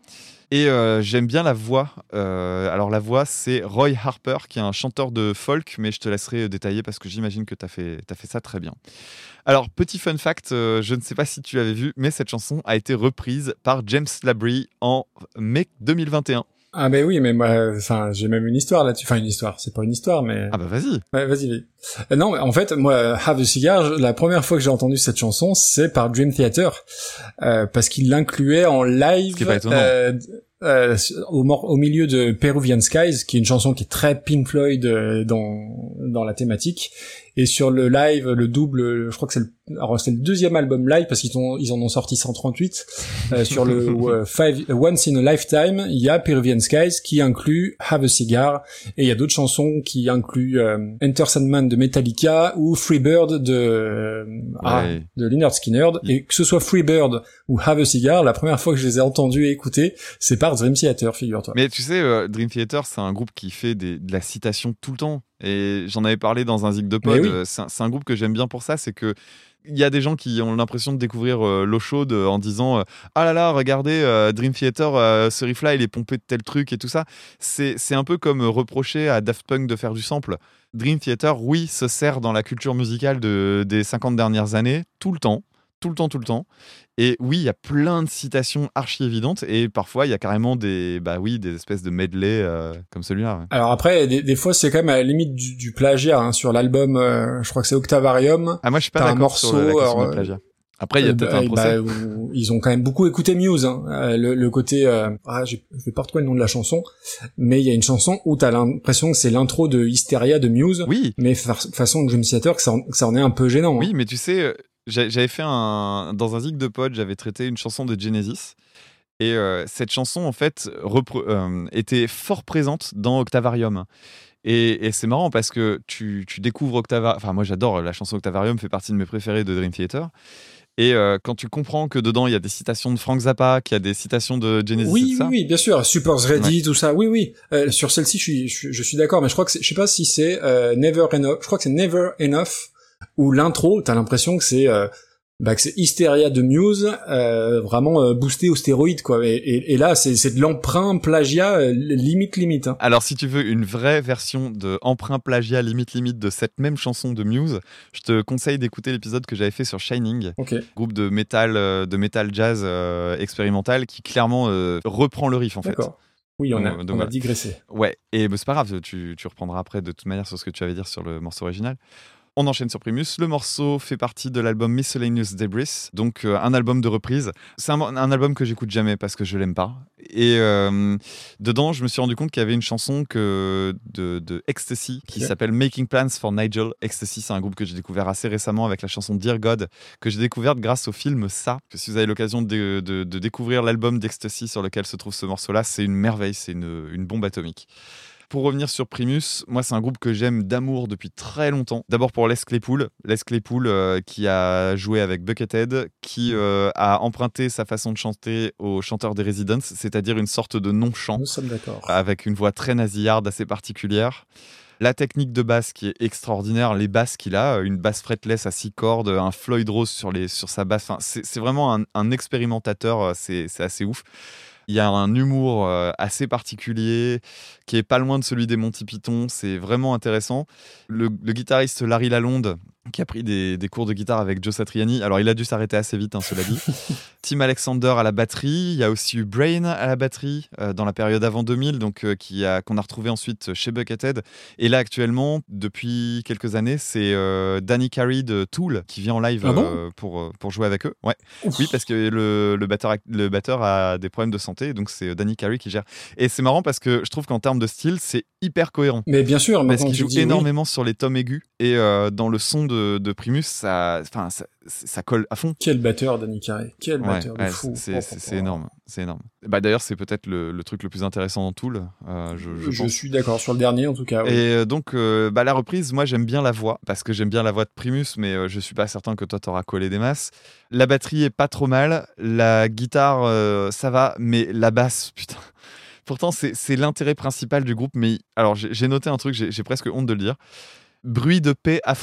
Et euh, j'aime bien la voix. Euh, alors la voix, c'est Roy Harper, qui est un chanteur de folk, mais je te laisserai détailler parce que j'imagine que tu as fait, t'as fait ça très bien. Alors, petit fun fact, euh, je ne sais pas si tu l'avais vu, mais cette chanson a été reprise par James Labrie en mai deux mille vingt et un. Ah ben oui, mais moi, enfin, j'ai même une histoire là-dessus. Enfin, une histoire, c'est pas une histoire, mais... Ah bah vas-y. Ouais, vas-y, vas-y. Euh, non, mais en fait, moi, Have a Cigar, la première fois que j'ai entendu cette chanson, c'est par Dream Theater, euh, parce qu'il l'incluait en live. Ce qui est pas étonnant. Euh, euh, au, mor- au milieu de Peruvian Skies, qui est une chanson qui est très Pink Floyd euh, dans dans la thématique. Et sur le live, le double, je crois que c'est le, alors c'est le deuxième album live parce qu'ils ont, ils en ont sorti cent trente-huit. Euh, sur le euh, five, Once in a Lifetime, il y a Peruvian Skies qui inclut Have a Cigar, et il y a d'autres chansons qui incluent euh, Enter Sandman de Metallica ou Freebird de euh, ouais. ah, de Lynyrd Skynyrd. Et que ce soit Freebird ou Have a Cigar, la première fois que je les ai entendus et écoutés, c'est par Dream Theater, figure-toi. Mais tu sais, euh, Dream Theater, c'est un groupe qui fait des, de la citation tout le temps. Et j'en avais parlé dans un zig de pod. Oui. C'est, un, c'est un groupe que j'aime bien pour ça, c'est que il y a des gens qui ont l'impression de découvrir euh, l'eau chaude euh, en disant euh, ah là là, regardez, euh, Dream Theater, euh, ce riff-là, il est pompé de tel truc et tout ça. C'est, c'est un peu comme reprocher à Daft Punk de faire du sample. Dream Theater, oui, se sert dans la culture musicale de, des cinquante dernières années, tout le temps. Tout le temps, tout le temps. Et oui, il y a plein de citations archi évidentes et parfois il y a carrément des, bah oui, des espèces de medley euh, comme celui-là. Ouais. Alors après, des, des fois c'est quand même à la limite du, du plagiat hein, sur l'album. Euh, je crois que c'est Octavarium. Ah moi je suis pas d'accord morceau, sur la question alors, de plagiat. Après il y a euh, peut-être bah, un procès. Bah, ils ont quand même beaucoup écouté Muse. Hein. Euh, le, le côté, euh, ah, je vais pas retrouver le nom de la chanson, mais il y a une chanson où t'as l'impression que c'est l'intro de Hysteria de Muse. Oui. Mais fa- façon Dream Theater que ça, en, que ça en est un peu gênant. Oui, hein. mais tu sais. J'avais fait un dans un zig de pod, j'avais traité une chanson de Genesis et euh, cette chanson en fait repre- euh, était fort présente dans Octavarium. Et, et c'est marrant parce que tu, tu découvres Octavarium. Enfin, moi j'adore la chanson Octavarium, fait partie de mes préférés de Dream Theater. Et euh, quand tu comprends que dedans il y a des citations de Frank Zappa, qu'il y a des citations de Genesis, oui, et tout oui, ça. oui, bien sûr, Supers Ready, ouais. tout ça, oui, oui. Euh, sur celle-ci, je suis, je suis, je suis d'accord, mais je crois que c'est, je sais pas si c'est euh, Never Enough. Je crois que c'est Never Enough. Où l'intro, t'as l'impression que c'est euh, bah que c'est Hysteria de Muse, euh, vraiment euh, boosté aux stéroïdes quoi. Et, et, et là, c'est, c'est de l'emprunt plagiat euh, limite limite. Hein. Alors, si tu veux une vraie version de emprunt plagiat limite limite de cette même chanson de Muse, je te conseille d'écouter l'épisode que j'avais fait sur Shining, okay. groupe de métal, euh, de métal jazz euh, expérimental qui clairement euh, reprend le riff en D'accord. fait. Oui, on a, donc, donc, on a voilà. digressé. Ouais, et bah, c'est pas grave, tu, tu reprendras après de toute manière sur ce que tu avais dire sur le morceau original. On enchaîne sur Primus. Le morceau fait partie de l'album Miscellaneous Debris, donc euh, un album de reprise. C'est un, un album que j'écoute jamais parce que je l'aime pas. Et euh, dedans, je me suis rendu compte qu'il y avait une chanson que de, de Ecstasy qui okay. s'appelle Making Plans for Nigel. Ecstasy, c'est un groupe que j'ai découvert assez récemment avec la chanson Dear God, que j'ai découverte grâce au film Ça. Que si vous avez l'occasion de, de, de découvrir l'album d'Ecstasy sur lequel se trouve ce morceau-là, c'est une merveille, c'est une, une bombe atomique. Pour revenir sur Primus, moi c'est un groupe que j'aime d'amour depuis très longtemps. D'abord pour Les Claypool, Les Claypool euh, qui a joué avec Buckethead, qui euh, a emprunté sa façon de chanter au chanteur des Residents, c'est-à-dire une sorte de non-chant. Nous sommes d'accord. Avec une voix très nasillarde, assez particulière. La technique de basse qui est extraordinaire, les basses qu'il a, une basse fretless à six cordes, un Floyd Rose sur, les, sur sa basse, enfin, c'est, c'est vraiment un, un expérimentateur, c'est, c'est assez ouf. Il y a un humour euh, assez particulier qui est pas loin de celui des Monty Python. C'est vraiment intéressant. Le, le guitariste Larry Lalonde, qui a pris des, des cours de guitare avec Joe Satriani. Alors, il a dû s'arrêter assez vite, hein, cela dit. Tim Alexander à la batterie. Il y a aussi eu Brain à la batterie euh, dans la période avant deux mille, donc, euh, qui a, qu'on a retrouvé ensuite chez Buckethead. Et là, actuellement, depuis quelques années, c'est euh, Danny Carey de Tool qui vient en live ah bon euh, pour, pour jouer avec eux. Ouais. Oui, parce que le, le, batteur a, le batteur a des problèmes de santé, donc c'est Danny Carey qui gère. Et c'est marrant parce que je trouve qu'en termes de style, c'est hyper cohérent. Mais bien sûr, parce qu'il joue dis énormément oui. sur les tomes aigus et euh, dans le son de, de Primus, ça, enfin, ça, ça colle à fond. Quel batteur, Danny Carey. Quel ouais, batteur de ouais, fou. C'est, c'est, c'est énorme. C'est énorme. Bah, d'ailleurs, c'est peut-être le, le truc le plus intéressant dans Tool. Euh, je, je, je pense. suis d'accord sur le dernier, en tout cas. Oui. Et donc, euh, bah, la reprise, moi, j'aime bien la voix parce que j'aime bien la voix de Primus, mais euh, je suis pas certain que toi, t'auras collé des masses. La batterie est pas trop mal. La guitare, euh, ça va, mais la basse, putain. Pourtant, c'est, c'est l'intérêt principal du groupe. Mais alors, j'ai, j'ai noté un truc, j'ai, j'ai presque honte de le dire. Bruit de paix affreux.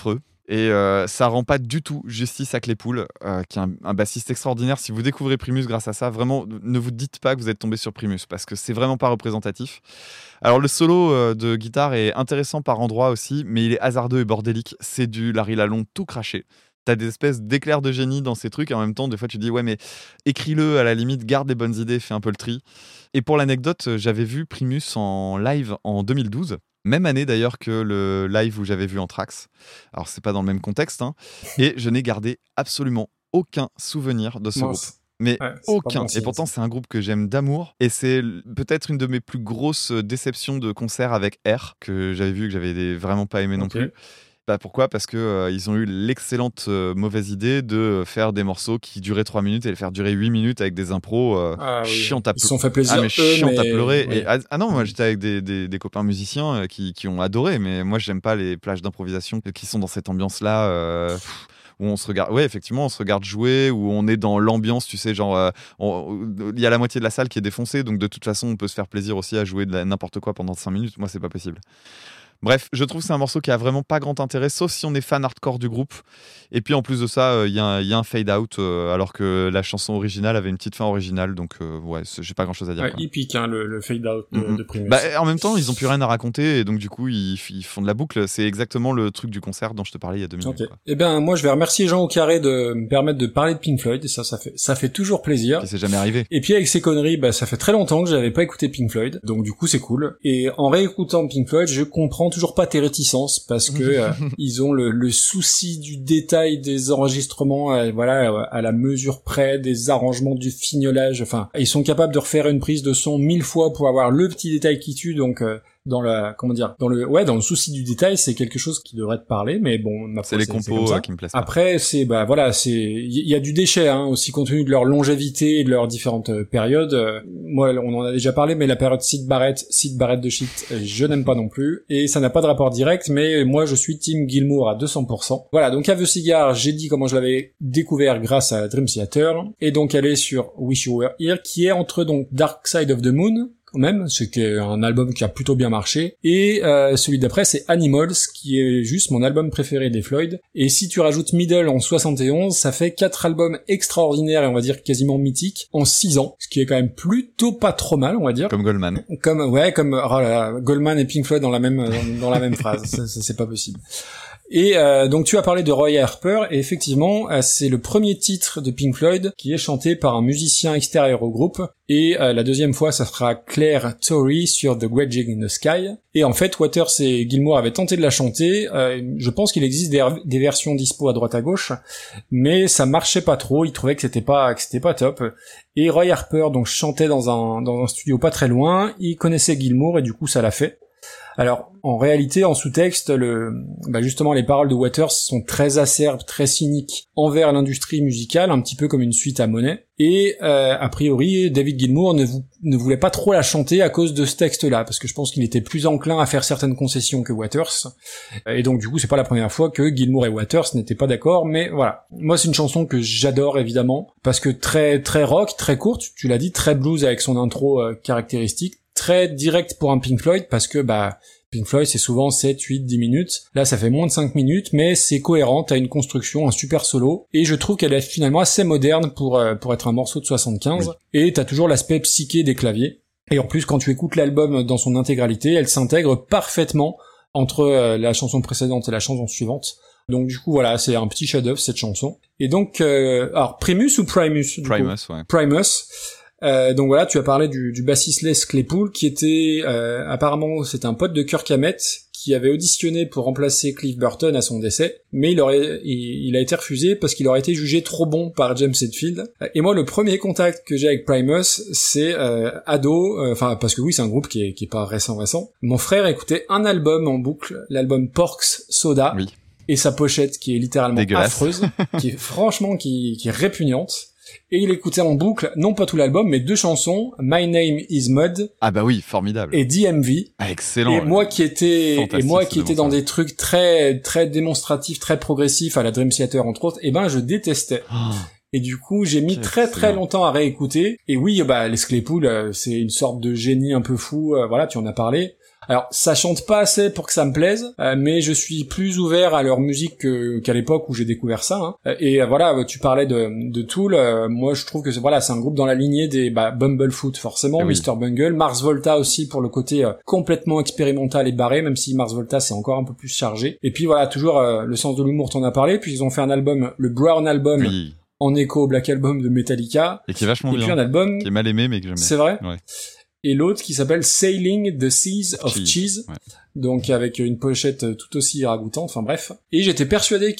Et euh, ça rend pas du tout justice à Claypool, euh, qui est un, un bassiste extraordinaire. Si vous découvrez Primus grâce à ça, vraiment, ne vous dites pas que vous êtes tombé sur Primus, parce que c'est vraiment pas représentatif. Alors le solo euh, de guitare est intéressant par endroits aussi, mais il est hasardeux et bordélique. C'est du Larry Lalonde tout craché. T'as des espèces d'éclairs de génie dans ces trucs, et en même temps, des fois, tu dis, ouais, mais écris-le à la limite, garde les bonnes idées, fais un peu le tri. Et pour l'anecdote, j'avais vu Primus en live en deux mille douze. Même année d'ailleurs que le live où j'avais vu Anthrax. Alors c'est pas dans le même contexte, hein. Et je n'ai gardé absolument aucun souvenir de ce Mince. groupe. Mais Ouais, aucun. bon Et pourtant c'est un groupe que j'aime d'amour. Et c'est peut-être une de mes plus grosses déceptions de concert avec R, que j'avais vu, que j'avais des- vraiment pas aimé non Okay. plus. Bah pourquoi ? Parce que euh, ils ont eu l'excellente euh, mauvaise idée de faire des morceaux qui duraient trois minutes et les faire durer huit minutes avec des impros euh, Ah, oui. chiantes à Ils se pleurer. sont fait plaisir, Ah mais eux, chiantes à mais- pleurer. oui. Et, ah, ah non, moi j'étais avec des, des, des copains musiciens euh, qui, qui ont adoré, mais moi j'aime pas les plages d'improvisation qui sont dans cette ambiance-là. euh, pff, où on se regarde, ouais, effectivement, on se regarde jouer, où on est dans l'ambiance, tu sais, genre, euh, on- il y a la moitié de la salle qui est défoncée, donc de toute façon, on peut se faire plaisir aussi à jouer de la- n'importe quoi pendant cinq minutes. Moi, c'est pas possible. Bref, je trouve que c'est un morceau qui a vraiment pas grand intérêt, sauf si on est fan hardcore du groupe. Et puis en plus de ça, il euh, y, y a un fade out, euh, alors que la chanson originale avait une petite fin originale, donc euh, ouais, c'est- j'ai pas grand chose à dire. Ouais, quoi. hippique, hein, le, le fade out de, Mhm. de Primus. Bah, en même temps, ils ont plus rien à raconter, et donc du coup, ils, ils font de la boucle. C'est exactement le truc du concert dont je te parlais il y a deux minutes. Ok. Quoi. Eh bien, moi, je vais remercier Jean au carré de me permettre de parler de Pink Floyd, et ça, ça fait, ça fait toujours plaisir. Et c'est jamais arrivé. Et puis avec ces conneries, bah ça fait très longtemps que j'avais pas écouté Pink Floyd, donc du coup c'est cool. Et en réécoutant Pink Floyd, je comprends toujours pas tes réticences parce que euh, ils ont le, le souci du détail des enregistrements, euh, voilà, à la mesure près, des arrangements, du fignolage. Enfin, ils sont capables de refaire une prise de son mille fois pour avoir le petit détail qui tue. Donc euh, dans la, comment dire, dans le, ouais, dans le souci du détail, c'est quelque chose qui devrait te parler, mais bon, ma C'est foi, les comme compos ça. euh, qui me plaisent pas. Après, c'est bah voilà, c'est il y a du déchet hein, aussi compte tenu de leur longévité et de leurs différentes euh, périodes. Euh, moi, on en a déjà parlé, mais la période Syd Barrett, Syd Barrett de shit, euh, je n'aime pas non plus, et ça n'a pas de rapport direct. Mais moi, je suis Team Gilmour à deux cents pour cent. Voilà, donc Have a Cigar, j'ai dit comment je l'avais découvert grâce à Dream Theater, et donc elle est sur Wish You Were Here, qui est entre donc Dark Side of the Moon. Même, c'est un album qui a plutôt bien marché, et euh, celui d'après c'est Animals, qui est juste mon album préféré des Floyd, et si tu rajoutes Middle en soixante et onze, ça fait quatre albums extraordinaires et on va dire quasiment mythiques en six ans, ce qui est quand même plutôt pas trop mal, on va dire. Comme Goldman. Comme, ouais, comme, oh là là, Goldman et Pink Floyd dans la même, dans, dans la même phrase, ça, ça, c'est pas possible. Et euh, donc tu as parlé de Roy Harper, et effectivement euh, c'est le premier titre de Pink Floyd qui est chanté par un musicien extérieur au groupe, et euh, la deuxième fois ça sera Claire Torrey sur The Wedging in the Sky. Et en fait Waters et Gilmour avaient tenté de la chanter, euh, je pense qu'il existe des, des versions dispo à droite à gauche, mais ça marchait pas trop, ils trouvaient que c'était pas que c'était pas top. Et Roy Harper donc chantait dans un dans un studio pas très loin, il connaissait Gilmour et du coup ça l'a fait. Alors, en réalité, en sous-texte, le, bah justement, les paroles de Waters sont très acerbes, très cyniques envers l'industrie musicale, un petit peu comme une suite à Monet. Et euh, a priori, David Gilmour ne, vou- ne voulait pas trop la chanter à cause de ce texte-là, parce que je pense qu'il était plus enclin à faire certaines concessions que Waters. Et donc, du coup, c'est pas la première fois que Gilmour et Waters n'étaient pas d'accord, mais voilà. Moi, c'est une chanson que j'adore, évidemment, parce que très très rock, très courte, tu l'as dit, très blues avec son intro euh, caractéristique, très direct pour un Pink Floyd, parce que bah Pink Floyd c'est souvent sept, huit, dix minutes, là ça fait moins de cinq minutes, mais c'est cohérent, t'as une construction, un super solo, et je trouve qu'elle est finalement assez moderne pour euh, pour être un morceau de soixante-quinze, oui. Et t'as toujours l'aspect psyché des claviers, et en plus quand tu écoutes l'album dans son intégralité, elle s'intègre parfaitement entre euh, la chanson précédente et la chanson suivante. Donc du coup voilà, c'est un petit chef-d'œuvre cette chanson. Et donc euh, alors Primus ou Primus du Primus, coup ouais. Primus. Euh, donc voilà, tu as parlé du, du bassiste Les Claypool, qui était euh, apparemment c'était un pote de Kirk Hammett qui avait auditionné pour remplacer Cliff Burton à son décès, mais il aurait il, il a été refusé parce qu'il aurait été jugé trop bon par James Hetfield. Et moi, le premier contact que j'ai avec Primus, c'est euh, ado, enfin euh, parce que oui, c'est un groupe qui est qui est pas récent récent. Mon frère écoutait un album en boucle, l'album Porks Soda. Oui. Et sa pochette qui est littéralement dégueulasse. Affreuse, qui est franchement qui, qui est répugnante. Et il écoutait en boucle, non pas tout l'album, mais deux chansons, My Name is Mud. Ah bah oui, formidable. Et D M V. Ah, excellent. Et moi qui étais, et moi qui étais dans ça. des trucs très, très démonstratifs, très progressifs à la Dream Theater entre autres, et ben je détestais. Oh. Et du coup, j'ai mis très excellent. très longtemps à réécouter. Et oui, bah, Les Claypool, euh, c'est une sorte de génie un peu fou, euh, voilà, tu en as parlé. Alors, ça chante pas assez pour que ça me plaise, euh, mais je suis plus ouvert à leur musique que, qu'à l'époque où j'ai découvert ça. Hein. Et euh, voilà, tu parlais de, de Tool. Euh, moi, je trouve que c'est, voilà, c'est un groupe dans la lignée des bah, Bumblefoot forcément, oui. mister Bungle, Mars Volta aussi pour le côté euh, complètement expérimental et barré, même si Mars Volta c'est encore un peu plus chargé. Et puis voilà, toujours euh, le sens de l'humour, t'en as parlé. Puis ils ont fait un album, le Brown Album. Oui. En écho au Black Album de Metallica. Et qui est vachement et bien. Et puis un album. Qui est mal aimé, mais que j'aime bien. C'est vrai? Ouais. Et l'autre qui s'appelle Sailing the Seas of Cheese. Cheese. Ouais. Donc avec une pochette tout aussi ragoûtante, enfin bref. Et j'étais persuadé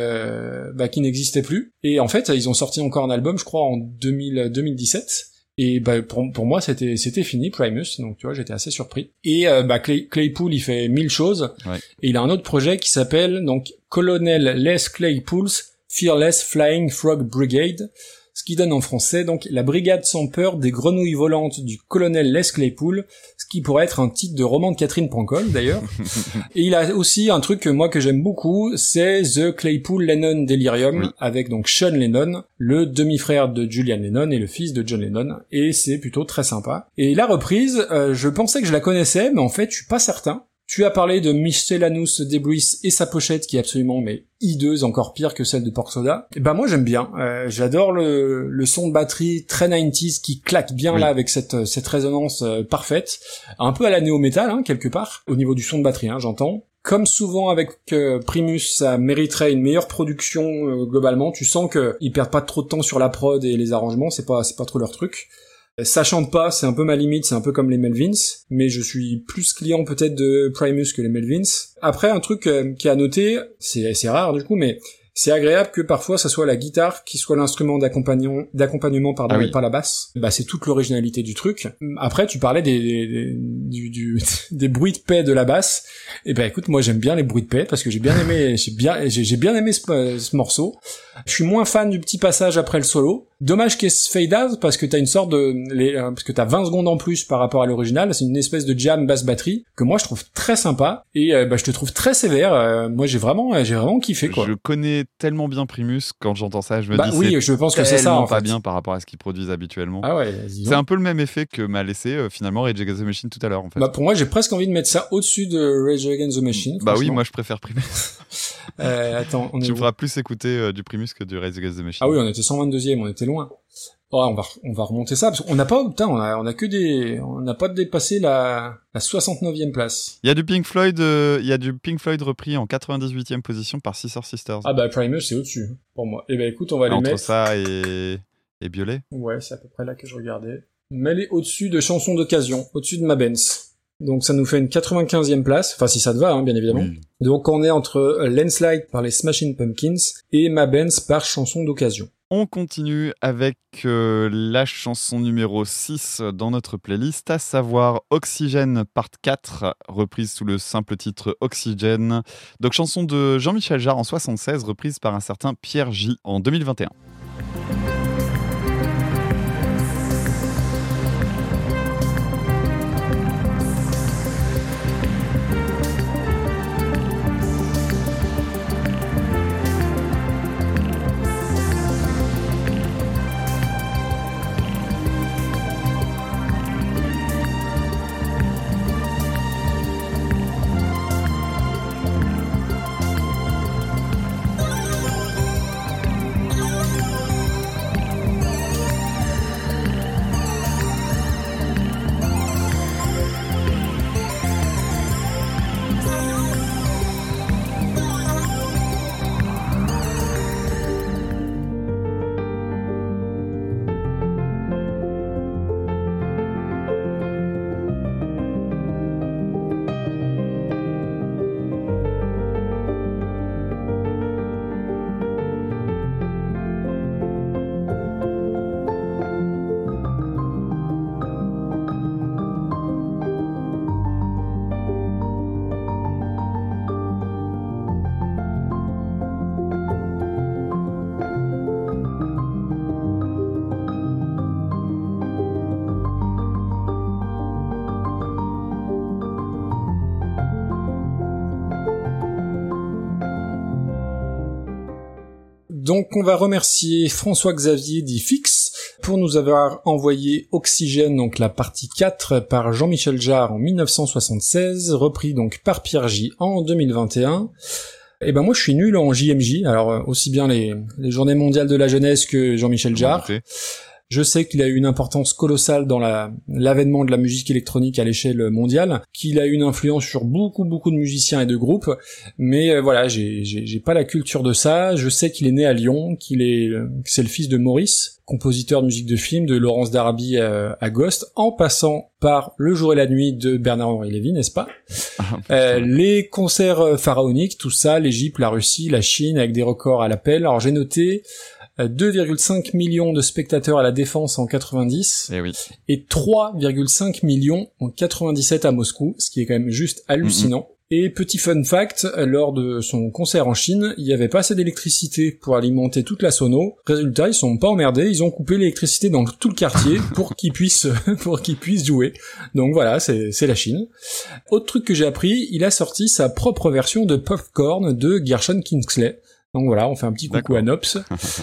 que, bah, qu'il n'existait plus. Et en fait, ils ont sorti encore un album, je crois, en deux mille, deux mille dix-sept. Et bah, pour, pour moi, c'était, c'était fini, Primus. Donc tu vois, j'étais assez surpris. Et, euh, bah, Clay, Claypool, il fait mille choses. Ouais. Et il a un autre projet qui s'appelle, donc, Colonel Les Claypool's Fearless Flying Frog Brigade, ce qui donne en français donc la brigade sans peur des grenouilles volantes du colonel Les Claypool, ce qui pourrait être un titre de roman de Catherine Pancol d'ailleurs. Et il a aussi un truc que moi que j'aime beaucoup, c'est The Claypool Lennon Delirium, oui. avec donc Sean Lennon, le demi-frère de Julian Lennon et le fils de John Lennon, et c'est plutôt très sympa. Et la reprise, euh, je pensais que je la connaissais, mais en fait je suis pas certain. Tu as parlé de Miscellaneous Debris et sa pochette qui est absolument mais hideuse, encore pire que celle de Pork Soda. Et ben moi j'aime bien, euh, j'adore le, le son de batterie très quatre-vingt-dix qui claque bien oui. là avec cette cette résonance euh, parfaite, un peu à la néo-metal hein, quelque part au niveau du son de batterie, hein, j'entends. Comme souvent avec euh, Primus, ça mériterait une meilleure production euh, globalement. Tu sens que ils perdent pas trop de temps sur la prod et les arrangements, c'est pas c'est pas trop leur truc. Ça chante pas, c'est un peu ma limite, c'est un peu comme les Melvins, mais je suis plus client peut-être de Primus que les Melvins. Après, un truc euh, qui est à noter, c'est, c'est rare du coup, mais c'est agréable que parfois ça soit la guitare qui soit l'instrument d'accompagnement, d'accompagnement pardon, ah oui. et pas la basse. Bah c'est toute l'originalité du truc. Après tu parlais des des, des, du, du, des bruits de paix de la basse. Et ben écoute, moi j'aime bien les bruits de paix parce que j'ai bien aimé, j'ai bien j'ai, j'ai bien aimé ce, ce morceau. Je suis moins fan du petit passage après le solo. Dommage qu'il y ait ce fade out parce que t'as une sorte de les, euh, parce que t'as vingt secondes en plus par rapport à l'original. C'est une espèce de jam basse batterie que moi je trouve très sympa et euh, bah je te trouve très sévère. Euh, moi j'ai vraiment j'ai vraiment kiffé quoi. Je connais tellement bien Primus, quand j'entends ça, je me bah, dis oui, c'est je pense que c'est ça en pas fait. bien par rapport à ce qu'ils produisent habituellement. Ah ouais, c'est un peu le même effet que m'a laissé euh, finalement Rage Against the Machine tout à l'heure en fait. Bah pour moi, j'ai presque envie de mettre ça au-dessus de Rage Against the Machine. Bah oui, moi je préfère Primus. euh, attends, on est tu me où feras plus écouter euh, du Primus que du Rage Against the Machine. Ah oui, on était cent vingt-deuxième, on était loin. Oh, on va on va remonter ça parce qu'on n'a pas putain, on a on a que des on n'a pas dépassé la la soixante-neuvième place. Il y a du Pink Floyd euh, il y a du Pink Floyd repris en quatre-vingt-dix-huitième position par Sister Sisters. Ah bah Primus c'est au-dessus pour moi. Et ben écoute, on va les entre mettre entre ça et et Biolay. Ouais, c'est à peu près là que je regardais. Mais les au-dessus de chansons d'occasion, au-dessus de Ma Benz. Donc ça nous fait une quatre-vingt-quinzième place, enfin si ça te va hein, bien évidemment. Oui. Donc on est entre Landslide par les Smashing Pumpkins et Ma Benz par chanson d'occasion. On continue avec euh, la chanson numéro six dans notre playlist, à savoir Oxygène Part quatre, reprise sous le simple titre Oxygène. Donc chanson de Jean-Michel Jarre en soixante-seize, reprise par un certain Pierre J en deux mille vingt et un. Donc on va remercier François-Xavier dit Fix pour nous avoir envoyé Oxygène, donc la partie quatre, par Jean-Michel Jarre en mille neuf cent soixante-seize, repris donc par Pierre J en deux mille vingt et un. Et ben moi je suis nul en J M J, alors aussi bien les, les journées mondiales de la jeunesse que Jean-Michel Jarre. Je sais qu'il a eu une importance colossale dans la, l'avènement de la musique électronique à l'échelle mondiale, qu'il a eu une influence sur beaucoup beaucoup de musiciens et de groupes, mais euh, voilà, j'ai, j'ai, j'ai pas la culture de ça. Je sais qu'il est né à Lyon, qu'il est, que c'est le fils de Maurice, compositeur de musique de film, de Laurence Darby euh, à Ghost, en passant par Le Jour et la Nuit de Bernard-Henri Lévy, n'est-ce pas? euh, Les concerts pharaoniques, tout ça, l'Égypte, la Russie, la Chine, avec des records à l'appel. Alors j'ai noté deux virgule cinq millions de spectateurs à la Défense en quatre-vingt-dix et, oui. et trois virgule cinq millions en quatre-vingt-dix-sept à Moscou, ce qui est quand même juste hallucinant. Mm-hmm. Et petit fun fact, lors de son concert en Chine, il n'y avait pas assez d'électricité pour alimenter toute la sono. Résultat, ils sont pas emmerdés, ils ont coupé l'électricité dans tout le quartier pour qu'ils puissent pour qu'ils puissent jouer. Donc voilà, c'est c'est la Chine. Autre truc que j'ai appris, il a sorti sa propre version de Popcorn de Gershon Kingsley. Donc voilà, on fait un petit coucou D'accord. à Nops.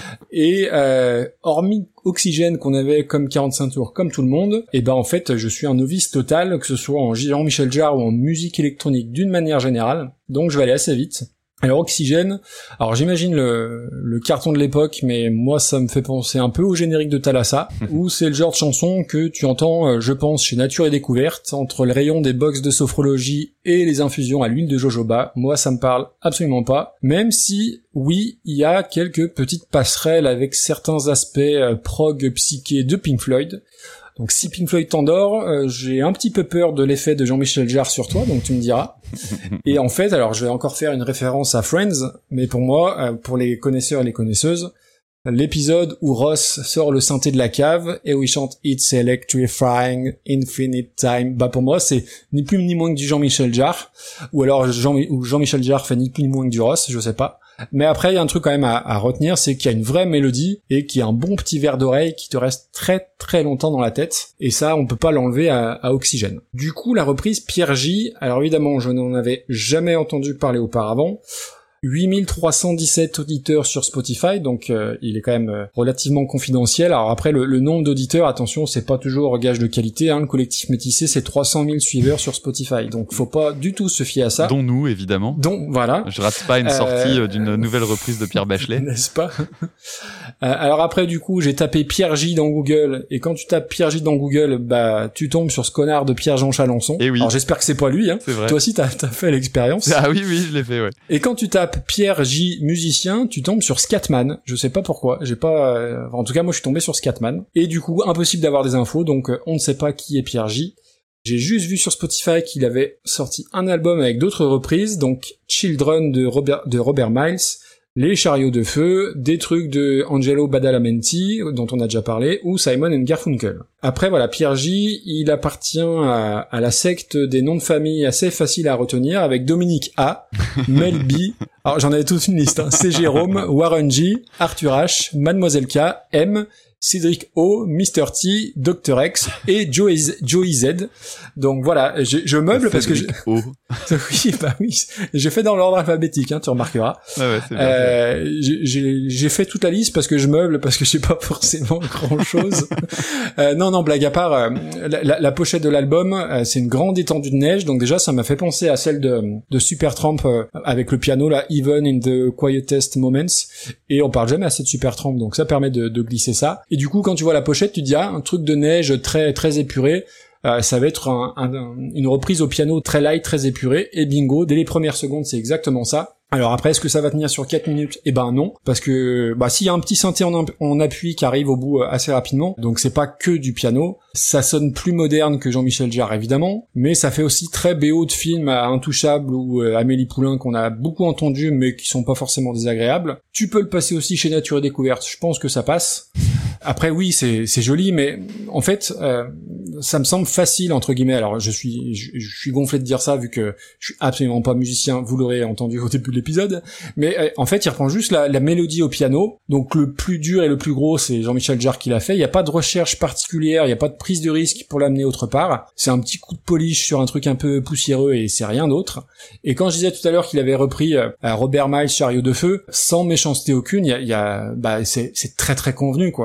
Et euh, hormis Oxygène qu'on avait comme quarante-cinq tours comme tout le monde, et ben en fait je suis un novice total, que ce soit en Jean-Michel Jarre ou en musique électronique d'une manière générale. Donc je vais aller assez vite. Alors Oxygène, alors j'imagine le, le carton de l'époque, mais moi ça me fait penser un peu au générique de Thalassa, où c'est le genre de chanson que tu entends, je pense, chez Nature et Découverte, entre le rayon des box de sophrologie et les infusions à l'huile de jojoba. Moi ça me parle absolument pas, même si, oui, il y a quelques petites passerelles avec certains aspects euh, prog psyché de Pink Floyd. Donc si Pink Floyd t'endort, euh, j'ai un petit peu peur de l'effet de Jean-Michel Jarre sur toi, donc tu me diras. Et en fait, alors je vais encore faire une référence à Friends, mais pour moi, euh, pour les connaisseurs et les connaisseuses, l'épisode où Ross sort le synthé de la cave et où il chante It's Electrifying Infinite Time, bah pour moi c'est ni plus ni moins que du Jean-Michel Jarre, ou alors Jean, ou Jean-Michel Jarre fait ni plus ni moins que du Ross, je sais pas. Mais après, il y a un truc quand même à, à retenir, c'est qu'il y a une vraie mélodie et qu'il y a un bon petit verre d'oreille qui te reste très très longtemps dans la tête. Et ça, on peut pas l'enlever à, à Oxygène. Du coup, la reprise Pierre J, alors évidemment, je n'en avais jamais entendu parler auparavant. huit mille trois cent dix-sept auditeurs sur Spotify, donc euh, il est quand même euh, relativement confidentiel. Alors après, le, le nombre d'auditeurs, attention, c'est pas toujours gage de qualité, hein. Le collectif métissé, c'est trois cent mille suiveurs sur Spotify, donc faut pas du tout se fier à ça. Dont nous, évidemment. Donc voilà. Je rate pas une euh... sortie d'une nouvelle reprise de Pierre Bachelet. N'est-ce pas? euh, Alors après, du coup, j'ai tapé Pierre J dans Google, et quand tu tapes Pierre J dans Google, bah tu tombes sur ce connard de Pierre-Jean Chalençon. Et oui. Alors j'espère que c'est pas lui, hein. C'est vrai. Toi aussi, t'as, t'as fait l'expérience. Ah oui, oui, je l'ai fait, ouais. Et quand tu tapes Pierre J musicien, tu tombes sur Scatman. Je sais pas pourquoi, j'ai pas euh... en tout cas moi je suis tombé sur Scatman. Et du coup, impossible d'avoir des infos, donc euh, on ne sait pas qui est Pierre J. J'ai juste vu sur Spotify qu'il avait sorti un album avec d'autres reprises, donc Children de Robert de Robert Miles, Les Chariots de Feu, des trucs de Angelo Badalamenti, dont on a déjà parlé, ou Simon and Garfunkel. Après, voilà, Pierre J, il appartient à, à la secte des noms de famille assez faciles à retenir, avec Dominique A, Mel B, alors j'en avais toute une liste, hein, C. Jérôme, Warren G, Arthur H, Mademoiselle K, M, Cédric O, mister T, docteur X et Joey Z. Joey Z. Donc voilà, je, je meuble parce que je... O. oui, bah oui, j'ai fait dans l'ordre alphabétique, hein, tu remarqueras. Ah ouais, c'est bien. Euh, j'ai, j'ai fait toute la liste parce que je meuble, parce que j'ai pas forcément grand chose. euh, non, non, blague à part, euh, la, la, la pochette de l'album, euh, c'est une grande étendue de neige, donc déjà ça m'a fait penser à celle de, de Supertramp euh, avec le piano là, Even in the Quietest Moments. Et on parle jamais assez de Supertramp, donc ça permet de, de glisser ça. Et du coup, quand tu vois la pochette, tu te dis, ah, un truc de neige très très épuré, euh, ça va être un, un, une reprise au piano très light, très épurée, et bingo, dès les premières secondes, c'est exactement ça. Alors après, est-ce que ça va tenir sur quatre minutes? Eh ben non, parce que bah s'il y a un petit synthé en, en appui qui arrive au bout assez rapidement, donc c'est pas que du piano, ça sonne plus moderne que Jean-Michel Jarre évidemment, mais ça fait aussi très B O de films à Intouchable ou euh, Amélie Poulain qu'on a beaucoup entendu mais qui sont pas forcément désagréables. Tu peux le passer aussi chez Nature et Découverte, je pense que ça passe. Après oui, c'est c'est joli, mais en fait, euh, ça me semble facile entre guillemets. Alors je suis je, je suis gonflé de dire ça vu que je suis absolument pas musicien. Vous l'aurez entendu au début de l'épisode, mais euh, en fait, il reprend juste la, la mélodie au piano. Donc le plus dur et le plus gros, c'est Jean-Michel Jarre qui l'a fait. Il y a pas de recherche particulière, il y a pas de prise de risque pour l'amener autre part. C'est un petit coup de polish sur un truc un peu poussiéreux et c'est rien d'autre. Et quand je disais tout à l'heure qu'il avait repris euh, Robert Miles, Chariot de Feu, sans méchanceté aucune, il y a, il y a bah c'est c'est très très convenu quoi.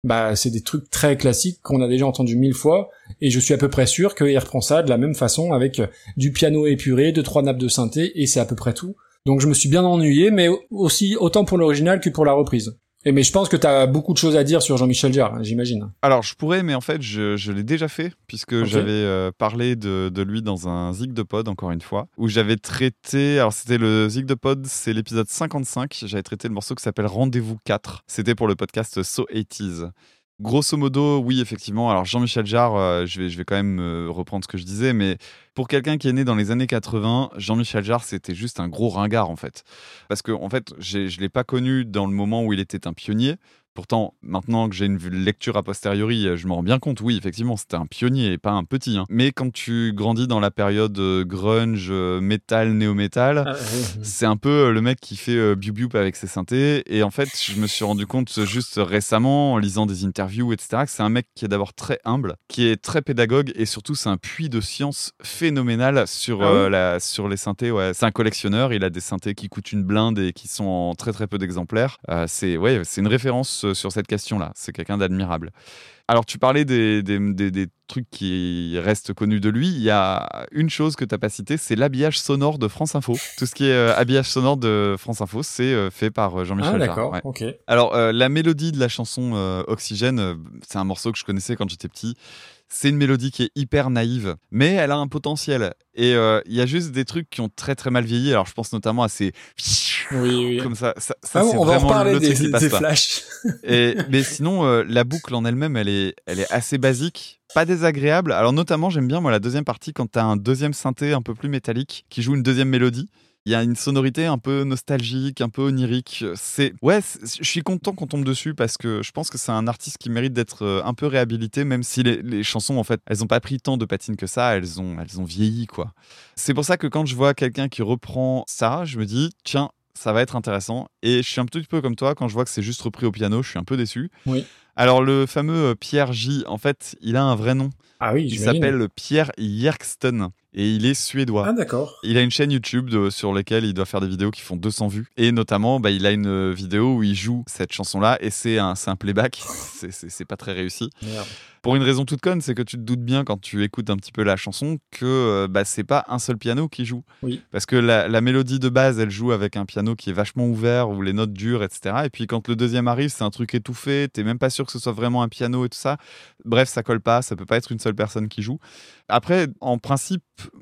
bah c'est des trucs très classiques qu'on a déjà entendus mille fois, et je suis à peu près sûr qu'il reprend ça de la même façon avec du piano épuré, deux trois nappes de synthé, et c'est à peu près tout. Donc je me suis bien ennuyé, mais aussi autant pour l'original que pour la reprise. Et mais je pense que t'as beaucoup de choses à dire sur Jean-Michel Jarre, j'imagine. Alors je pourrais, mais en fait je, je l'ai déjà fait, puisque okay. j'avais euh, parlé de, de lui dans un Zig de Pod, encore une fois, où j'avais traité, alors c'était le Zig de Pod, c'est l'épisode cinquante-cinq, j'avais traité le morceau qui s'appelle Rendez-vous quatre, c'était pour le podcast So eighties. Grosso modo, oui, effectivement. Alors, Jean-Michel Jarre, euh, je vais, je vais quand même euh, reprendre ce que je disais, mais pour quelqu'un qui est né dans les années quatre-vingts, Jean-Michel Jarre, c'était juste un gros ringard, en fait. Parce que, en fait, j'ai, je l'ai pas connu dans le moment où il était un pionnier. Pourtant, maintenant que j'ai une lecture a posteriori, je me rends bien compte, oui, effectivement, c'était un pionnier et pas un petit. Hein. Mais quand tu grandis dans la période grunge, métal, néo-métal, ah, oui, oui. c'est un peu le mec qui fait euh, biou-biou avec ses synthés. Et en fait, je me suis rendu compte juste récemment, en lisant des interviews, et cetera, que c'est un mec qui est d'abord très humble, qui est très pédagogue, et surtout, c'est un puits de science phénoménal sur, ah, euh, oui. la, sur les synthés. Ouais. C'est un collectionneur, il a des synthés qui coûtent une blinde et qui sont en très très peu d'exemplaires. Euh, c'est, ouais, c'est une référence sur cette question-là. C'est quelqu'un d'admirable. Alors, tu parlais des, des, des, des trucs qui restent connus de lui. Il y a une chose que tu n'as pas citée, c'est l'habillage sonore de France Info. Tout ce qui est euh, habillage sonore de France Info, c'est euh, fait par Jean-Michel Jarre. Ah, d'accord, ouais. ok. Alors, euh, la mélodie de la chanson euh, Oxygène, euh, c'est un morceau que je connaissais quand j'étais petit. C'est une mélodie qui est hyper naïve, mais elle a un potentiel. Et il euh, y a juste des trucs qui ont très très mal vieilli. Alors, je pense notamment à ces... Oui, oui. Comme ça, ça, ça ah, c'est on va vraiment en parler le des, truc qui passe des pas. flashs. Et, mais sinon, euh, la boucle en elle-même, elle est, elle est assez basique, pas désagréable. Alors notamment, j'aime bien moi la deuxième partie quand t'as un deuxième synthé un peu plus métallique qui joue une deuxième mélodie. Il y a une sonorité un peu nostalgique, un peu onirique. C'est ouais, c'est... je suis content qu'on tombe dessus parce que je pense que c'est un artiste qui mérite d'être un peu réhabilité, même si les, les chansons en fait, elles ont pas pris tant de patine que ça, elles ont, elles ont vieilli quoi. C'est pour ça que quand je vois quelqu'un qui reprend ça, je me dis tiens, ça va être intéressant. Et je suis un petit peu comme toi, quand je vois que c'est juste repris au piano, je suis un peu déçu. Oui. Alors, le fameux Pierre J, en fait, il a un vrai nom. Ah oui, il j'imagine. s'appelle Pierre Jerksten et il est suédois. Ah d'accord. Il a une chaîne YouTube de, sur laquelle il doit faire des vidéos qui font deux cents vues. Et notamment, bah, il a une vidéo où il joue cette chanson-là et c'est un, c'est un playback. c'est, c'est, c'est pas très réussi. Merde. Pour une raison toute conne, c'est que tu te doutes bien quand tu écoutes un petit peu la chanson que bah, c'est pas un seul piano qui joue. Oui. Parce que la, la mélodie de base, elle joue avec un piano qui est vachement ouvert, où les notes durent, et cetera. Et puis quand le deuxième arrive, c'est un truc étouffé, t'es même pas sûr que ce soit vraiment un piano et tout ça. Bref, ça colle pas, ça peut pas être une seule personne qui joue. Après, en principe,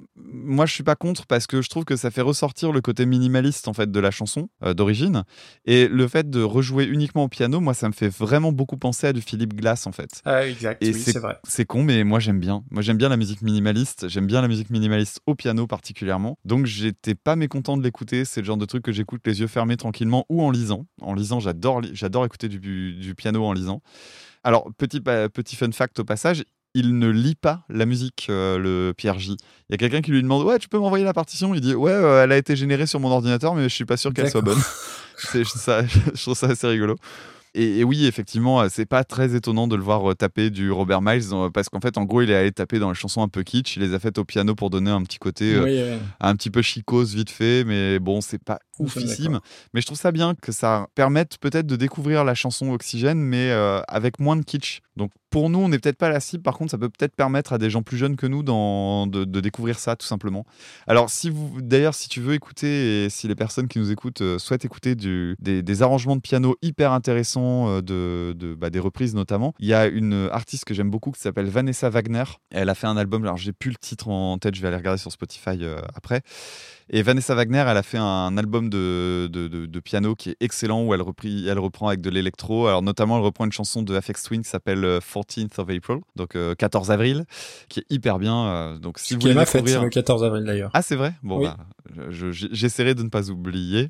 moi je suis pas contre parce que je trouve que ça fait ressortir le côté minimaliste en fait de la chanson euh, d'origine. Et le fait de rejouer uniquement au piano, moi ça me fait vraiment beaucoup penser à du Philip Glass en fait. Ah exact, et oui, c'est, c'est vrai. C'est con, mais moi j'aime bien. Moi j'aime bien la musique minimaliste, j'aime bien la musique minimaliste au piano particulièrement. Donc j'étais pas mécontent de l'écouter, c'est le genre de truc que j'écoute les yeux fermés tranquillement ou en lisant. En lisant, j'adore, j'adore écouter du, du piano en lisant. Alors, petit, petit fun fact au passage, il ne lit pas la musique, euh, le Pierre J. Il y a quelqu'un qui lui demande « Ouais, tu peux m'envoyer la partition ?» Il dit « Ouais, euh, elle a été générée sur mon ordinateur, mais je suis pas sûr qu'elle D'accord. soit bonne. » C'est ça, je trouve ça assez rigolo. Et, et oui, effectivement, c'est pas très étonnant de le voir taper du Robert Miles, parce qu'en fait, en gros, il est allé taper dans les chansons un peu kitsch, il les a faites au piano pour donner un petit côté oui, euh, oui. un petit peu chicose vite fait, mais bon, c'est pas oufissime. Mais je trouve ça bien que ça permette peut-être de découvrir la chanson Oxygène, mais euh, avec moins de kitsch. Donc pour nous, on n'est peut-être pas la cible, par contre, ça peut peut-être permettre à des gens plus jeunes que nous dans, de, de découvrir ça, tout simplement. Alors, si vous, d'ailleurs, si tu veux écouter, et si les personnes qui nous écoutent euh, souhaitent écouter du, des, des arrangements de piano hyper intéressants, euh, de, de, bah, des reprises notamment, il y a une artiste que j'aime beaucoup qui s'appelle Vanessa Wagner. Elle a fait un album, alors j'ai plus le titre en tête, je vais aller regarder sur Spotify euh, après. Et Vanessa Wagner, elle a fait un album de, de, de, de piano qui est excellent, où elle, repris, elle reprend avec de l'électro. Alors notamment, elle reprend une chanson de Aphex Twin qui s'appelle fourteenth of April, donc euh, quatorze avril, qui est hyper bien. Euh, donc si Ce vous qui est voulez ma découvrir... fête, c'est le quatorze avril d'ailleurs. Ah, c'est vrai. Bon, oui. bah, je, je, j'essaierai de ne pas oublier.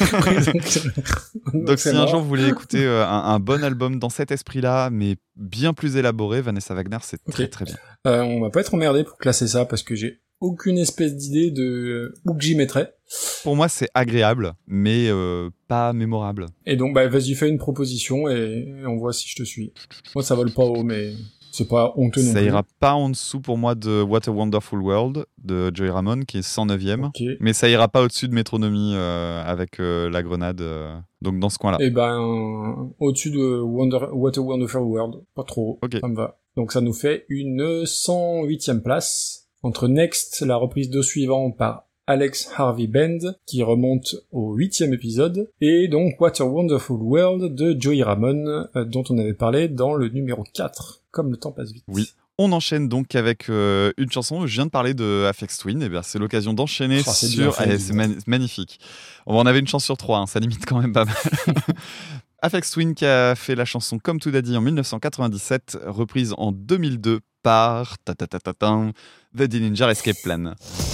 donc, donc si mort. un jour vous voulez écouter euh, un, un bon album dans cet esprit-là, mais bien plus élaboré, Vanessa Wagner, c'est okay. très très bien. Euh, on va pas être emmerdé pour classer ça parce que j'ai aucune espèce d'idée de où que j'y mettrais. Pour moi, c'est agréable, mais euh, pas mémorable. Et donc, bah, vas-y, fais une proposition et on voit si je te suis. Moi, ça vole pas haut, mais... C'est pas honteux non Ça plus. ira pas en dessous pour moi de What a Wonderful World de Joey Ramone qui est cent neuvième. Okay. Mais ça ira pas au-dessus de Métronomie euh, avec euh, la grenade. Euh, donc dans ce coin-là. Et ben, euh, au-dessus de Wonder, What a Wonderful World. Pas trop. Okay. Ça me va. Donc ça nous fait une cent huitième place. Entre Next, la reprise de suivant par Alex Harvey Band, qui remonte au huitième épisode, et donc What a Wonderful World de Joey Ramone, euh, dont on avait parlé dans le numéro quatre. Comme le temps passe vite. Oui. On enchaîne donc avec euh, une chanson. Je viens de parler de Aphex Twin. Et bien, c'est l'occasion d'enchaîner oh, sur. Fait, Allez, c'est man- magnifique. On en avait une chance sur trois. Hein. Ça limite quand même pas mal. Aphex Twin qui a fait la chanson Come to Daddy en dix-neuf cent quatre-vingt-dix-sept, reprise en deux mille deux par ta ta ta ta ta The Dillinger Escape Plan.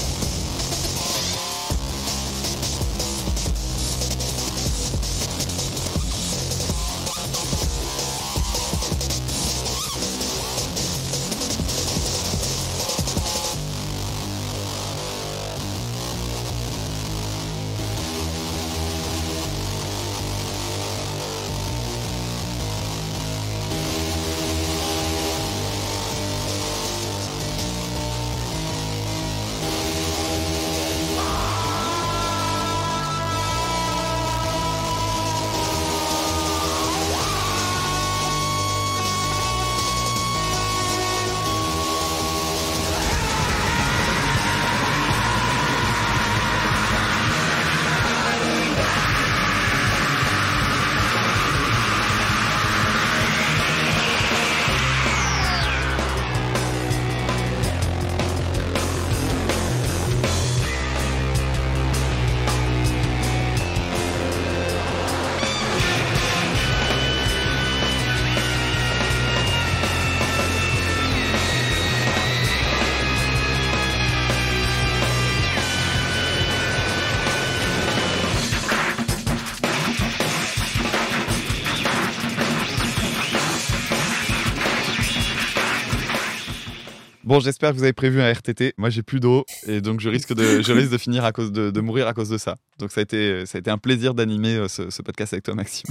Bon, j'espère que vous avez prévu un R T T. Moi, j'ai plus d'eau et donc je risque de, je risque de finir à cause de, de mourir à cause de ça. Donc ça a été, ça a été un plaisir d'animer ce, ce podcast avec toi, Maxime.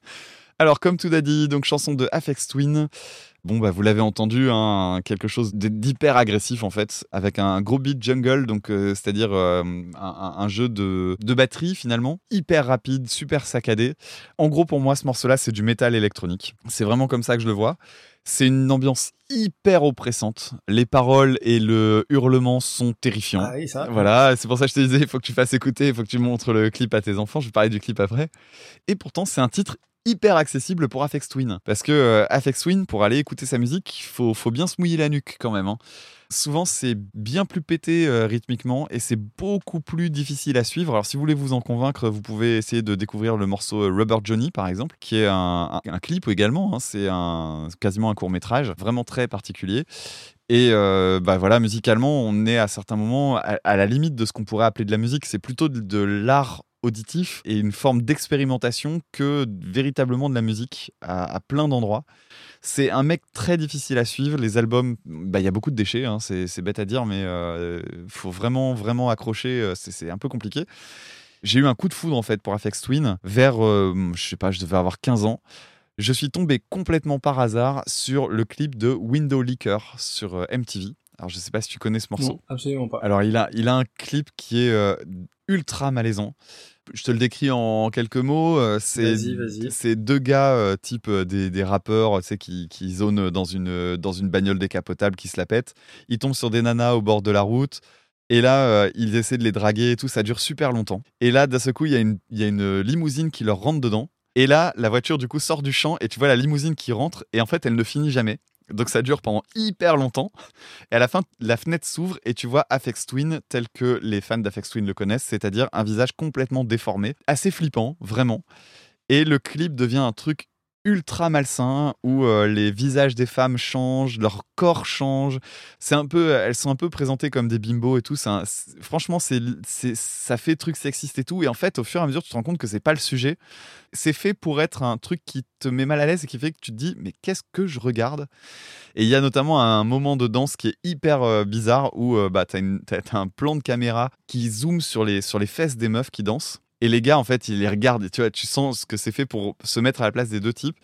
Alors, Come to Daddy, donc chanson de Aphex Twin. Bon, bah, vous l'avez entendu, hein, quelque chose d'hyper agressif en fait, avec un gros beat jungle, donc euh, c'est-à-dire euh, un, un jeu de, de batterie finalement, hyper rapide, super saccadé. En gros, pour moi, ce morceau-là, c'est du métal électronique. C'est vraiment comme ça que je le vois. C'est une ambiance hyper oppressante. Les paroles et le hurlement sont terrifiants. Ah oui, ça. Voilà, c'est pour ça que je te disais, il faut que tu fasses écouter, il faut que tu montres le clip à tes enfants. Je vais parler du clip après. Et pourtant, c'est un titre hyper accessible pour Aphex Twin. Parce que euh, Aphex Twin, pour aller écouter sa musique, il faut, faut bien se mouiller la nuque quand même. Hein. Souvent, c'est bien plus pété euh, rythmiquement et c'est beaucoup plus difficile à suivre. Alors, si vous voulez vous en convaincre, vous pouvez essayer de découvrir le morceau Rubber Johnny, par exemple, qui est un, un, un clip également. Hein, c'est un, quasiment un court-métrage, vraiment très particulier. Et euh, bah voilà, musicalement, on est à certains moments à, à la limite de ce qu'on pourrait appeler de la musique. C'est plutôt de, de l'art auditif et une forme d'expérimentation que véritablement de la musique à, à plein d'endroits. C'est un mec très difficile à suivre. Les albums, bah, y a beaucoup de déchets, hein, c'est, c'est bête à dire, mais il euh, faut vraiment, vraiment accrocher. C'est, c'est un peu compliqué. J'ai eu un coup de foudre en fait pour Aphex Twin vers, euh, je sais pas, je devais avoir quinze ans. Je suis tombé complètement par hasard sur le clip de Window Licker sur euh, M T V. Alors, je sais pas si tu connais ce morceau. Non, absolument pas. Alors, il a, il a un clip qui est euh, ultra malaisant. Je te le décris en quelques mots. Euh, c'est, vas-y, vas-y. c'est deux gars, euh, type euh, des, des rappeurs, tu sais, qui, qui zonent dans une, dans une bagnole décapotable qui se la pète. Ils tombent sur des nanas au bord de la route. Et là, euh, ils essaient de les draguer et tout. Ça dure super longtemps. Et là, d'un seul coup, il y a une, il y a une limousine qui leur rentre dedans. Et là, la voiture, du coup, sort du champ et tu vois la limousine qui rentre. Et en fait, elle ne finit jamais. Donc ça dure pendant hyper longtemps. Et à la fin, la fenêtre s'ouvre et tu vois Aphex Twin tel que les fans d'Aphex Twin le connaissent, c'est-à-dire un visage complètement déformé, assez flippant, vraiment. Et le clip devient un truc ultra malsain où euh, les visages des femmes changent, leur corps change. C'est un peu, elles sont un peu présentées comme des bimbos et tout. C'est un, c'est, franchement, c'est, c'est, ça fait truc sexiste et tout. Et en fait, au fur et à mesure, tu te rends compte que c'est pas le sujet. C'est fait pour être un truc qui te met mal à l'aise et qui fait que tu te dis mais qu'est-ce que je regarde ? Et il y a notamment un moment de danse qui est hyper euh, bizarre où euh, bah, t'as, une, t'as, t'as un plan de caméra qui zoome sur les, sur les fesses des meufs qui dansent. Et les gars, en fait, ils les regardent et tu vois, tu sens ce que c'est fait pour se mettre à la place des deux types.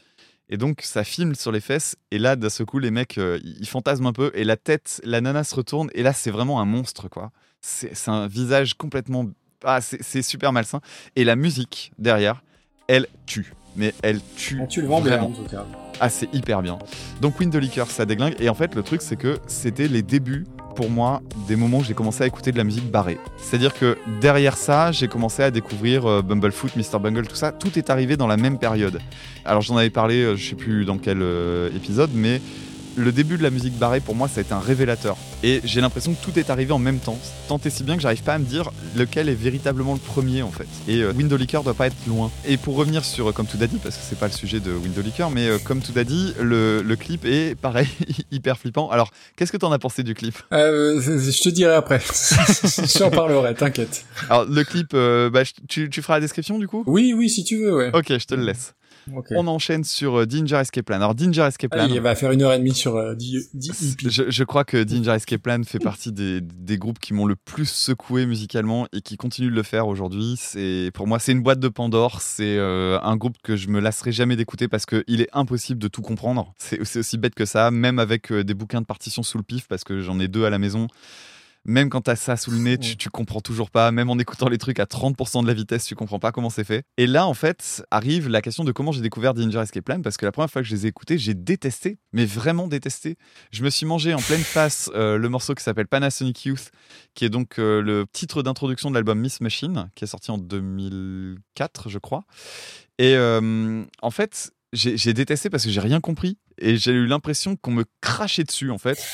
Et donc, ça filme sur les fesses. Et là, d'un seul coup, les mecs, euh, ils fantasment un peu. Et la tête, la nana se retourne. Et là, c'est vraiment un monstre, quoi. C'est, c'est un visage complètement... Ah, c'est, c'est super malsain. Et la musique, derrière, elle tue. Mais elle tue Ah, tu le vends bien, vraiment. en tout cas. Ah, c'est hyper bien. Donc, Wind the Liquor, ça déglingue. Et en fait, le truc, c'est que c'était les débuts, pour moi, des moments où j'ai commencé à écouter de la musique barrée. C'est-à-dire que derrière ça, j'ai commencé à découvrir euh, Bumblefoot, mister Bungle, tout ça. Tout est arrivé dans la même période. Alors, j'en avais parlé, euh, je sais plus dans quel euh, épisode, mais le début de la musique barrée, pour moi, ça a été un révélateur. Et j'ai l'impression que tout est arrivé en même temps. Tant et si bien que j'arrive pas à me dire lequel est véritablement le premier, en fait. Et euh, Wind the Liquor doit pas être loin. Et pour revenir sur euh, Come to Daddy, parce que c'est pas le sujet de Wind the Liquor, mais euh, Come to Daddy, le, le clip est pareil, hyper flippant. Alors, qu'est-ce que t'en as pensé du clip ? Euh, je te dirai après. J'en parlerai, t'inquiète. Alors, le clip, euh, bah, je- tu, tu feras la description, du coup ? Oui, oui, si tu veux, ouais. Ok, je te le laisse. Okay. On enchaîne sur euh, Ginger Escape Plan. Alors, Ginger Escape Plan... Allez, il va faire une heure et demie sur euh, dix E P. Je, je crois que Ginger Escape Plan fait partie des, des groupes qui m'ont le plus secoué musicalement et qui continuent de le faire aujourd'hui. C'est, pour moi, c'est une boîte de Pandore. C'est euh, un groupe que je me lasserai jamais d'écouter parce qu'il est impossible de tout comprendre. C'est, c'est aussi bête que ça, même avec euh, des bouquins de partitions sous le pif, parce que j'en ai deux à la maison. Même quand t'as ça sous le nez, tu, tu comprends toujours pas. Même en écoutant les trucs à trente pour cent de la vitesse, tu comprends pas comment c'est fait. Et là, en fait, arrive la question de comment j'ai découvert Ginger Escape Plan, parce que la première fois que je les ai écoutés, j'ai détesté, mais vraiment détesté. Je me suis mangé en pleine face euh, le morceau qui s'appelle Panasonic Youth, qui est donc euh, le titre d'introduction de l'album Miss Machine, qui est sorti en deux mille quatre, je crois. Et euh, en fait, j'ai, j'ai détesté parce que j'ai rien compris. Et j'ai eu l'impression qu'on me crachait dessus, en fait.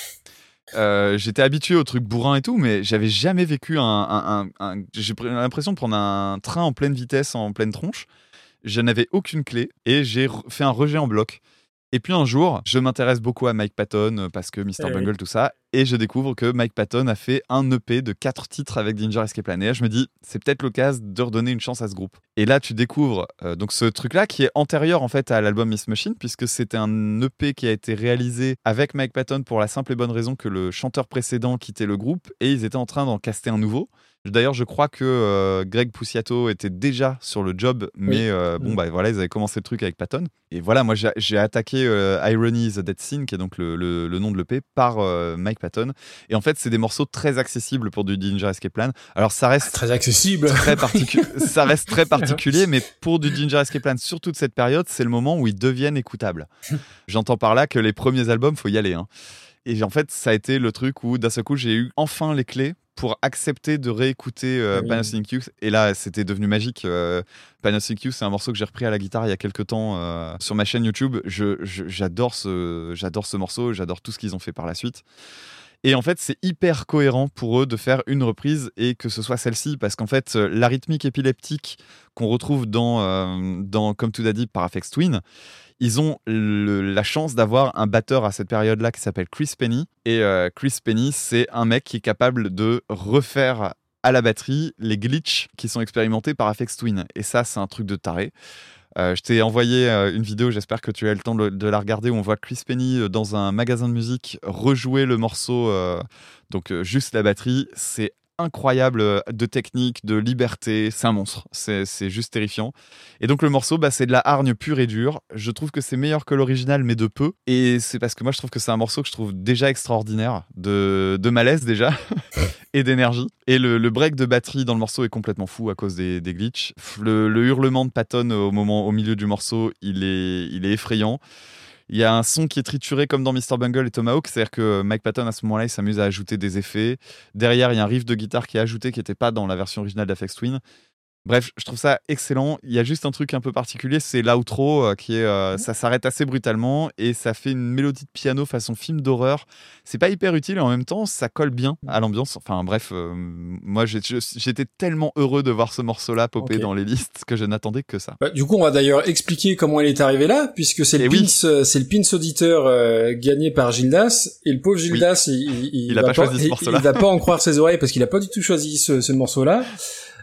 Euh, j'étais habitué aux trucs bourrins et tout, mais j'avais jamais vécu un, un, un, un... J'ai pris l'impression de prendre un train en pleine vitesse, en pleine tronche. Je n'avais aucune clé et j'ai re- fait un rejet en bloc. Et puis un jour, je m'intéresse beaucoup à Mike Patton euh, parce que mister Eh Bungle, oui. tout ça, et je découvre que Mike Patton a fait un E P de quatre titres avec Ginger Escape Plan. Et là, je me dis, c'est peut-être l'occasion de redonner une chance à ce groupe. Et là, tu découvres euh, donc ce truc-là qui est antérieur en fait à l'album Miss Machine, puisque c'était un E P qui a été réalisé avec Mike Patton pour la simple et bonne raison que le chanteur précédent quittait le groupe et ils étaient en train d'en caster un nouveau. D'ailleurs, je crois que euh, Greg Puciato était déjà sur le job, mais Oui. euh, bon, Mm. bah voilà, ils avaient commencé le truc avec Patton. Et voilà, moi j'ai, j'ai attaqué euh, Irony is a Dead Scene, qui est donc le, le, le nom de l'E P, par euh, Mike Patton. Et en fait, c'est des morceaux très accessibles pour du Ginger Escape Plan. Alors ça reste Très accessible. très particulier, ça reste très particulier, mais pour du Ginger Escape Plan sur toute cette période, c'est le moment où ils deviennent écoutables. J'entends par là que les premiers albums, faut y aller, hein. Et en fait, ça a été le truc où d'un seul coup, j'ai eu enfin les clés pour accepter de réécouter euh, Oui. Panasonic Youth. Et là, c'était devenu magique. Euh, Panasonic Youth, c'est un morceau que j'ai repris à la guitare il y a quelques temps euh, sur ma chaîne YouTube. Je, je- j'adore, ce, j'adore ce morceau, j'adore tout ce qu'ils ont fait par la suite. Et en fait, c'est hyper cohérent pour eux de faire une reprise et que ce soit celle-ci, parce qu'en fait, euh, la rythmique épileptique qu'on retrouve dans, euh, dans Come to Daddy par Aphex Twin, ils ont le- la chance d'avoir un batteur à cette période-là qui s'appelle Chris Penny. Et euh, Chris Penny, c'est un mec qui est capable de refaire à la batterie les glitches qui sont expérimentés par Aphex Twin. Et ça, c'est un truc de taré. Euh, je t'ai envoyé euh, une vidéo, j'espère que tu as eu le temps de, de la regarder, où on voit Chris Penny euh, dans un magasin de musique rejouer le morceau, euh, donc euh, juste la batterie. C'est incroyable euh, de technique, de liberté, c'est un monstre, c'est, c'est juste terrifiant. Et donc le morceau, bah, c'est de la hargne pure et dure. Je trouve que c'est meilleur que l'original, mais de peu. Et c'est parce que moi je trouve que c'est un morceau que je trouve déjà extraordinaire, de, de malaise déjà, et d'énergie. Et le, le break de batterie dans le morceau est complètement fou à cause des, des glitches. Le, le hurlement de Patton au, moment, au milieu du morceau, il est, il est effrayant. Il y a un son qui est trituré comme dans mister Bungle et Tomahawk, c'est-à-dire que Mike Patton à ce moment-là il s'amuse à ajouter des effets. Derrière il y a un riff de guitare qui est ajouté qui n'était pas dans la version originale d'Aphex Twin. Bref, je trouve ça excellent. Il y a juste un truc un peu particulier, c'est l'outro euh, qui est, euh, ça s'arrête assez brutalement et ça fait une mélodie de piano façon film d'horreur. C'est pas hyper utile et en même temps ça colle bien à l'ambiance. Enfin bref, euh, moi j'ai- je- j'étais tellement heureux de voir ce morceau-là popper Ok. dans les listes que je n'attendais que ça. Bah, du coup, on va d'ailleurs expliquer comment elle est arrivée là, puisque c'est le Eh oui. pins, euh, c'est le pins auditeur euh, gagné par Gildas, et le pauvre Gildas, il, il, Il a va pas choisi ce il- morceau-là. il va pas en croire ses oreilles parce qu'il a pas du tout choisi ce, ce morceau-là.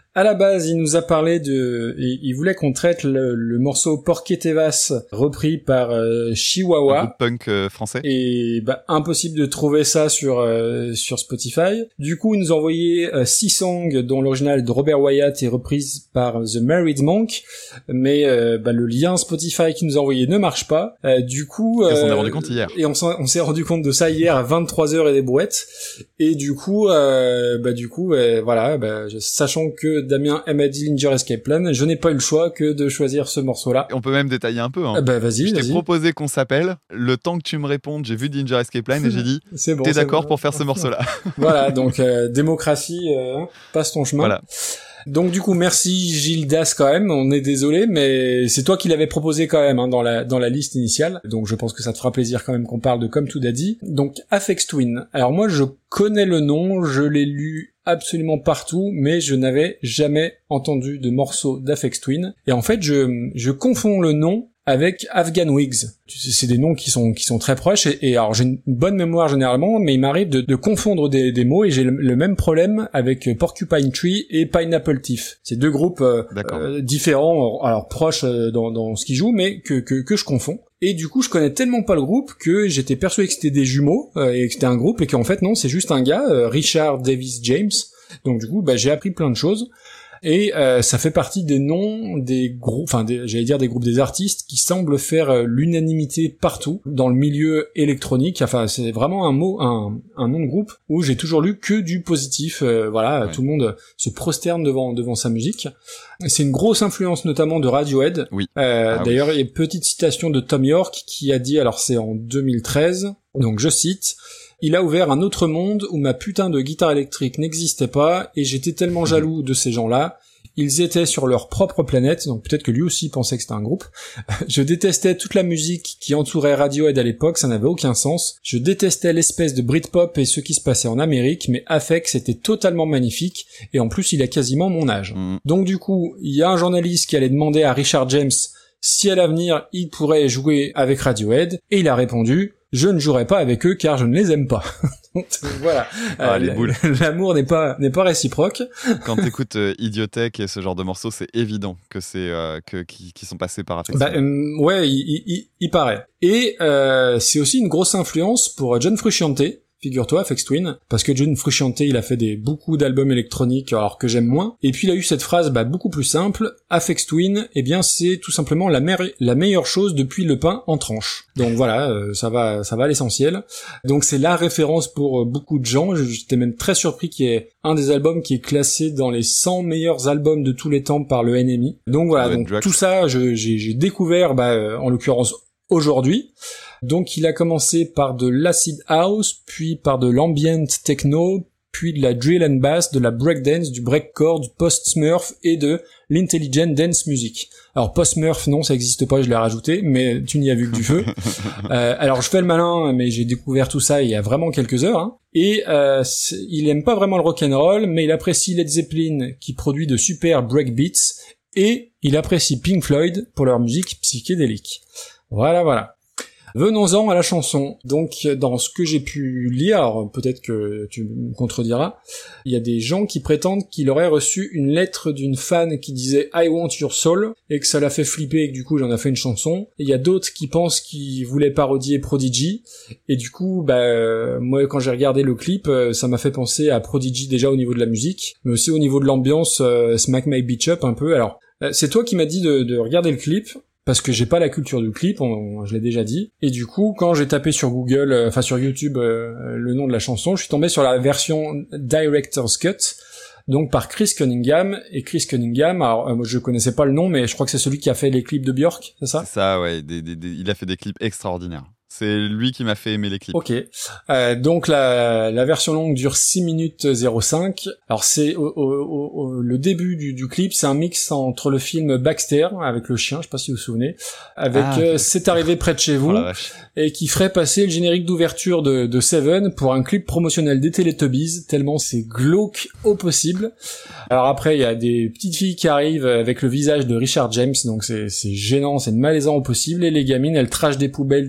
À la base, il nous a parlé de, il, il voulait qu'on traite le, le morceau Porque Te Vas repris par euh, Chihuahua. Un groupe punk euh, français. Et bah impossible de trouver ça sur euh, sur Spotify. Du coup, il nous a envoyé euh, six songs dont l'original de Robert Wyatt est reprise par The Married Monk, mais euh, bah, le lien Spotify qu'il nous a envoyé ne marche pas. Euh, du coup, euh, on s'en est euh, rendu compte hier. Et on, on s'est rendu compte de ça hier à vingt-trois heures et des brouettes. Et du coup, euh, bah du coup, euh, voilà, bah, sachant que Damien m'a dit Linger Escape Plan, je n'ai pas eu le choix que de choisir ce morceau-là. On peut même détailler un peu. Hein. Ah bah vas-y, je vas-y. t'ai proposé qu'on s'appelle. Le temps que tu me répondes, j'ai vu Linger Escape Plan et j'ai dit c'est bon, t'es c'est d'accord bon. pour faire ce morceau-là. Voilà, donc euh, démocratie, euh, passe ton chemin. Voilà. Donc du coup, merci Gildas quand même, on est désolé, mais c'est toi qui l'avais proposé quand même hein, dans la dans la liste initiale, donc je pense que ça te fera plaisir quand même qu'on parle de Comme Tout Daddy. Donc Aphex Twin, alors moi je connais le nom, je l'ai lu absolument partout, mais je n'avais jamais entendu de morceau d'Aphex Twin, et en fait je, je confonds le nom avec Afghan Wigs. C'est des noms qui sont qui sont très proches et, et alors j'ai une bonne mémoire généralement, mais il m'arrive de, de confondre des, des mots et j'ai le, le même problème avec Porcupine Tree et Pineapple Thief. C'est deux groupes euh, euh, différents, alors proches euh, dans, dans ce qu'ils jouent, mais que, que que je confonds. Et du coup, je connais tellement pas le groupe que j'étais persuadé que c'était des jumeaux euh, et que c'était un groupe et qu'en fait non, c'est juste un gars, euh, Richard Davis James. Donc du coup, bah j'ai appris plein de choses. Et euh, ça fait partie des noms des groupes, enfin j'allais dire des groupes des artistes qui semblent faire euh, l'unanimité partout dans le milieu électronique. Enfin c'est vraiment un mot, un, un nom de groupe où j'ai toujours lu que du positif. Euh, voilà, ouais. Tout le monde se prosterne devant devant sa musique. C'est une grosse influence notamment de Radiohead. Oui. Euh, ah, d'ailleurs, oui. il y a une petite citation de Tom York qui a dit, alors c'est en deux mille treize, donc je cite. Il a ouvert un autre monde où ma putain de guitare électrique n'existait pas et j'étais tellement jaloux de ces gens-là. Ils étaient sur leur propre planète, donc peut-être que lui aussi pensait que c'était un groupe. Je détestais toute la musique qui entourait Radiohead à l'époque, ça n'avait aucun sens. Je détestais l'espèce de Britpop et ce qui se passait en Amérique, mais Aphex était totalement magnifique, et en plus il a quasiment mon âge. Mmh. Donc du coup, il y a un journaliste qui allait demander à Richard James si à l'avenir il pourrait jouer avec Radiohead, et il a répondu « Je ne jouerai pas avec eux car je ne les aime pas. » Donc voilà, ah, euh, les boules. L'amour n'est pas n'est pas réciproque. Quand t'écoutes euh, Idiotech et ce genre de morceaux, c'est évident que c'est euh, que qui, qui sont passés par Aphex. Bah euh, ouais, il, il, il paraît. Et euh, c'est aussi une grosse influence pour John Frusciante. Figure-toi, Aphex Twin, parce que John Frusciante, il a fait des beaucoup d'albums électroniques, alors que j'aime moins. Et puis il a eu cette phrase, bah beaucoup plus simple. Aphex Twin, eh bien c'est tout simplement la, me- la meilleure chose depuis le pain en tranche. Donc voilà, euh, ça va, ça va à l'essentiel. Donc c'est la référence pour euh, beaucoup de gens. J'étais même très surpris qu'il y ait un des albums qui est classé dans les cent meilleurs albums de tous les temps par le N M E. Donc voilà, donc tout ça, je, j'ai, j'ai découvert, bah euh, en l'occurrence aujourd'hui. Donc il a commencé par de l'acid house, puis par de l'ambient techno, puis de la drill and bass, de la breakdance, du breakcore, du post-smurf et de l'intelligent dance music. Alors post-smurf, non, ça existe pas, je l'ai rajouté, mais tu n'y as vu que du feu. euh, alors je fais le malin, mais j'ai découvert tout ça il y a vraiment quelques heures. Hein. Et euh, il aime pas vraiment le rock'n'roll, mais il apprécie Led Zeppelin qui produit de super breakbeats, et il apprécie Pink Floyd pour leur musique psychédélique. Voilà, voilà. Venons-en à la chanson. Donc, dans ce que j'ai pu lire, alors peut-être que tu me contrediras, il y a des gens qui prétendent qu'il aurait reçu une lettre d'une fan qui disait « I want your soul » et que ça l'a fait flipper et que du coup, j'en ai fait une chanson. Et il y a d'autres qui pensent qu'il voulait parodier Prodigy. Et du coup, bah, euh, moi, quand j'ai regardé le clip, euh, ça m'a fait penser à Prodigy déjà au niveau de la musique, mais aussi au niveau de l'ambiance, euh, Smack My Bitch Up un peu. Alors, euh, c'est toi qui m'as dit de, de regarder le clip, parce que j'ai pas la culture du clip, on, je l'ai déjà dit. Et du coup, quand j'ai tapé sur Google, euh, enfin sur YouTube, euh, le nom de la chanson, je suis tombé sur la version Director's Cut, donc par Chris Cunningham. Et Chris Cunningham, alors euh, moi je connaissais pas le nom, mais je crois que c'est celui qui a fait les clips de Björk, c'est ça ? C'est ça, ouais. Des, des, des, il a fait des clips extraordinaires. C'est lui qui m'a fait aimer les clips. Ok. Euh, donc la, la version longue dure six minutes zéro cinq. Alors c'est au, au, au, au, le début du, du clip, c'est un mix entre le film Baxter avec le chien, je sais pas si vous vous souvenez, avec ah, euh, C'est arrivé près de chez vous, oh et qui ferait passer le générique d'ouverture de, de Seven pour un clip promotionnel des Teletubbies, tellement c'est glauque au possible. Alors après il y a des petites filles qui arrivent avec le visage de Richard James, donc c'est, c'est gênant, c'est malaisant au possible, et les gamines elles trashent des poubelles, des télés.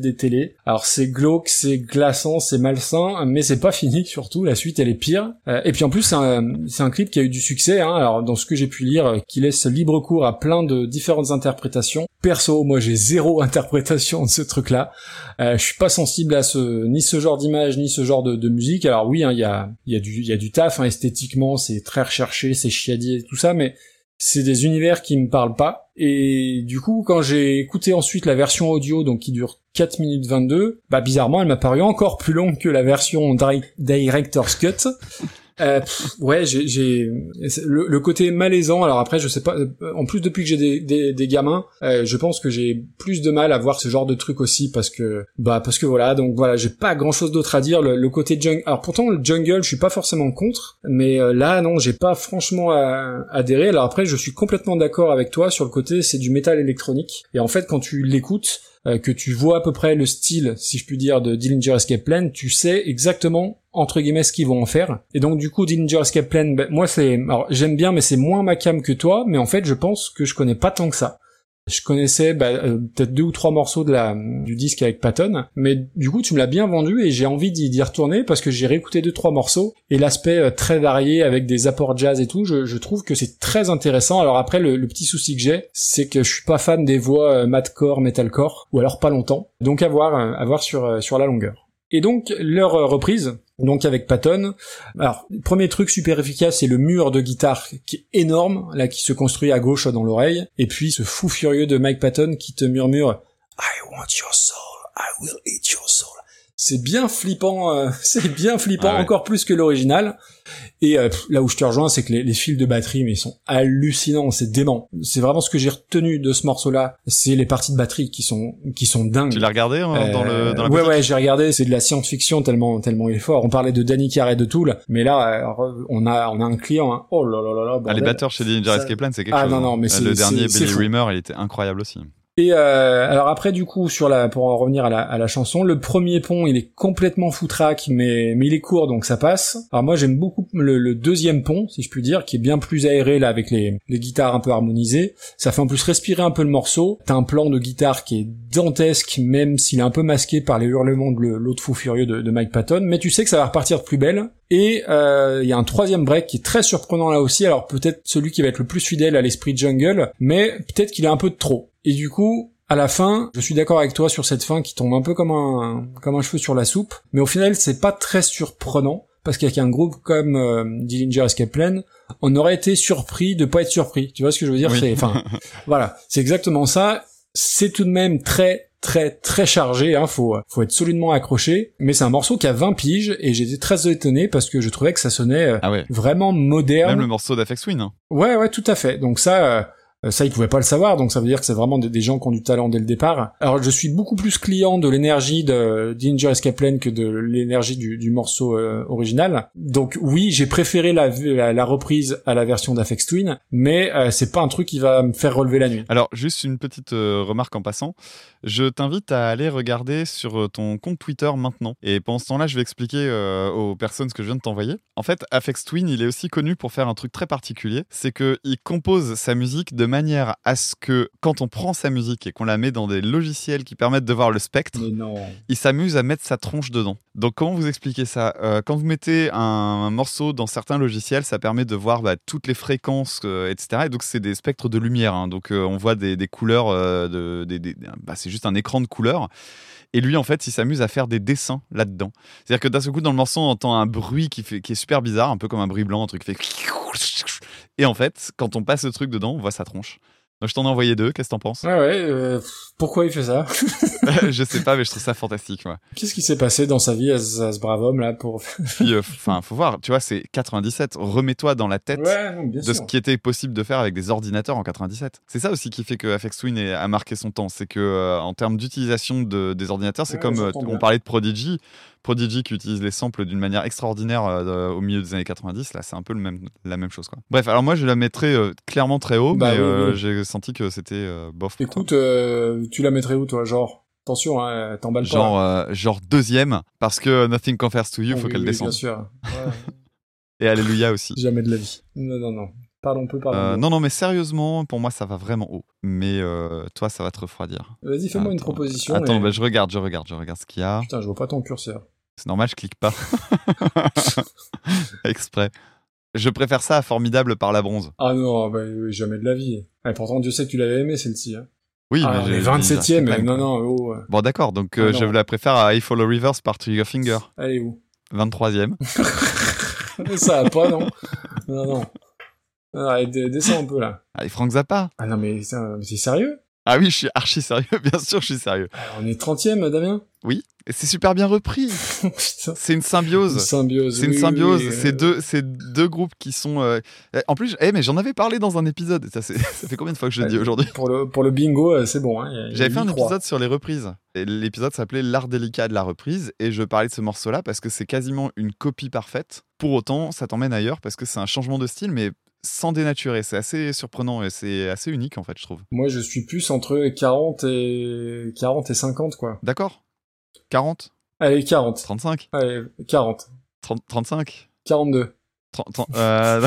regardé. Alors c'est glauque, c'est glaçant, c'est malsain, mais c'est pas fini surtout, la suite elle est pire. Euh, et puis en plus c'est un, c'est un clip qui a eu du succès, hein, alors dans ce que j'ai pu lire, euh, qui laisse libre cours à plein de différentes interprétations. Perso, moi j'ai zéro interprétation de ce truc-là. Euh, je suis pas sensible à ce ni ce genre d'image ni ce genre de, de musique. Alors oui, il hein, y a il y a du il y a du taf hein, esthétiquement, c'est très recherché, c'est chiadé tout ça, mais c'est des univers qui me parlent pas. Et du coup, quand j'ai écouté ensuite la version audio, donc qui dure quatre minutes vingt-deux, bah bizarrement, elle m'a paru encore plus longue que la version direct- Director's Cut. Euh, pff, ouais, j'ai, j'ai le, le côté malaisant. Alors après, je sais pas. En plus, depuis que j'ai des, des, des gamins, euh, je pense que j'ai plus de mal à voir ce genre de truc aussi parce que, bah, parce que voilà. Donc voilà, j'ai pas grand chose d'autre à dire. Le, le côté jungle. Alors pourtant, le jungle, je suis pas forcément contre, mais euh, là, non, j'ai pas franchement à, adhéré. Alors après, je suis complètement d'accord avec toi sur le côté, c'est du métal électronique. Et en fait, quand tu l'écoutes, euh, que tu vois à peu près le style, si je puis dire, de Dillinger Escape Plan, tu sais exactement entre guillemets ce qu'ils vont en faire. Et donc du coup Dillinger Escape Plan, ben, moi c'est, alors j'aime bien mais c'est moins ma cam que toi, mais en fait je pense que je connais pas tant que ça. Je connaissais bah, euh, peut-être deux ou trois morceaux de la du disque avec Patton, mais du coup tu me l'as bien vendu et j'ai envie d'y, d'y retourner parce que j'ai réécouté deux trois morceaux et l'aspect euh, très varié avec des apports jazz et tout, je, je trouve que c'est très intéressant. Alors après le, le petit souci que j'ai, c'est que je suis pas fan des voix euh, madcore, metalcore, ou alors pas longtemps. Donc à voir, euh, à voir sur euh, sur la longueur. Et donc leur euh, reprise, donc avec Patton. Alors premier truc super efficace, c'est le mur de guitare qui est énorme, là qui se construit à gauche dans l'oreille, et puis ce fou furieux de Mike Patton qui te murmure I want your soul, I will eat your soul. C'est bien flippant, euh, c'est bien flippant, ah ouais. Encore plus que l'original. Et euh, là où je te rejoins, c'est que les, les fils de batterie, mais ils sont hallucinants, c'est dément. C'est vraiment ce que j'ai retenu de ce morceau-là, c'est les parties de batterie qui sont qui sont dingues. Tu l'as regardé hein, euh, dans le dans la Ouais boutique ouais, j'ai regardé. C'est de la science-fiction tellement tellement il est fort. On parlait de Danny Carey de Tool, mais là alors, on a on a un client. Hein. Oh là là là là. Bordel. Ah, les batteurs chez Dillinger Escape Plan, c'est quelque ah, chose. Ah non non, mais c'est le dernier c'est, Billy c'est Rimmer, il était incroyable aussi. Et euh, alors après du coup sur la pour en revenir à la à la chanson, le premier pont il est complètement foutraque mais mais il est court donc ça passe. Alors moi j'aime beaucoup le, le deuxième pont si je puis dire qui est bien plus aéré là avec les les guitares un peu harmonisées. Ça fait en plus respirer un peu le morceau. T'as un plan de guitare qui est dantesque même s'il est un peu masqué par les hurlements de l'autre fou furieux de, de Mike Patton. Mais tu sais que ça va repartir de plus belle. Et il euh, y a un troisième break qui est très surprenant là aussi. Alors peut-être celui qui va être le plus fidèle à l'esprit de jungle, mais peut-être qu'il est un peu de trop. Et du coup, à la fin, je suis d'accord avec toi sur cette fin qui tombe un peu comme un comme un cheveu sur la soupe, mais au final, c'est pas très surprenant parce qu'avec un groupe comme euh, Dillinger Escape Plan, on aurait été surpris de pas être surpris. Tu vois ce que je veux dire ? Oui. C'est enfin voilà, c'est exactement ça. C'est tout de même très très très chargé, hein, faut faut être solidement accroché, mais c'est un morceau qui a vingt piges et j'étais très étonné parce que je trouvais que ça sonnait euh, ah ouais. vraiment moderne. Même le morceau d'Aphex Twin. Hein. Ouais ouais, tout à fait. Donc ça euh, ça, ils pouvaient pas le savoir, donc ça veut dire que c'est vraiment des, des gens qui ont du talent dès le départ. Alors, je suis beaucoup plus client de l'énergie de Dillinger Escape Plan que de l'énergie du, du morceau euh, original. Donc, oui, j'ai préféré la, la, la reprise à la version d'Aphex Twin, mais euh, c'est pas un truc qui va me faire relever la nuit. Alors, juste une petite euh, remarque en passant. Je t'invite à aller regarder sur ton compte Twitter maintenant. Et pendant ce temps-là, je vais expliquer euh, aux personnes ce que je viens de t'envoyer. En fait, Aphex Twin, il est aussi connu pour faire un truc très particulier. C'est qu'il compose sa musique de manière à ce que, quand on prend sa musique et qu'on la met dans des logiciels qui permettent de voir le spectre, il s'amuse à mettre sa tronche dedans. Donc, comment vous expliquer ça ? euh, Quand vous mettez un, un morceau dans certains logiciels, ça permet de voir bah, toutes les fréquences, euh, et cetera. Et donc, c'est des spectres de lumière. Hein. Donc, euh, on voit des, des couleurs, euh, de, des, des, bah, c'est juste un écran de couleurs. Et lui, en fait, il s'amuse à faire des dessins là-dedans. C'est-à-dire que d'un seul coup, dans le morceau, on entend un bruit qui, fait, qui est super bizarre, un peu comme un bruit blanc, un truc qui fait... Et en fait, quand on passe le truc dedans, on voit sa tronche. Donc, je t'en ai envoyé deux, qu'est-ce que t'en penses ? Ah ouais, euh, pourquoi il fait ça ? Je sais pas, mais je trouve ça fantastique. Ouais. Qu'est-ce qui s'est passé dans sa vie à ce, à ce brave homme là pour... Puis, enfin, euh, faut voir, tu vois, c'est quatre-vingt-dix-sept. Remets-toi dans la tête ouais, non, bien de sûr. ce qui était possible de faire avec des ordinateurs en quatre-vingt-dix-sept. C'est ça aussi qui fait que Aphex Twin a marqué son temps. C'est que euh, en termes d'utilisation de, des ordinateurs, c'est ouais, comme euh, on parlait de Prodigy. Prodigy qui utilise les samples d'une manière extraordinaire euh, au milieu des années quatre-vingt-dix, là c'est un peu le même, la même chose quoi. Bref, alors moi je la mettrais euh, clairement très haut, bah, mais oui, euh, oui. j'ai senti que c'était euh, bof. Écoute, euh, tu la mettrais où toi, genre attention, hein, t'emballes pas. Genre, euh, genre deuxième, parce que Nothing Compares to You, oh, faut oui, qu'elle oui, descende. Bien sûr. Ouais. Et Alléluia aussi. Jamais de la vie. Non, non, non. Parlons peu, pardon. Euh, non, non, mais sérieusement, pour moi, ça va vraiment haut. Mais euh, toi, ça va te refroidir. Vas-y, fais-moi Attends. une proposition. Attends, et... bah, je regarde, je regarde, je regarde ce qu'il y a. Putain, je vois pas ton curseur. C'est normal, je clique pas. Exprès. Je préfère ça à Formidable par la bronze. Ah non, bah, oui, jamais de la vie. Et pourtant, Dieu sait que tu l'avais aimé, celle-ci. Hein. Oui, ah, mais on j'ai est vingt-septième, j'ai- j'ai- non, non, oh. ouais. Bon, d'accord, donc euh, Ah, je non. la préfère à I Follow Rivers par Triggerfinger. Elle est où? vingt-troisième. Ça va pas, non? Non, non. Non, allez, d- descends un peu, là. Allez, Frank Zappa. Ah non, mais c'est mais c'est sérieux? Ah oui, je suis archi sérieux, bien sûr, je suis sérieux. Alors, on est trentième, Damien? Oui, et c'est super bien repris. Putain. C'est une symbiose. Une symbiose. C'est une oui, symbiose. oui, oui, c'est euh, deux, c'est deux groupes qui sont. euh, En plus, eh, mais j'en avais parlé dans un épisode. Ça, c'est- ça fait combien de fois que je le dis Ouais. aujourd'hui? Pour le, pour le bingo, euh, c'est bon. Hein. Il y a- il y a J'avais fait un huit trois. épisode sur les reprises. Et l'épisode s'appelait L'art délicat de la reprise. Et je parlais de ce morceau-là parce que c'est quasiment une copie parfaite. Pour autant, ça t'emmène ailleurs parce que c'est un changement de style, mais sans dénaturer. C'est assez surprenant et c'est assez unique, en fait, je trouve. Moi, je suis plus entre quarante et, quarante et cinquante, quoi. D'accord? quarante? Allez, quarante. trente-cinq? Allez, quarante. trente, trente-cinq? quarante-deux. trente, trente, euh...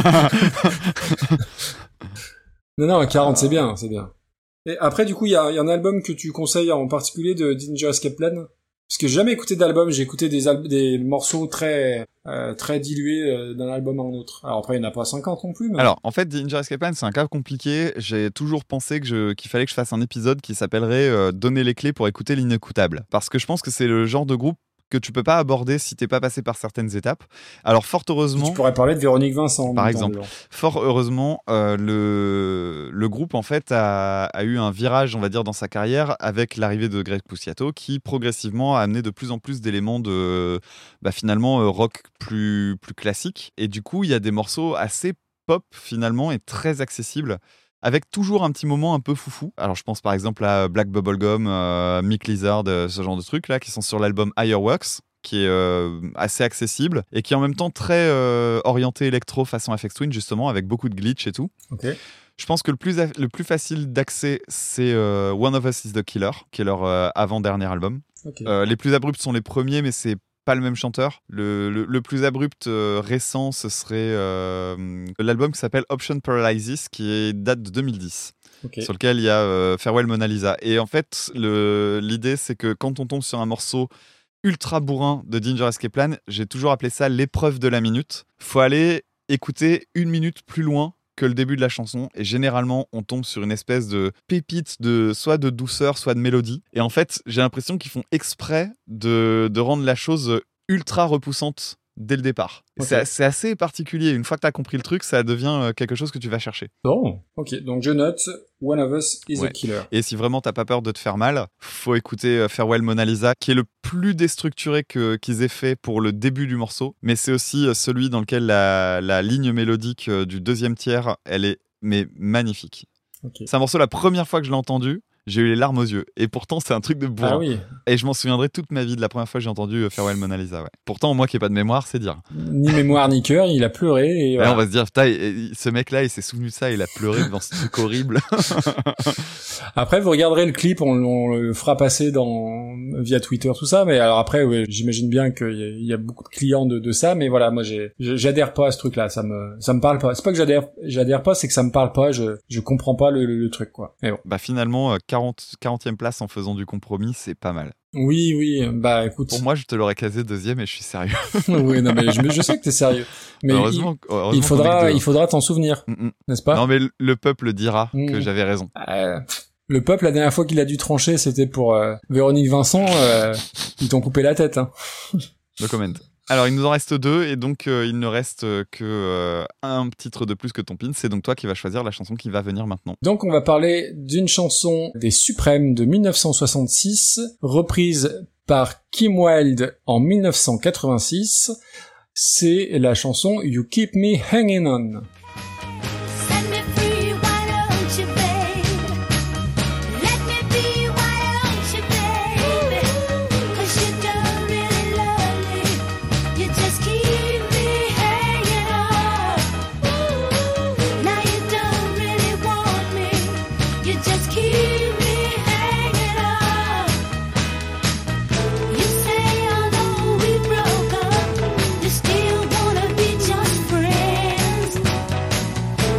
Non, non, quarante, c'est bien, c'est bien. Et après, du coup, il y a, il y a un album que tu conseilles en particulier de Danger Escape Plan? Parce que j'ai jamais écouté d'album, j'ai écouté des, al- des morceaux très, euh, très dilués euh, d'un album à un autre. Alors après, il n'y en a pas cinquante non plus, mais... Alors, en fait, Danger Escape Plan, c'est un cas compliqué. J'ai toujours pensé que je, qu'il fallait que je fasse un épisode qui s'appellerait euh, Donner les clés pour écouter l'inécoutable. Parce que je pense que c'est le genre de groupe que tu peux pas aborder si t'es pas passé par certaines étapes. Alors, fort heureusement... Tu pourrais parler de Véronique Vincent. en Par même temps, exemple. genre. Fort heureusement, euh, le, le groupe en fait a, a eu un virage, on va dire, dans sa carrière avec l'arrivée de Greg Puciato, qui progressivement a amené de plus en plus d'éléments de, bah, finalement, euh, rock plus plus classique. Et du coup, il y a des morceaux assez pop finalement et très accessibles, avec toujours un petit moment un peu foufou. Alors je pense par exemple à Black Bubblegum, euh, Mick Lizard, euh, ce genre de trucs là qui sont sur l'album Higher Works, qui est euh, assez accessible et qui est en même temps très euh, orienté électro façon Aphex Twin justement, avec beaucoup de glitch et tout. Ok. Je pense que le plus, le plus facile d'accès, c'est euh, One of Us is the Killer, qui est leur euh, avant-dernier album. Ok. Euh, les plus abrupts sont les premiers, mais c'est pas le même chanteur. Le, le, le plus abrupt euh, récent, ce serait euh, l'album qui s'appelle Option Paralysis, qui est, date de deux mille dix. Ok. Sur lequel il y a euh, Farewell Mona Lisa. Et en fait, le, l'idée, c'est que quand on tombe sur un morceau ultra bourrin de Danger Escape Plan, j'ai toujours appelé ça l'épreuve de la minute. Faut aller écouter une minute plus loin que le début de la chanson, et généralement on tombe sur une espèce de pépite de soit de douceur, soit de mélodie. Et en fait, j'ai l'impression qu'ils font exprès de, de rendre la chose ultra repoussante dès le départ. Ok. C'est, c'est assez particulier. Une fois que tu as compris le truc, ça devient quelque chose que tu vas chercher. Bon, ok. Donc je note One of Us is Ouais. a Killer. Et si vraiment t'as pas peur de te faire mal, faut écouter euh, Farewell Mona Lisa, qui est le plus déstructuré que, qu'ils aient fait pour le début du morceau, mais c'est aussi euh, celui dans lequel la, la ligne mélodique euh, du deuxième tiers, elle est mais magnifique. Ok. C'est un morceau, la première fois que je l'ai entendu, j'ai eu les larmes aux yeux. Et pourtant, c'est un truc de bourrin. Ah oui. Et je m'en souviendrai toute ma vie de la première fois que j'ai entendu euh, Farewell Mona Lisa. Ouais. Pourtant, moi qui n'ai pas de mémoire, c'est dire. Ni mémoire ni cœur, il a pleuré et Là, voilà. on va se dire, putain, il- il- ce mec-là, il s'est souvenu de ça, il a pleuré devant ce truc horrible. Après, vous regarderez le clip, on, on le fera passer dans via Twitter, tout ça. Mais alors après, ouais, j'imagine bien qu'il y, a- il y a beaucoup de clients de, de ça. Mais voilà, moi, j'ai, j'adhère pas à ce truc-là. Ça me, ça me parle pas. C'est pas que j'adhère, j'adhère pas, c'est que ça me parle pas. Je, je comprends pas le, le, le truc, quoi. Mais bon. Bah finalement, euh, quarante, quarantième place en faisant du compromis, c'est pas mal. Oui, oui. Bah, écoute. Pour moi, je te l'aurais casé deuxième et je suis sérieux. oui, non, mais je, je sais que t'es sérieux. Mais heureusement, il, heureusement il qu'on est que faudra, deux. il faudra t'en souvenir, Mm, mm. n'est-ce pas? Non mais le- le peuple dira Mm. que j'avais raison. Euh, le peuple, la dernière fois qu'il a dû trancher, c'était pour euh, Véronique Vincent. Euh, ils t'ont coupé la tête. Hein. No comment. Alors, il nous en reste deux, et donc euh, il ne reste que euh, un titre de plus que ton pin. C'est donc toi qui vas choisir la chanson qui va venir maintenant. Donc on va parler d'une chanson des Suprêmes de mille neuf cent soixante-six, reprise par Kim Wilde en mille neuf cent quatre-vingt-six. C'est la chanson You Keep Me Hanging On. Set me free, why don't you, babe? Let me be, why don't you, baby? 'Cause you don't really love me, you just keep me hanging on. Now you don't really want me, you just keep me hanging on. You say although we broke up, you still wanna be just friends.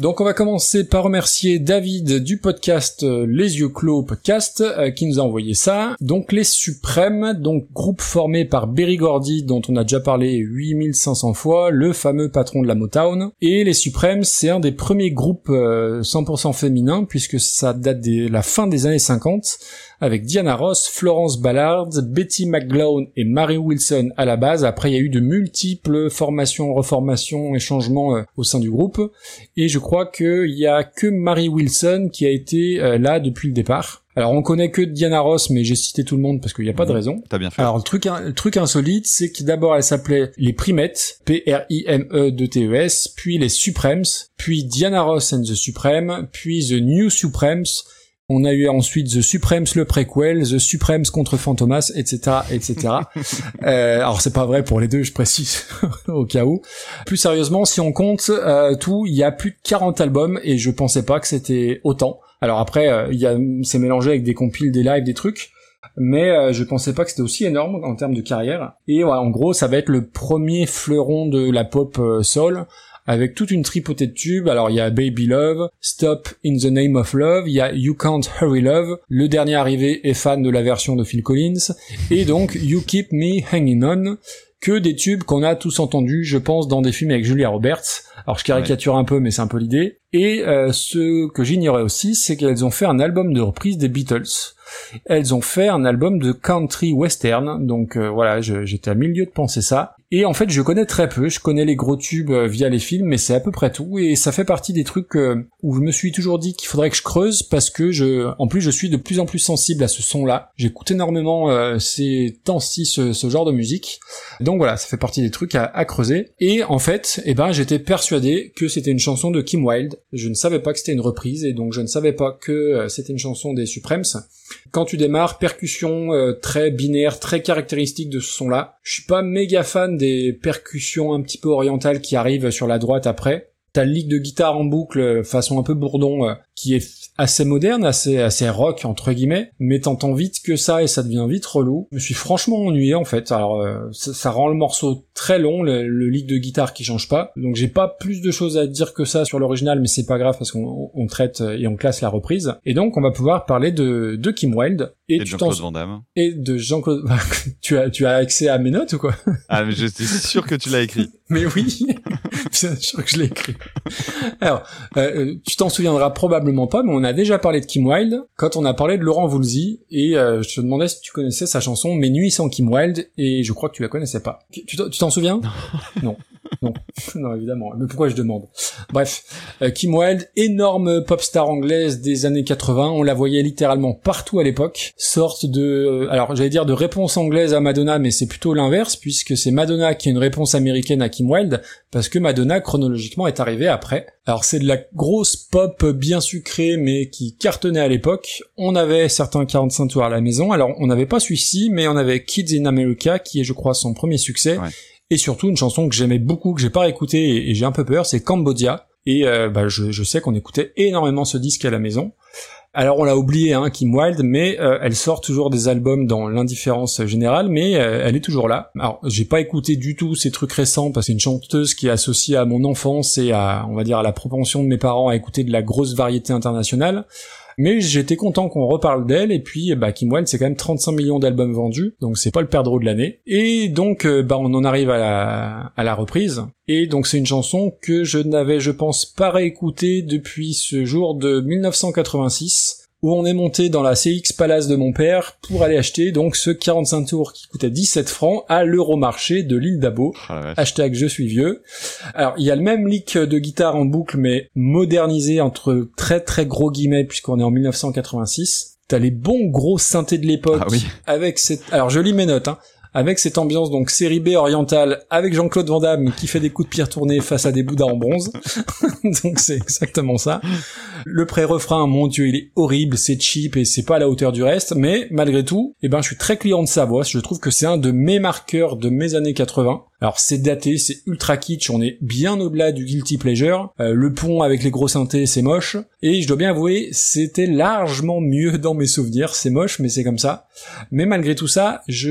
Donc on va commencer par remercier David du podcast euh, Les Yeux Clos podcast euh, qui nous a envoyé ça. Donc les Suprêmes, donc groupe formé par Berry Gordy dont on a déjà parlé huit mille cinq cents fois, le fameux patron de la Motown. Et les Suprêmes, c'est un des premiers groupes euh, cent pour cent féminins puisque ça date de la fin des années cinquante avec Diana Ross, Florence Ballard, Betty McGlown et Mary Wilson à la base. Après, il y a eu de multiples formations, reformations et changements euh, au sein du groupe. Et je crois qu'il y a que Mary Wilson qui a été euh, là depuis le départ. Alors, on connaît que Diana Ross, mais j'ai cité tout le monde parce qu'il n'y a pas de raison. T'as bien fait. Alors, le truc, le truc insolite, c'est que d'abord, elle s'appelait les Primettes, P R I M E deux T E S, puis les Supremes, puis Diana Ross and the Supremes, puis The New Supremes. On a eu ensuite The Supremes le préquel, The Supremes contre Fantomas, et cetera, et cetera. euh, alors c'est pas vrai pour les deux, je précise, au cas où. Plus sérieusement, si on compte euh, tout, il y a plus de quarante albums et je pensais pas que c'était autant. Alors après, euh, il y a, c'est mélangé avec des compiles, des lives, des trucs, mais euh, je pensais pas que c'était aussi énorme en termes de carrière. Et voilà, en gros, ça va être le premier fleuron de la pop euh, soul, avec toute une tripotée de tubes. Alors il y a Baby Love, Stop in the Name of Love, il y a You Can't Hurry Love, le dernier arrivé est fan de la version de Phil Collins, et donc You Keep Me Hanging On, que des tubes qu'on a tous entendus, je pense, dans des films avec Julia Roberts. Alors je caricature ouais. un peu, mais c'est un peu l'idée. Et euh, ce que j'ignorais aussi, c'est qu'elles ont fait un album de reprise des Beatles. Elles ont fait un album de country western, donc euh, voilà, je, j'étais à mille lieues de penser ça. Et en fait, je connais très peu, je connais les gros tubes euh, via les films, mais c'est à peu près tout, et ça fait partie des trucs euh, où je me suis toujours dit qu'il faudrait que je creuse, parce que je, en plus, je suis de plus en plus sensible à ce son-là. J'écoute énormément euh, ces temps-ci ce, ce genre de musique, donc voilà, ça fait partie des trucs à, à creuser. Et en fait, eh ben, j'étais persuadé que c'était une chanson de Kim Wilde. Je ne savais pas que c'était une reprise, et donc je ne savais pas que euh, c'était une chanson des Supremes. Quand tu démarres, percussion euh, très binaire, très caractéristique de ce son-là. Je suis pas méga fan des percussions un petit peu orientales qui arrivent sur la droite après. T'as le lick de guitare en boucle, façon un peu bourdon, euh, qui est assez moderne, assez assez rock entre guillemets, mais t'entends vite que ça et ça devient vite relou. Je me suis franchement ennuyé en fait. Alors euh, ça, ça rend le morceau très long, le, le lick de guitare qui change pas. Donc j'ai pas plus de choses à dire que ça sur l'original, mais c'est pas grave parce qu'on on traite et on classe la reprise. Et donc on va pouvoir parler de de Kim Wilde et, et de Jean-Claude Van Damme. Et de Jean-Claude. tu as tu as accès à mes notes ou quoi? Ah mais je suis sûr que tu l'as écrit. Mais oui, bien sûr que je l'ai écrit. Alors, euh, tu t'en souviendras probablement pas, mais on a déjà parlé de Kim Wilde quand on a parlé de Laurent Voulzy, et euh, je te demandais si tu connaissais sa chanson Mes nuits sans Kim Wilde, et je crois que tu la connaissais pas. Tu t'en, tu t'en souviens? Non. Non. Non, évidemment. Mais pourquoi je demande? Bref, euh, Kim Wilde, énorme pop star anglaise des années quatre-vingts, on la voyait littéralement partout à l'époque, sorte de, euh, alors j'allais dire de réponse anglaise à Madonna, mais c'est plutôt l'inverse, puisque c'est Madonna qui est une réponse américaine à Kim Wilde, parce que Madonna, chronologiquement, est arrivée après. Alors c'est de la grosse pop bien sucrée, mais qui cartonnait à l'époque. On avait certains quarante-cinq tours à la maison, alors on n'avait pas celui-ci, mais on avait Kids in America, qui est je crois son premier succès, ouais. Et surtout une chanson que j'aimais beaucoup, que j'ai pas réécoutée, et, et j'ai un peu peur, c'est Cambodia, et euh, bah, je, je sais qu'on écoutait énormément ce disque à la maison. Alors on l'a oublié, hein, Kim Wilde, mais euh, elle sort toujours des albums dans l'indifférence générale, mais euh, elle est toujours là. Alors j'ai pas écouté du tout ces trucs récents, parce que c'est une chanteuse qui est associée à mon enfance et à, on va dire, à la propension de mes parents à écouter de la grosse variété internationale. Mais j'étais content qu'on reparle d'elle, et puis bah Kim Wilde c'est quand même trente-cinq millions d'albums vendus, donc c'est pas le perdreau de l'année. Et donc euh, bah on en arrive à la à la reprise, et donc c'est une chanson que je n'avais je pense pas réécoutée depuis ce jour de dix-neuf cent quatre-vingt-six, où on est monté dans la C X Palace de mon père pour aller acheter donc ce quarante-cinq tours qui coûtait dix-sept francs à l'Euromarché de l'île d'Abo. Ah, hashtag je suis vieux. Alors il y a le même lick de guitare en boucle, mais modernisé entre très très gros guillemets, puisqu'on est en dix-neuf cent quatre-vingt-six. T'as les bons gros synthés de l'époque, ah, oui. Avec cette, alors je lis mes notes, hein. Avec cette ambiance donc série B orientale, avec Jean-Claude Van Damme qui fait des coups de pied retournés face à des bouddhas en bronze. Donc c'est exactement ça. Le pré-refrain, mon Dieu, il est horrible, c'est cheap et c'est pas à la hauteur du reste, mais malgré tout, eh ben je suis très client de sa voix, je trouve que c'est un de mes marqueurs de mes années quatre-vingts. Alors c'est daté, c'est ultra kitsch, on est bien au-delà du guilty pleasure, euh, le pont avec les gros synthés c'est moche, et je dois bien avouer, c'était largement mieux dans mes souvenirs, c'est moche mais c'est comme ça. Mais malgré tout ça, je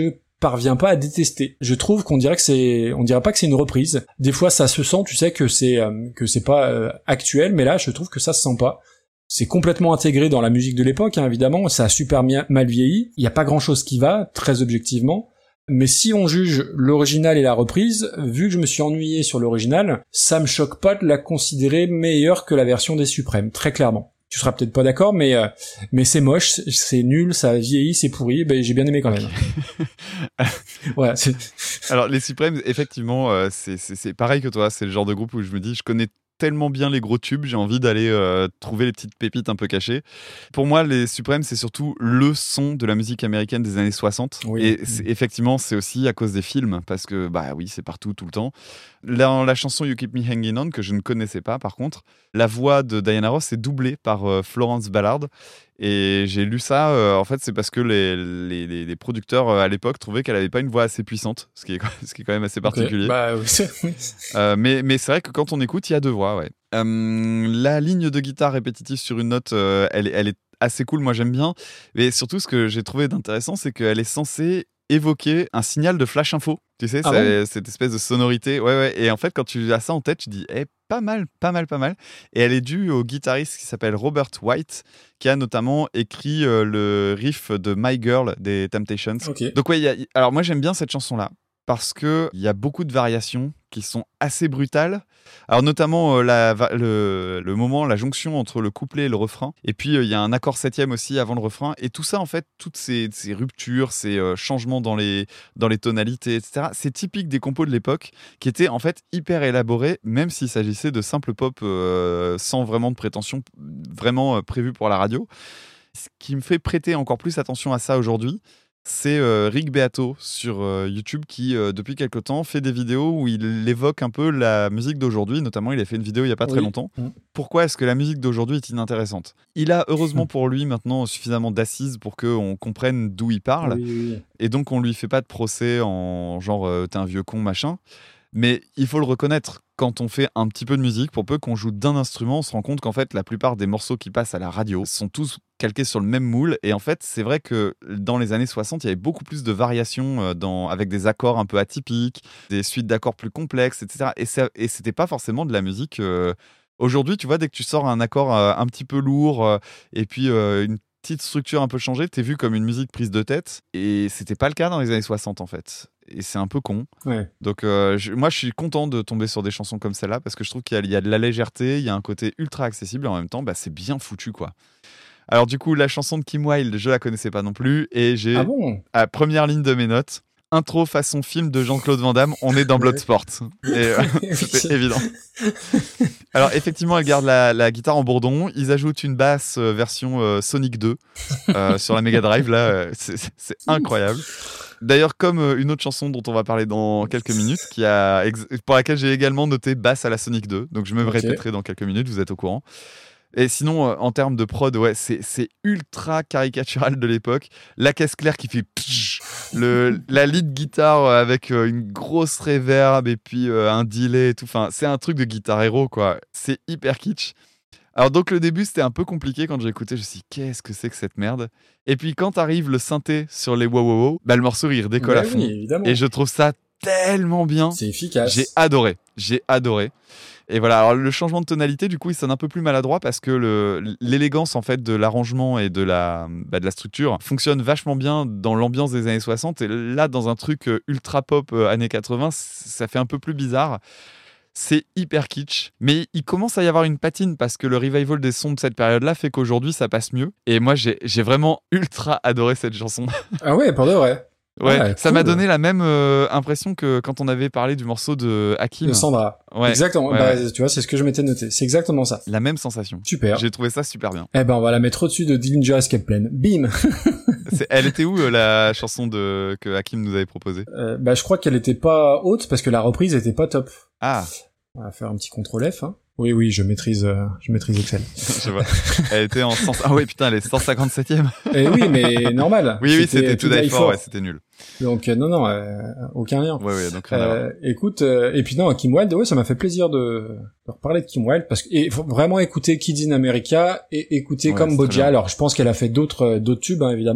parvient pas à détester. Je trouve qu'on dirait que c'est, on dirait pas que c'est une reprise. Des fois, ça se sent, tu sais, que c'est euh, que c'est pas euh, actuel, mais là, je trouve que ça se sent pas. C'est complètement intégré dans la musique de l'époque, hein, évidemment. Ça a super mi- mal vieilli. Il y a pas grand-chose qui va, très objectivement. Mais si on juge l'original et la reprise, vu que je me suis ennuyé sur l'original, ça me choque pas de la considérer meilleure que la version des Suprêmes, très clairement. Tu seras peut-être pas d'accord, mais euh, mais c'est moche, c'est nul, ça a vieilli, c'est pourri. Ben j'ai bien aimé quand même. Voilà. C'est... Alors les Suprêmes, effectivement, euh, c'est, c'est c'est pareil que toi. C'est le genre de groupe où je me dis, je connais tellement bien les gros tubes, j'ai envie d'aller euh, trouver les petites pépites un peu cachées. Pour moi, les Suprêmes, c'est surtout le son de la musique américaine des années soixante. Oui. Et c'est, effectivement, c'est aussi à cause des films, parce que, bah oui, c'est partout, tout le temps. Dans la chanson You Keep Me Hanging On, que je ne connaissais pas, par contre, la voix de Diana Ross est doublée par euh, Florence Ballard. Et j'ai lu ça, euh, en fait, c'est parce que les, les, les, les producteurs euh, à l'époque trouvaient qu'elle n'avait pas une voix assez puissante, ce qui est, ce qui est quand même assez particulier. Okay. Bah, oui. euh, mais, mais c'est vrai que quand on écoute, il y a deux voix, ouais. Euh, la ligne de guitare répétitive sur une note, euh, elle, elle est assez cool, moi j'aime bien. Mais surtout, ce que j'ai trouvé d'intéressant, c'est qu'elle est censée évoquer un signal de flash info. Tu sais, ah c'est, bon cette espèce de sonorité. Ouais, ouais. Et en fait, quand tu as ça en tête, tu dis, eh, pas mal, pas mal, pas mal. Et elle est due au guitariste qui s'appelle Robert White, qui a notamment écrit euh, le riff de My Girl des Temptations. Okay. Donc, ouais, y a, alors moi, j'aime bien cette chanson-là parce qu'il y a beaucoup de variations qui sont assez brutales. Alors notamment euh, la, le, le moment, la jonction entre le couplet et le refrain. Et puis il euh, y a un accord septième aussi avant le refrain. Et tout ça, en fait, toutes ces, ces ruptures, ces euh, changements dans les, dans les tonalités, et cetera, c'est typique des compos de l'époque qui étaient en fait hyper élaborés, même s'il s'agissait de simple pop euh, sans vraiment de prétention, vraiment euh, prévu pour la radio. Ce qui me fait prêter encore plus attention à ça aujourd'hui, c'est euh, Rick Beato sur euh, YouTube qui, euh, depuis quelque temps, fait des vidéos où il évoque un peu la musique d'aujourd'hui. Notamment, il a fait une vidéo il n'y a pas très oui. longtemps. Mmh. Pourquoi est-ce que la musique d'aujourd'hui est inintéressante ? Il a, heureusement pour lui, maintenant suffisamment d'assises pour qu'on comprenne d'où il parle. Oui, oui. Et donc, on ne lui fait pas de procès en genre euh, « t'es un vieux con, machin ». Mais il faut le reconnaître, quand on fait un petit peu de musique, pour peu qu'on joue d'un instrument, on se rend compte qu'en fait, la plupart des morceaux qui passent à la radio sont tous calqués sur le même moule. Et en fait, c'est vrai que dans les années soixante, il y avait beaucoup plus de variations dans, avec des accords un peu atypiques, des suites d'accords plus complexes, et cetera. Et, ça, et c'était pas forcément de la musique... Euh... Aujourd'hui, tu vois, dès que tu sors un accord euh, un petit peu lourd euh, et puis euh, une petite structure un peu changée, t'es vu comme une musique prise de tête. Et c'était pas le cas dans les années soixante, en fait. Et c'est un peu con. Ouais. Donc euh, je, moi je suis content de tomber sur des chansons comme celle-là parce que je trouve qu'il y a, il y a de la légèreté, il y a un côté ultra accessible et en même temps bah, c'est bien foutu quoi. Alors du coup la chanson de Kim Wilde je la connaissais pas non plus et j'ai ah bon à première ligne de mes notes intro façon film de Jean-Claude Van Damme, on est dans Bloodsport. Et euh, c'était évident. Alors effectivement, elle garde la, la guitare en bourdon. Ils ajoutent une basse euh, version euh, Sonic deux euh, sur la Mega Drive. Là, euh, c'est, c'est incroyable. D'ailleurs, comme euh, une autre chanson dont on va parler dans quelques minutes, qui a ex- pour laquelle j'ai également noté basse à la Sonic deux. Donc je me okay. répéterai dans quelques minutes, vous êtes au courant. Et sinon, euh, en termes de prod, ouais, c'est, c'est ultra caricatural de l'époque. La caisse claire qui fait psh, le, la lead guitare avec euh, une grosse reverb et puis euh, un delay et tout. Enfin, c'est un truc de guitare héros, quoi. C'est hyper kitsch. Alors donc le début, c'était un peu compliqué quand j'ai écouté. Je me suis dit, qu'est-ce que c'est que cette merde ? Et puis quand arrive le synthé sur les wow wow wow, bah, le morceau, il redécolle bah à fond. Oui, évidemment. Et je trouve ça tellement bien. C'est efficace. J'ai adoré. J'ai adoré. Et voilà, alors le changement de tonalité, du coup, il sonne un peu plus maladroit parce que le, l'élégance en fait de l'arrangement et de la, bah, de la structure fonctionne vachement bien dans l'ambiance des années soixante. Et là, dans un truc ultra pop euh, années quatre-vingts, ça fait un peu plus bizarre. C'est hyper kitsch, mais il commence à y avoir une patine parce que le revival des sons de cette période-là fait qu'aujourd'hui, ça passe mieux. Et moi, j'ai, j'ai vraiment ultra adoré cette chanson. Ah ouais, pour de vrai. Ouais, ouais, ça cool. m'a donné la même euh, impression que quand on avait parlé du morceau de Hakim. De Sandra. Ouais. Exactement. Ouais, bah, ouais. Tu vois, c'est ce que je m'étais noté. C'est exactement ça. La même sensation. Super. J'ai trouvé ça super bien. Eh ben, on va la mettre au-dessus de Dillinger Escape Plan. Bim. C'est, elle était où euh, la chanson de que Hakim nous avait proposée ? euh, Bah, je crois qu'elle était pas haute parce que la reprise était pas top. Ah. On va faire un petit contrôle F. Hein. Oui, oui, je maîtrise, euh, je maîtrise Excel. Je vois. Elle était en cent... Ah oui, putain, elle est cent cinquante-septième. Et oui, mais normal. Oui, oui, c'était tout Die For, ouais, c'était nul. Donc euh, non, non, euh, aucun lien. Ouais, ouais, donc rien à euh, voir. Écoute, euh, et puis non, Kim Wilde, ouais, ça m'a fait plaisir de, de reparler de Kim Wilde parce que et faut vraiment écouter Kids in America et écouter ouais, comme Bodja. Alors, je pense qu'elle a fait d'autres, d'autres tubes, hein, évidemment.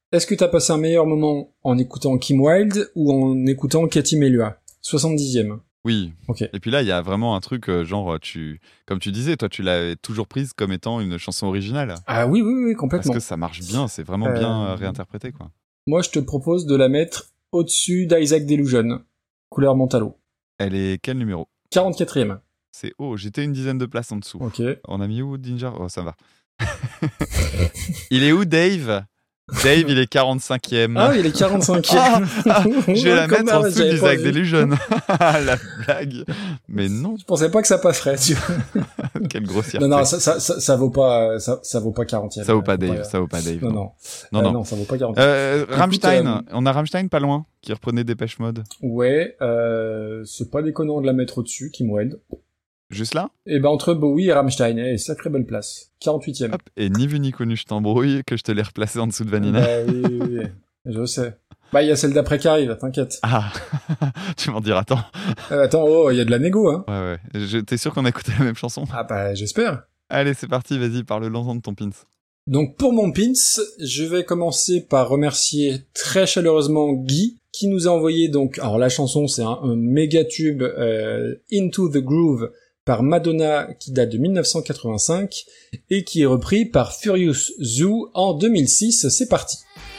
Est-ce que t'as passé un meilleur moment en écoutant Kim Wilde ou en écoutant Katy Melua? soixante-dixième. Oui. Ok. Et puis là, il y a vraiment un truc, euh, genre, tu, comme tu disais, toi, tu l'avais toujours prise comme étant une chanson originale. Ah oui, oui, oui, complètement. Parce que ça marche bien, c'est vraiment Euh, bien euh, réinterprété, quoi. Moi, je te propose de la mettre au-dessus d'Isaac Delusion, couleur Mentalo. Elle est quel numéro? quarante-quatrième. C'est haut, j'étais une dizaine de places en dessous. Ok. On a mis où, Ginger? Oh, ça va. Il est où, Dave? Dave, il est quarante-cinquième. Ah, il est quarante-cinquième. Ah, ah, je vais la Comme mettre en ça, dessous j'avais pas d'Isaac vu. Delusion. La blague. Mais non, Je pensais pas que ça passerait, tu vois. quelle grossièreté. Non, non, ça, ça, ça, ça vaut pas, ça, ça vaut pas quarantième. Ça vaut pas Faut Dave, ça vaut pas Dave. Non, non. Non, Euh, non. non, ça vaut pas quarantième. Euh, Rammstein, euh, on a Rammstein pas loin, qui reprenait Dépêche Mode. Ouais, euh, c'est pas déconnant de la mettre au-dessus, Kim Wilde. Juste là? Et ben, entre Bowie et Rammstein, eh, sacrée belle place. quarante-huitième. Hop, et ni vu ni connu, je t'embrouille, que je te l'ai replacé en dessous de Vanina. Bah, oui, oui, oui. Je sais. Bah, il y a celle d'après qui arrive, t'inquiète. Ah, tu m'en diras tant. Euh, attends, oh, il y a de la négo, hein. Ouais, ouais. Je- T'es sûr qu'on a écouté la même chanson? Ah bah, j'espère. Allez, c'est parti, vas-y, parle-en de ton pins. Donc pour mon pins, je vais commencer par remercier très chaleureusement Guy qui nous a envoyé donc, alors la chanson c'est un, un méga tube, euh, Into the Groove par Madonna qui date de mille neuf cent quatre-vingt-cinq et qui est repris par Furious Zoo en deux mille six. C'est parti.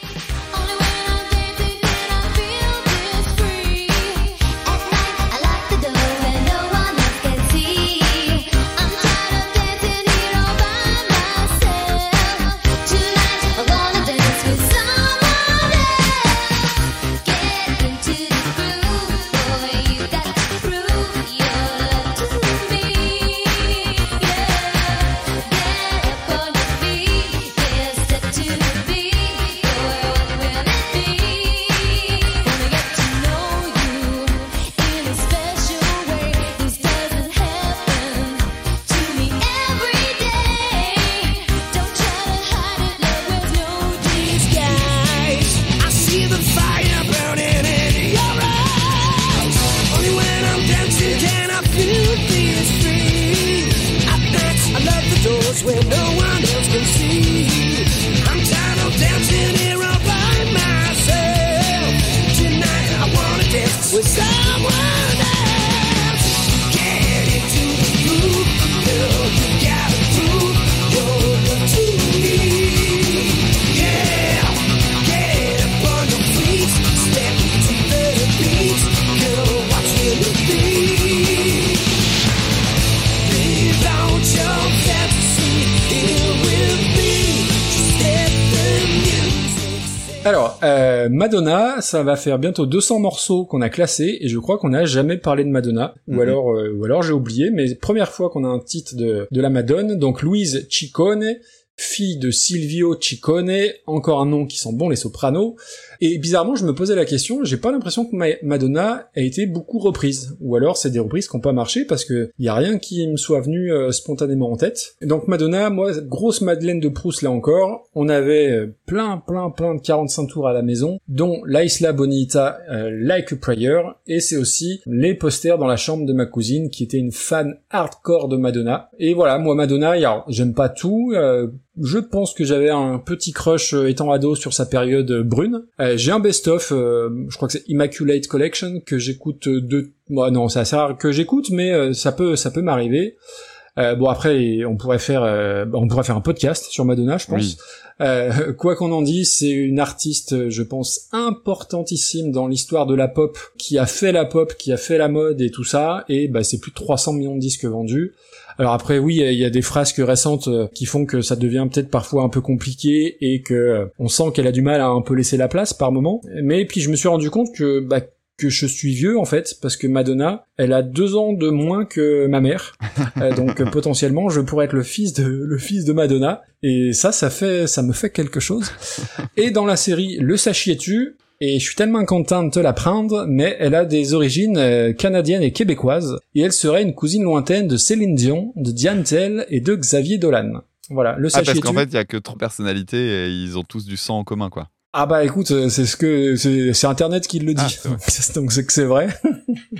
Alors, euh, Madonna, ça va faire bientôt deux cents morceaux qu'on a classés, et je crois qu'on n'a jamais parlé de Madonna, ou Mhm. alors euh, ou alors j'ai oublié, mais première fois qu'on a un titre de, de la Madone, donc Louise Ciccone, fille de Silvio Ciccone, encore un nom qui sent bon, les sopranos, et bizarrement je me posais la question, j'ai pas l'impression que Ma- Madonna a été beaucoup reprise, ou alors c'est des reprises qui ont pas marché, parce que y a rien qui me soit venu euh, spontanément en tête. Donc Madonna, moi, grosse Madeleine de Proust là encore, on avait euh, plein, plein, plein de quarante-cinq tours à la maison, dont La Isla Bonita, euh, Like a Prayer, et c'est aussi les posters dans la chambre de ma cousine, qui était une fan hardcore de Madonna. Et voilà, moi Madonna, y a- j'aime pas tout, euh, je pense que j'avais un petit crush euh, étant ado sur sa période euh, brune. Euh, j'ai un best-of, euh, je crois que c'est Immaculate Collection, que j'écoute euh, de... Bon, non, c'est assez rare que j'écoute, mais euh, ça peut ça peut m'arriver. Euh, bon, après, on pourrait faire euh, on pourrait faire un podcast sur Madonna, je pense. Oui. Euh, quoi qu'on en dise, c'est une artiste, je pense, importantissime dans l'histoire de la pop, qui a fait la pop, qui a fait la mode et tout ça, et bah c'est plus de trois cents millions de disques vendus. Alors après, oui, il y a des frasques récentes euh, qui font que ça devient peut-être parfois un peu compliqué et que euh, on sent qu'elle a du mal à un peu laisser la place par moment. Mais puis je me suis rendu compte que bah, que je suis vieux en fait, parce que Madonna, elle a deux ans de moins que ma mère, euh, donc euh, potentiellement je pourrais être le fils de le fils de Madonna, et ça, ça fait ça me fait quelque chose. Et dans la série Le Sachiez-tu, et je suis tellement content de te l'apprendre, mais elle a des origines euh, canadiennes et québécoises, et elle serait une cousine lointaine de Céline Dion, de Diane Tell et de Xavier Dolan. Voilà, le Ah, parce sachiez-tu. qu'en fait, il y a que trois personnalités et ils ont tous du sang en commun, quoi. Ah bah écoute, euh, c'est ce que c'est, c'est Internet qui le dit, Ah, c'est vrai. donc c'est que c'est vrai.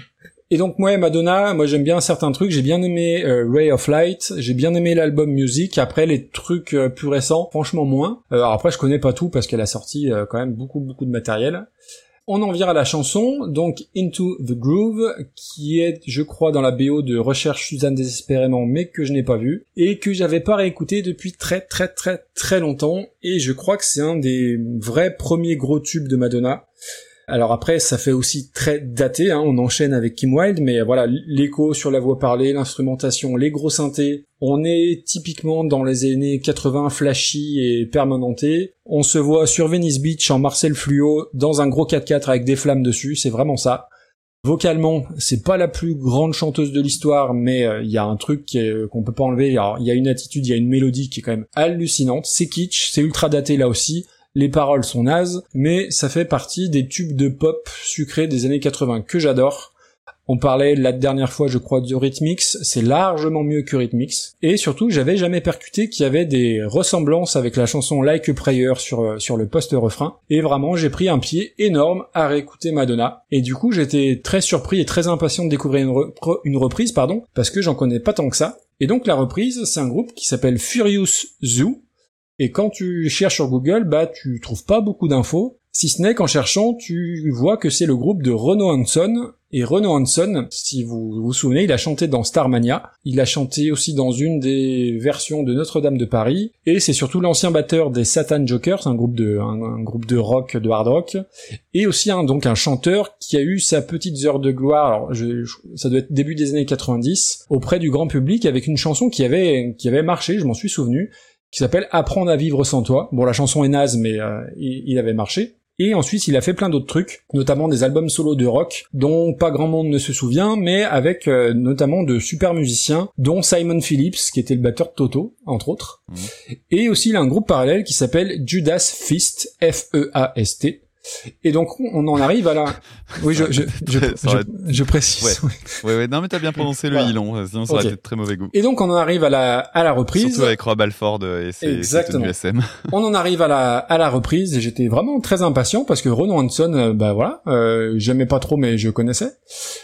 Et donc moi Madonna, moi j'aime bien certains trucs, j'ai bien aimé euh, Ray of Light, j'ai bien aimé l'album Music, après les trucs euh, plus récents, franchement moins. Euh, alors après je connais pas tout parce qu'elle a sorti euh, quand même beaucoup beaucoup de matériel. On en vient à la chanson, donc Into the Groove, qui est je crois dans la B O de Recherche Suzanne désespérément mais que je n'ai pas vu, et que j'avais pas réécouté depuis très très très très longtemps, et je crois que c'est un des vrais premiers gros tubes de Madonna. Alors après, ça fait aussi très daté, hein, on enchaîne avec Kim Wilde, mais voilà, l'écho sur la voix parlée, l'instrumentation, les gros synthés, on est typiquement dans les années quatre-vingts, flashy et permanenté. On se voit sur Venice Beach en Marcel Fluo, dans un gros quatre-quatre avec des flammes dessus, c'est vraiment ça. Vocalement, c'est pas la plus grande chanteuse de l'histoire, mais il euh, y a un truc qui est, qu'on peut pas enlever. Alors, il y a une attitude, il y a une mélodie qui est quand même hallucinante, c'est kitsch, c'est ultra daté là aussi. Les paroles sont nazes, mais ça fait partie des tubes de pop sucrés des années quatre-vingts que j'adore. On parlait la dernière fois, je crois, de Rhythmix, c'est largement mieux que Rhythmix. Et surtout, j'avais jamais percuté qu'il y avait des ressemblances avec la chanson Like a Prayer sur, sur le post-refrain. Et vraiment, j'ai pris un pied énorme à réécouter Madonna. Et du coup, j'étais très surpris et très impatient de découvrir une, re- une reprise, pardon, parce que j'en connais pas tant que ça. Et donc, la reprise, c'est un groupe qui s'appelle Furious Zoo. Et quand tu cherches sur Google, bah tu trouves pas beaucoup d'infos, si ce n'est qu'en cherchant, tu vois que c'est le groupe de Renaud Hanson. Et Renaud Hanson, si vous vous souvenez, il a chanté dans Starmania, il a chanté aussi dans une des versions de Notre-Dame de Paris, et c'est surtout l'ancien batteur des Satan Jokers, un groupe de un, un groupe de rock, de hard rock, et aussi un, donc un chanteur qui a eu sa petite heure de gloire, alors je, je, ça doit être début des années quatre-vingt-dix, auprès du grand public avec une chanson qui avait qui avait marché, je m'en suis souvenu, qui s'appelle Apprendre à vivre sans toi. Bon, la chanson est naze, mais euh, il, il avait marché. Et ensuite, il a fait plein d'autres trucs, notamment des albums solo de rock, dont pas grand monde ne se souvient, mais avec euh, notamment de super musiciens, dont Simon Phillips, qui était le batteur de Toto, entre autres. Mmh. Et aussi, il a un groupe parallèle qui s'appelle Judas Fist, F E A S T. Et donc on en arrive à la. Oui, je je je, je, je précise. Ouais. ouais, ouais, non mais t'as bien prononcé le voilà. Ilon, sinon ça okay. aurait été de très mauvais goût. Et donc on en arrive à la à la reprise. Surtout avec Rob Alford et ses, ses tenues S M. On en arrive à la à la reprise et j'étais vraiment très impatient parce que Renaud Hanson, euh, bah voilà, euh, j'aimais pas trop mais je connaissais.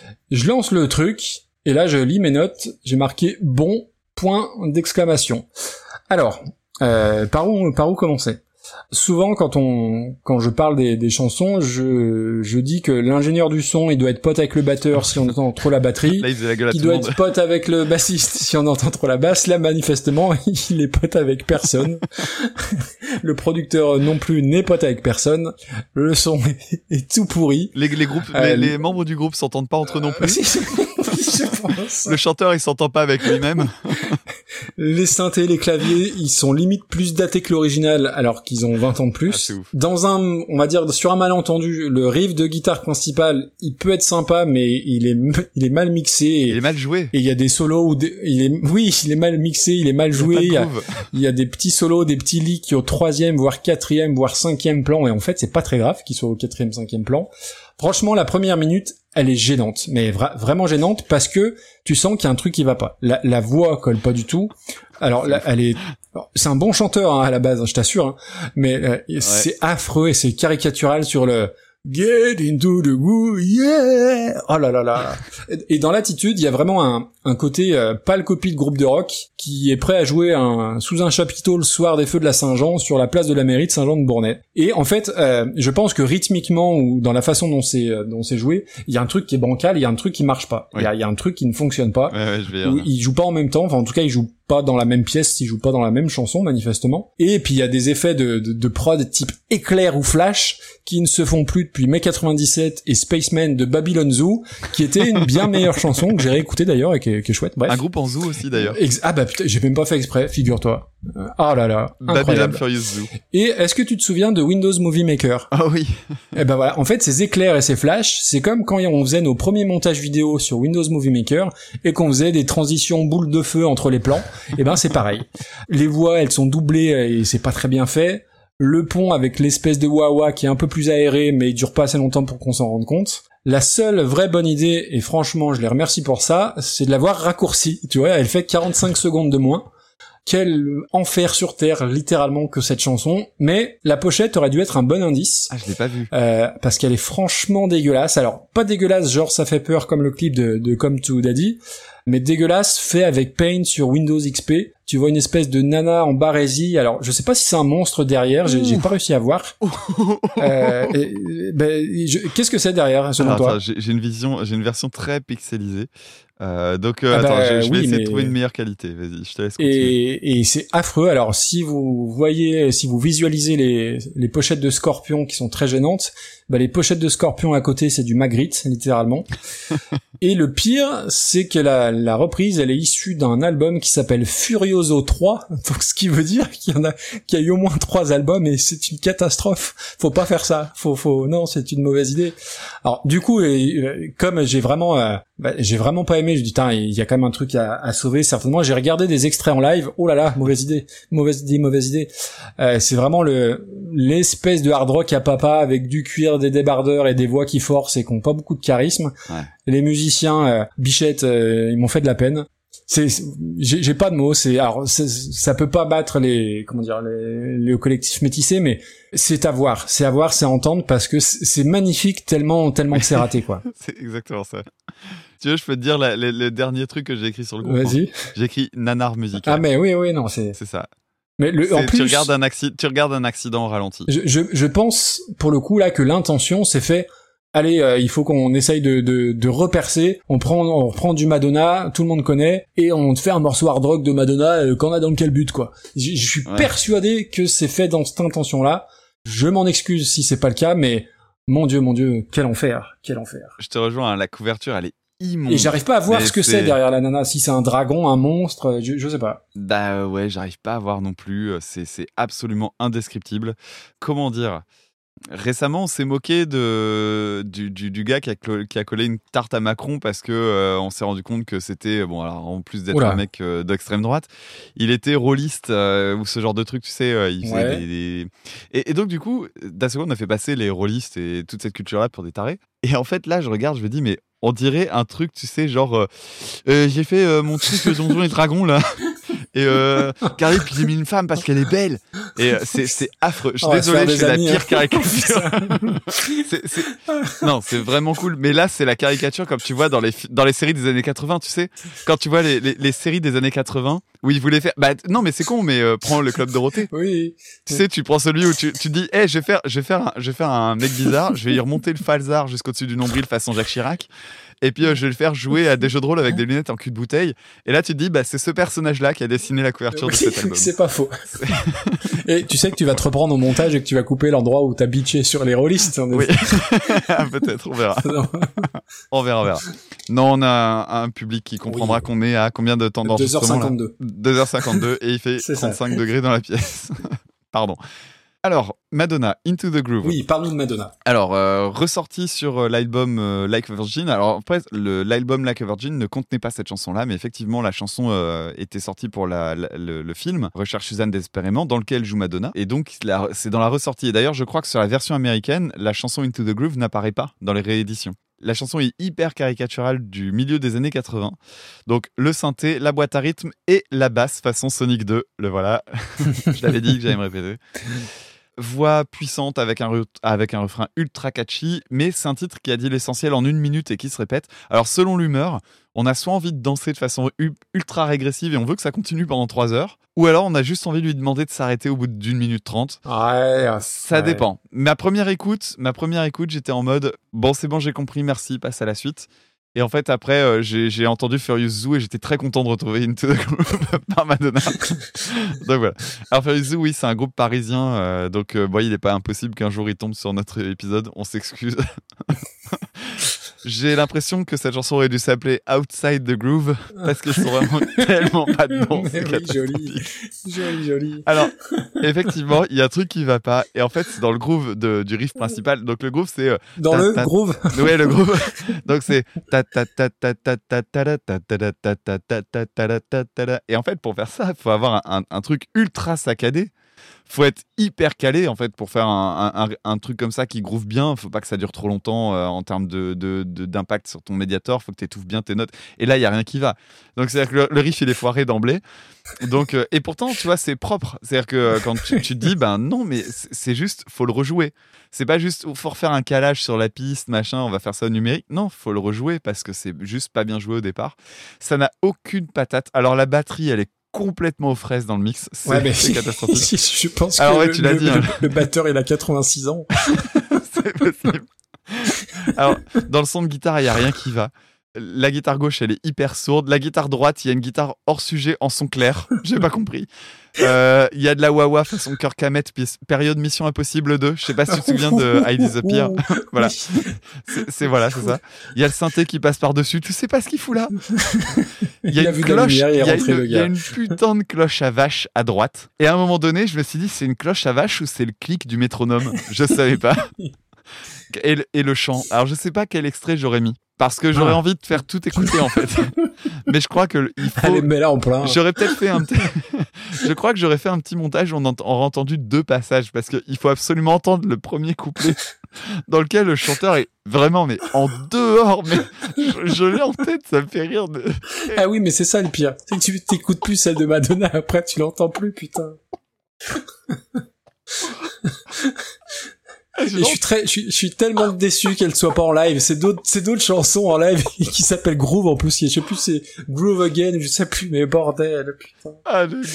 Je lance le truc et là je lis mes notes, j'ai marqué bon point d'exclamation. Alors euh, par où par où commencer? Souvent, quand on, quand je parle des, des chansons, je, je dis que l'ingénieur du son, il doit être pote avec le batteur si on entend trop la batterie, là, il faisait la gueule à qu'il tout doit le monde. être pote avec le bassiste si on entend trop la basse. Là, manifestement, il est pote avec personne. Le producteur non plus n'est pote avec personne. Le son est, est tout pourri. Les, les groupes, euh, les, les membres du groupe s'entendent pas entre eux non plus. Je pense. Le chanteur, il s'entend pas avec lui-même. Les synthés, les claviers, ils sont limite plus datés que l'original, alors qu'ils ont vingt ans de plus. Ah, dans un, on va dire, sur un malentendu, le riff de guitare principal, il peut être sympa, mais il est, il est mal mixé. Et, il est mal joué. Et il y a des solos où, des, il est, oui, il est mal mixé, il est mal joué. Il y, a, il y a des petits solos, des petits leaks qui au troisième, voire quatrième, voire cinquième plan, et en fait, c'est pas très grave qu'ils soient au quatrième, cinquième plan. Franchement, la première minute, elle est gênante, mais vra- vraiment gênante parce que tu sens qu'il y a un truc qui va pas. La, la voix colle pas du tout. Alors là, elle est, c'est un bon chanteur hein, à la base, hein, je t'assure, hein, mais euh, ouais. C'est affreux et c'est caricatural sur le Get into the groove, yeah. Oh là là là. Et dans l'attitude, il y a vraiment un, un côté euh, pâle copie de groupe de rock qui est prêt à jouer un, sous un chapiteau le soir des feux de la Saint-Jean sur la place de la mairie de Saint-Jean-de-Bournay. Et en fait, euh, je pense que rythmiquement ou dans la façon dont c'est dont c'est joué, il y a un truc qui est bancal, il y a un truc qui marche pas. Il oui. y, a, il y a un truc qui ne fonctionne pas. Ouais, ouais, je vais où ils jouent pas en même temps. Enfin, en tout cas, ils jouent pas dans la même pièce, ils jouent pas dans la même chanson manifestement. Et puis il y a des effets de, de, de prod type éclair ou flash qui ne se font plus depuis mai quatre-vingt-dix-sept et Spaceman de Babylon Zoo, qui était une bien meilleure chanson que j'ai réécoutée d'ailleurs et qui est, qui est chouette. Bref. Un groupe en zoo aussi d'ailleurs. Ex- ah bah putain, j'ai même pas fait exprès, figure-toi. Ah là là, Babylon Furious Zoo. Et est-ce que tu te souviens de Windows Movie Maker? Ah oui. Eh ben voilà, en fait ces éclairs et ces flashs, c'est comme quand on faisait nos premiers montages vidéo sur Windows Movie Maker et qu'on faisait des transitions boules de feu entre les plans. Eh ben c'est pareil. Les voix, elles sont doublées et c'est pas très bien fait. Le pont avec l'espèce de wah-wah qui est un peu plus aéré mais il dure pas assez longtemps pour qu'on s'en rende compte. La seule vraie bonne idée, et franchement je les remercie pour ça, c'est de l'avoir raccourci. Tu vois, elle fait quarante-cinq secondes de moins. quel enfer sur terre, littéralement, que cette chanson. Mais la pochette aurait dû être un bon indice. Ah, je l'ai pas vu. Euh, parce qu'elle est franchement dégueulasse. Alors, pas dégueulasse, genre ça fait peur comme le clip de, de Come to Daddy, mais dégueulasse fait avec Paint sur Windows X P. Tu vois une espèce de nana en barésie. Alors, je sais pas si c'est un monstre derrière, j'ai, j'ai pas réussi à voir. euh, et, ben, je, qu'est-ce que c'est derrière, selon Alors, toi? attends, j'ai, j'ai une vision, j'ai une version très pixelisée. Euh, donc, euh, Ah attends, bah, je, je vais oui, essayer mais... de trouver une meilleure qualité. Vas-y, je te laisse continuer. Et, et c'est affreux. Alors, si vous voyez, si vous visualisez les, les pochettes de Scorpion qui sont très gênantes, bah, les pochettes de Scorpion à côté, c'est du Magritte, littéralement. Et le pire, c'est que la, la reprise, elle est issue d'un album qui s'appelle Furioso trois. Donc, ce qui veut dire qu'il y en a, qu'il y a eu au moins trois albums et c'est une catastrophe. Faut pas faire ça. Faut, faut, non, c'est une mauvaise idée. Alors, du coup, et, comme j'ai vraiment, euh, bah, j'ai vraiment pas aimé, je dis, tiens, il y a quand même un truc à, à sauver, certainement. J'ai regardé des extraits en live. Oh là là, mauvaise idée. Mauvaise idée, mauvaise idée. Euh, c'est vraiment le, l'espèce de hard rock à papa avec du cuir, des débardeurs et des voix qui forcent et qui ont pas beaucoup de charisme. Ouais. Les musiciens, euh, Bichette, euh, ils m'ont fait de la peine. C'est, c'est j'ai, j'ai pas de mots. C'est, alors, c'est, ça peut pas battre les, comment dire, les, les collectifs métissés, mais c'est à voir, c'est à voir, c'est à entendre parce que c'est, c'est magnifique tellement, tellement que c'est raté, quoi. C'est exactement ça. Tu veux, je peux te dire la, le, le dernier truc que j'ai écrit sur le groupe. Vas-y. Hein. J'ai écrit nanar musical. Ah mais oui, oui, non, c'est. C'est ça. Mais le, c'est, en plus, tu regardes un accident, tu regardes un accident au ralenti. Je, je, je pense pour le coup là que l'intention c'est fait. Allez, euh, il faut qu'on essaye de, de, de repercer. On prend, on reprend du Madonna, tout le monde connaît, et on te fait un morceau hard rock de Madonna. Euh, qu'on a dans quel but, quoi. Je, je suis ouais. persuadé que c'est fait dans cette intention-là. Je m'en excuse si c'est pas le cas, mais mon Dieu, mon Dieu, quel enfer, quel enfer. Je te rejoins. Hein, la couverture, elle est immonde. Et j'arrive pas à voir ce que c'est... c'est derrière la nana. Si c'est un dragon, un monstre, je, je sais pas. Bah ouais, j'arrive pas à voir non plus. C'est, c'est absolument indescriptible. Comment dire? Récemment, on s'est moqué de, du, du, du gars qui a, qui a collé une tarte à Macron parce que euh, on s'est rendu compte que c'était, bon, alors en plus d'être Oula. un mec euh, d'extrême droite, il était rôliste euh, ou ce genre de truc, tu sais, euh, il faisait ouais. des, des... Et, et donc du coup, d'un second, on a fait passer les rôlistes et toute cette culture-là pour des tarés. Et en fait, là, je regarde, je me dis, mais on dirait un truc, tu sais, genre, euh, euh, j'ai fait euh, mon truc Donjons et Dragons, là. Et euh, Carly, puis j'ai mis une femme parce qu'elle est belle. Et euh, c'est, c'est affreux. Je suis désolé, je fais la pire hein. caricature. c'est, c'est... Non, c'est vraiment cool. Mais là, c'est la caricature comme tu vois dans les, dans les séries des années quatre-vingts, tu sais. Quand tu vois les, les, les séries des années quatre-vingts, où ils voulaient faire... Bah non, mais c'est con, mais euh, prends le Club Dorothée. Oui. Tu sais, tu prends celui où tu, tu dis, hé, hey, je vais faire, je vais faire un, je vais faire un mec bizarre, je vais y remonter le falzar jusqu'au-dessus du nombril façon Jacques Chirac. Et puis euh, je vais le faire jouer à des jeux de rôle avec des lunettes en cul de bouteille. Et là tu te dis bah c'est ce personnage-là qui a dessiné la couverture oui, de cet album. C'est pas faux. Et tu sais que tu vas te reprendre au montage et que tu vas couper l'endroit où t'as bitché sur les rôlistes. Oui. Peut-être, on verra. on verra, on verra. Non, on a un, un public qui comprendra oui. qu'on est à combien de temps d'enregistrement là ? deux heures cinquante-deux. deux heures cinquante-deux et il fait trente-cinq degrés dans la pièce. Pardon. Alors, Madonna, Into the Groove. Oui, parle-nous de Madonna. Alors, euh, ressorti sur euh, l'album euh, Like a Virgin. Alors, après, le, l'album Like a Virgin ne contenait pas cette chanson-là, mais effectivement, la chanson euh, était sortie pour la, la, le, le film Recherche Suzanne désespérément, dans lequel joue Madonna. Et donc, la, c'est dans la ressortie. Et d'ailleurs, je crois que sur la version américaine, la chanson Into the Groove n'apparaît pas dans les rééditions. La chanson est hyper caricaturale du milieu des années quatre-vingts. Donc, le synthé, la boîte à rythme et la basse façon Sonic deux. Le voilà. Je l'avais dit que j'allais me répéter. Voix puissante avec un, re- avec un refrain ultra catchy, mais c'est un titre qui a dit l'essentiel en une minute et qui se répète. Alors selon l'humeur, on a soit envie de danser de façon u- ultra régressive et on veut que ça continue pendant trois heures, ou alors on a juste envie de lui demander de s'arrêter au bout d'une minute trente. Ouais, ça ouais. dépend. Ma première écoute, ma première écoute, j'étais en mode bon c'est bon j'ai compris, merci, passe à la suite. Et en fait, après, euh, j'ai, j'ai entendu Furious Zoo et j'étais très content de retrouver Into the Groove par Madonna. Donc voilà. Alors Furious Zoo, oui, c'est un groupe parisien. Euh, donc, euh, bon, il n'est pas impossible qu'un jour il tombe sur notre épisode. On s'excuse. J'ai l'impression que cette chanson aurait dû s'appeler Outside the Groove parce qu'ils sont vraiment tellement pas dedans. Mais oui, joli, joli, joli. Alors, effectivement, il y a un truc qui va pas. Et en fait, c'est dans le groove de, du riff principal. Donc le groove, c'est euh, dans ta, le ta, groove. Ouais, le groove. Donc c'est ta ta ta ta ta ta ta ta ta ta ta ta ta ta ta ta. Et en fait, pour faire ça, il faut avoir un, un, un truc ultra saccadé. faut être hyper calé en fait pour faire un, un, un, un truc comme ça qui groove bien. Faut pas que ça dure trop longtemps euh, en termes de, de, de, d'impact sur ton médiator. Faut que tu étouffes bien tes notes. Et là, il y a rien qui va. Donc c'est-à-dire que le, le riff il est foiré d'emblée. Donc euh, et pourtant, tu vois, c'est propre. C'est-à-dire que euh, quand tu, tu te dis, ben non, mais c'est, c'est juste, faut le rejouer. C'est pas juste, faut refaire un calage sur la piste, machin. On va faire ça au numérique. Non, faut le rejouer parce que c'est juste pas bien joué au départ. Ça n'a aucune patate. Alors la batterie, elle est complètement aux fraises dans le mix, c'est, ouais, mais c'est catastrophique. Je pense Alors, que ouais, le, tu l'as le, dit, hein. le, le batteur il a quatre-vingt-six ans. C'est possible. Alors, dans le son de guitare, il n'y a rien qui va. La guitare gauche, elle est hyper sourde. La guitare droite, il y a une guitare hors sujet en son clair. J'ai pas compris. Il euh, y a de la wah-wah façon Kirk Hammett, période Mission Impossible deux. Je sais pas si tu te souviens de I Disappear. Voilà. C'est, c'est voilà, c'est ça. Il y a le synthé qui passe par-dessus. Tu sais pas ce qu'il fout là. Il y a une cloche. Il y, y a une putain de cloche à vache à droite. Et à un moment donné, je me suis dit, c'est une cloche à vache ou c'est le clic du métronome. Je savais pas. Et le, et le chant. Alors, je sais pas quel extrait j'aurais mis. Parce que j'aurais ah. envie de faire tout écouter, en fait. Mais je crois que il faut... Allez, mets-la en plein. J'aurais peut-être fait un petit... je crois que j'aurais fait un petit montage où on aurait entendu deux passages. Parce qu'il faut absolument entendre le premier couplet dans lequel le chanteur est vraiment, mais en dehors. Mais je, je l'ai en tête, ça me fait rire. De... Ah oui, mais c'est ça le pire. C'est que tu t'écoutes plus celle de Madonna, après tu l'entends plus, putain. Et je suis très, je suis, je suis tellement déçu qu'elle soit pas en live. C'est d'autres, c'est d'autres chansons en live qui s'appellent Groove en plus. Je sais plus, c'est Groove Again, je sais plus, mais bordel, putain. Ah, le...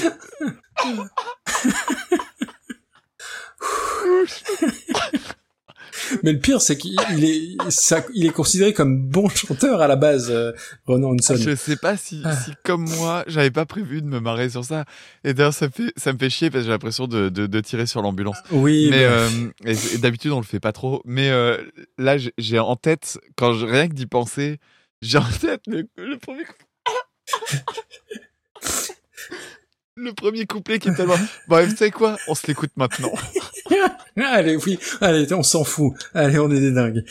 Mais le pire, c'est qu'il est, ça, il est considéré comme bon chanteur à la base, euh, Ronan Hanson. Je sais pas si, ah. si, comme moi, j'avais pas prévu de me marrer sur ça. Et d'ailleurs, ça me fait, ça me fait chier parce que j'ai l'impression de, de, de tirer sur l'ambulance. Oui. Mais, mais... Euh, et, et d'habitude, on le fait pas trop. Mais euh, là, j'ai en tête, quand je, rien que d'y penser, j'ai en tête le, le premier. Le premier couplet qui est tellement... Bon, vous savez quoi ? On se l'écoute maintenant. Allez, oui. Allez, on s'en fout. Allez, on est des dingues.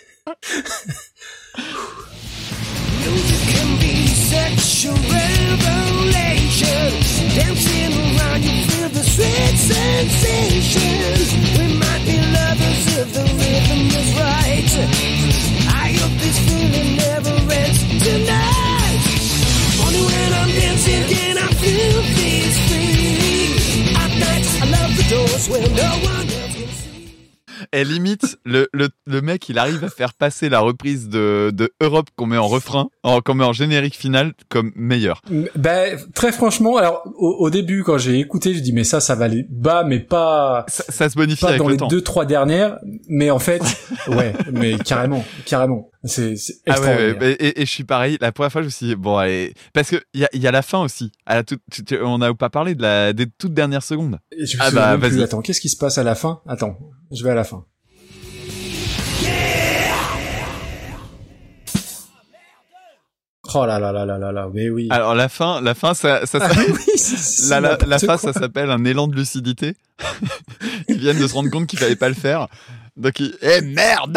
Et limite, le, le, le mec, il arrive à faire passer la reprise de, de Europe qu'on met en refrain, en, qu'on met en générique final, comme meilleur. Ben, très franchement, alors, au, au début, quand j'ai écouté, je dis, mais ça, ça va aller bas, mais pas... Ça, ça se bonifie pas avec dans le les temps. deux, trois dernières, mais en fait, ouais, mais carrément, carrément. C'est, c'est ah extraordinaire. ouais, ouais et, et je suis pareil. La première fois, je me suis dit, bon, allez, parce que il y a, y a la fin aussi. À la toute, tu, tu, on n'a pas parlé de la, des toutes dernières secondes. Et je me ah souviens bah, même plus. vas-y. Attends, qu'est-ce qui se passe à la fin? Attends, je vais à la fin. Oh là là là là là là, mais oui. Alors la fin, la fin, ça, ça, ah, ça oui, c'est, c'est la, la, la fin, quoi. Ça s'appelle un élan de lucidité. Ils viennent de se rendre compte qu'il fallait pas le faire. Donc, ils... eh merde.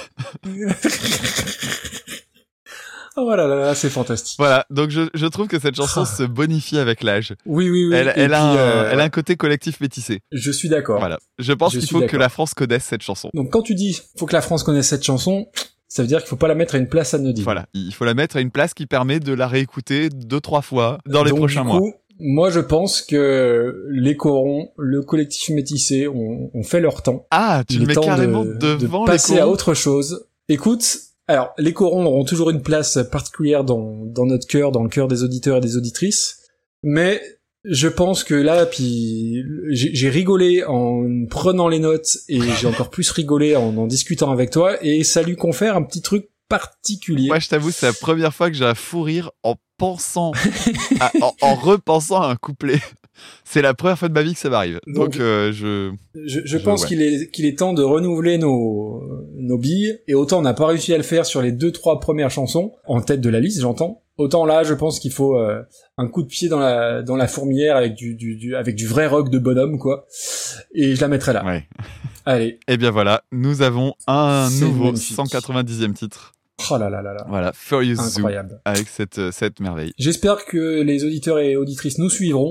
Oh là là là, c'est fantastique. Voilà, donc je, je trouve que cette chanson se bonifie avec l'âge. Oui, oui, oui. Elle, elle, a, puis, un, euh... elle a un côté collectif métissé. Je suis d'accord. Voilà. Je pense je qu'il faut d'accord. que la France connaisse cette chanson. Donc quand tu dis faut que la France connaisse cette chanson, ça veut dire qu'il faut pas la mettre à une place anodine. Voilà, il faut la mettre à une place qui permet de la réécouter deux, trois fois dans les donc, prochains du mois. Coup, moi, je pense que les corons, le collectif métissé, ont, ont fait leur temps. Ah, tu le mets carrément de, devant de les passer à autre chose. Écoute, alors, les corons auront toujours une place particulière dans, dans notre cœur, dans le cœur des auditeurs et des auditrices. Mais je pense que là, puis j'ai, j'ai rigolé en prenant les notes et j'ai encore plus rigolé en en discutant avec toi et ça lui confère un petit truc particulier. Moi, je t'avoue, c'est la première fois que j'ai un fou rire en pensant, à, en, en repensant à un couplet. C'est la première fois de ma vie que ça m'arrive. Donc, Donc euh, je... Je, je pense je, ouais. qu'il est qu'il est temps de renouveler nos nos billes. Et autant on n'a pas réussi à le faire sur les deux trois premières chansons en tête de la liste, j'entends. Autant là, je pense qu'il faut euh, un coup de pied dans la dans la fourmilière avec du, du du avec du vrai rock de bonhomme quoi. Et je la mettrai là. Ouais. Allez. Et bien voilà, nous avons un C'est nouveau magnifique. cent quatre-vingt-dixième titre. Oh là là là là. Voilà, Furious Incroyable. Zoo avec cette cette merveille. J'espère que les auditeurs et auditrices nous suivront.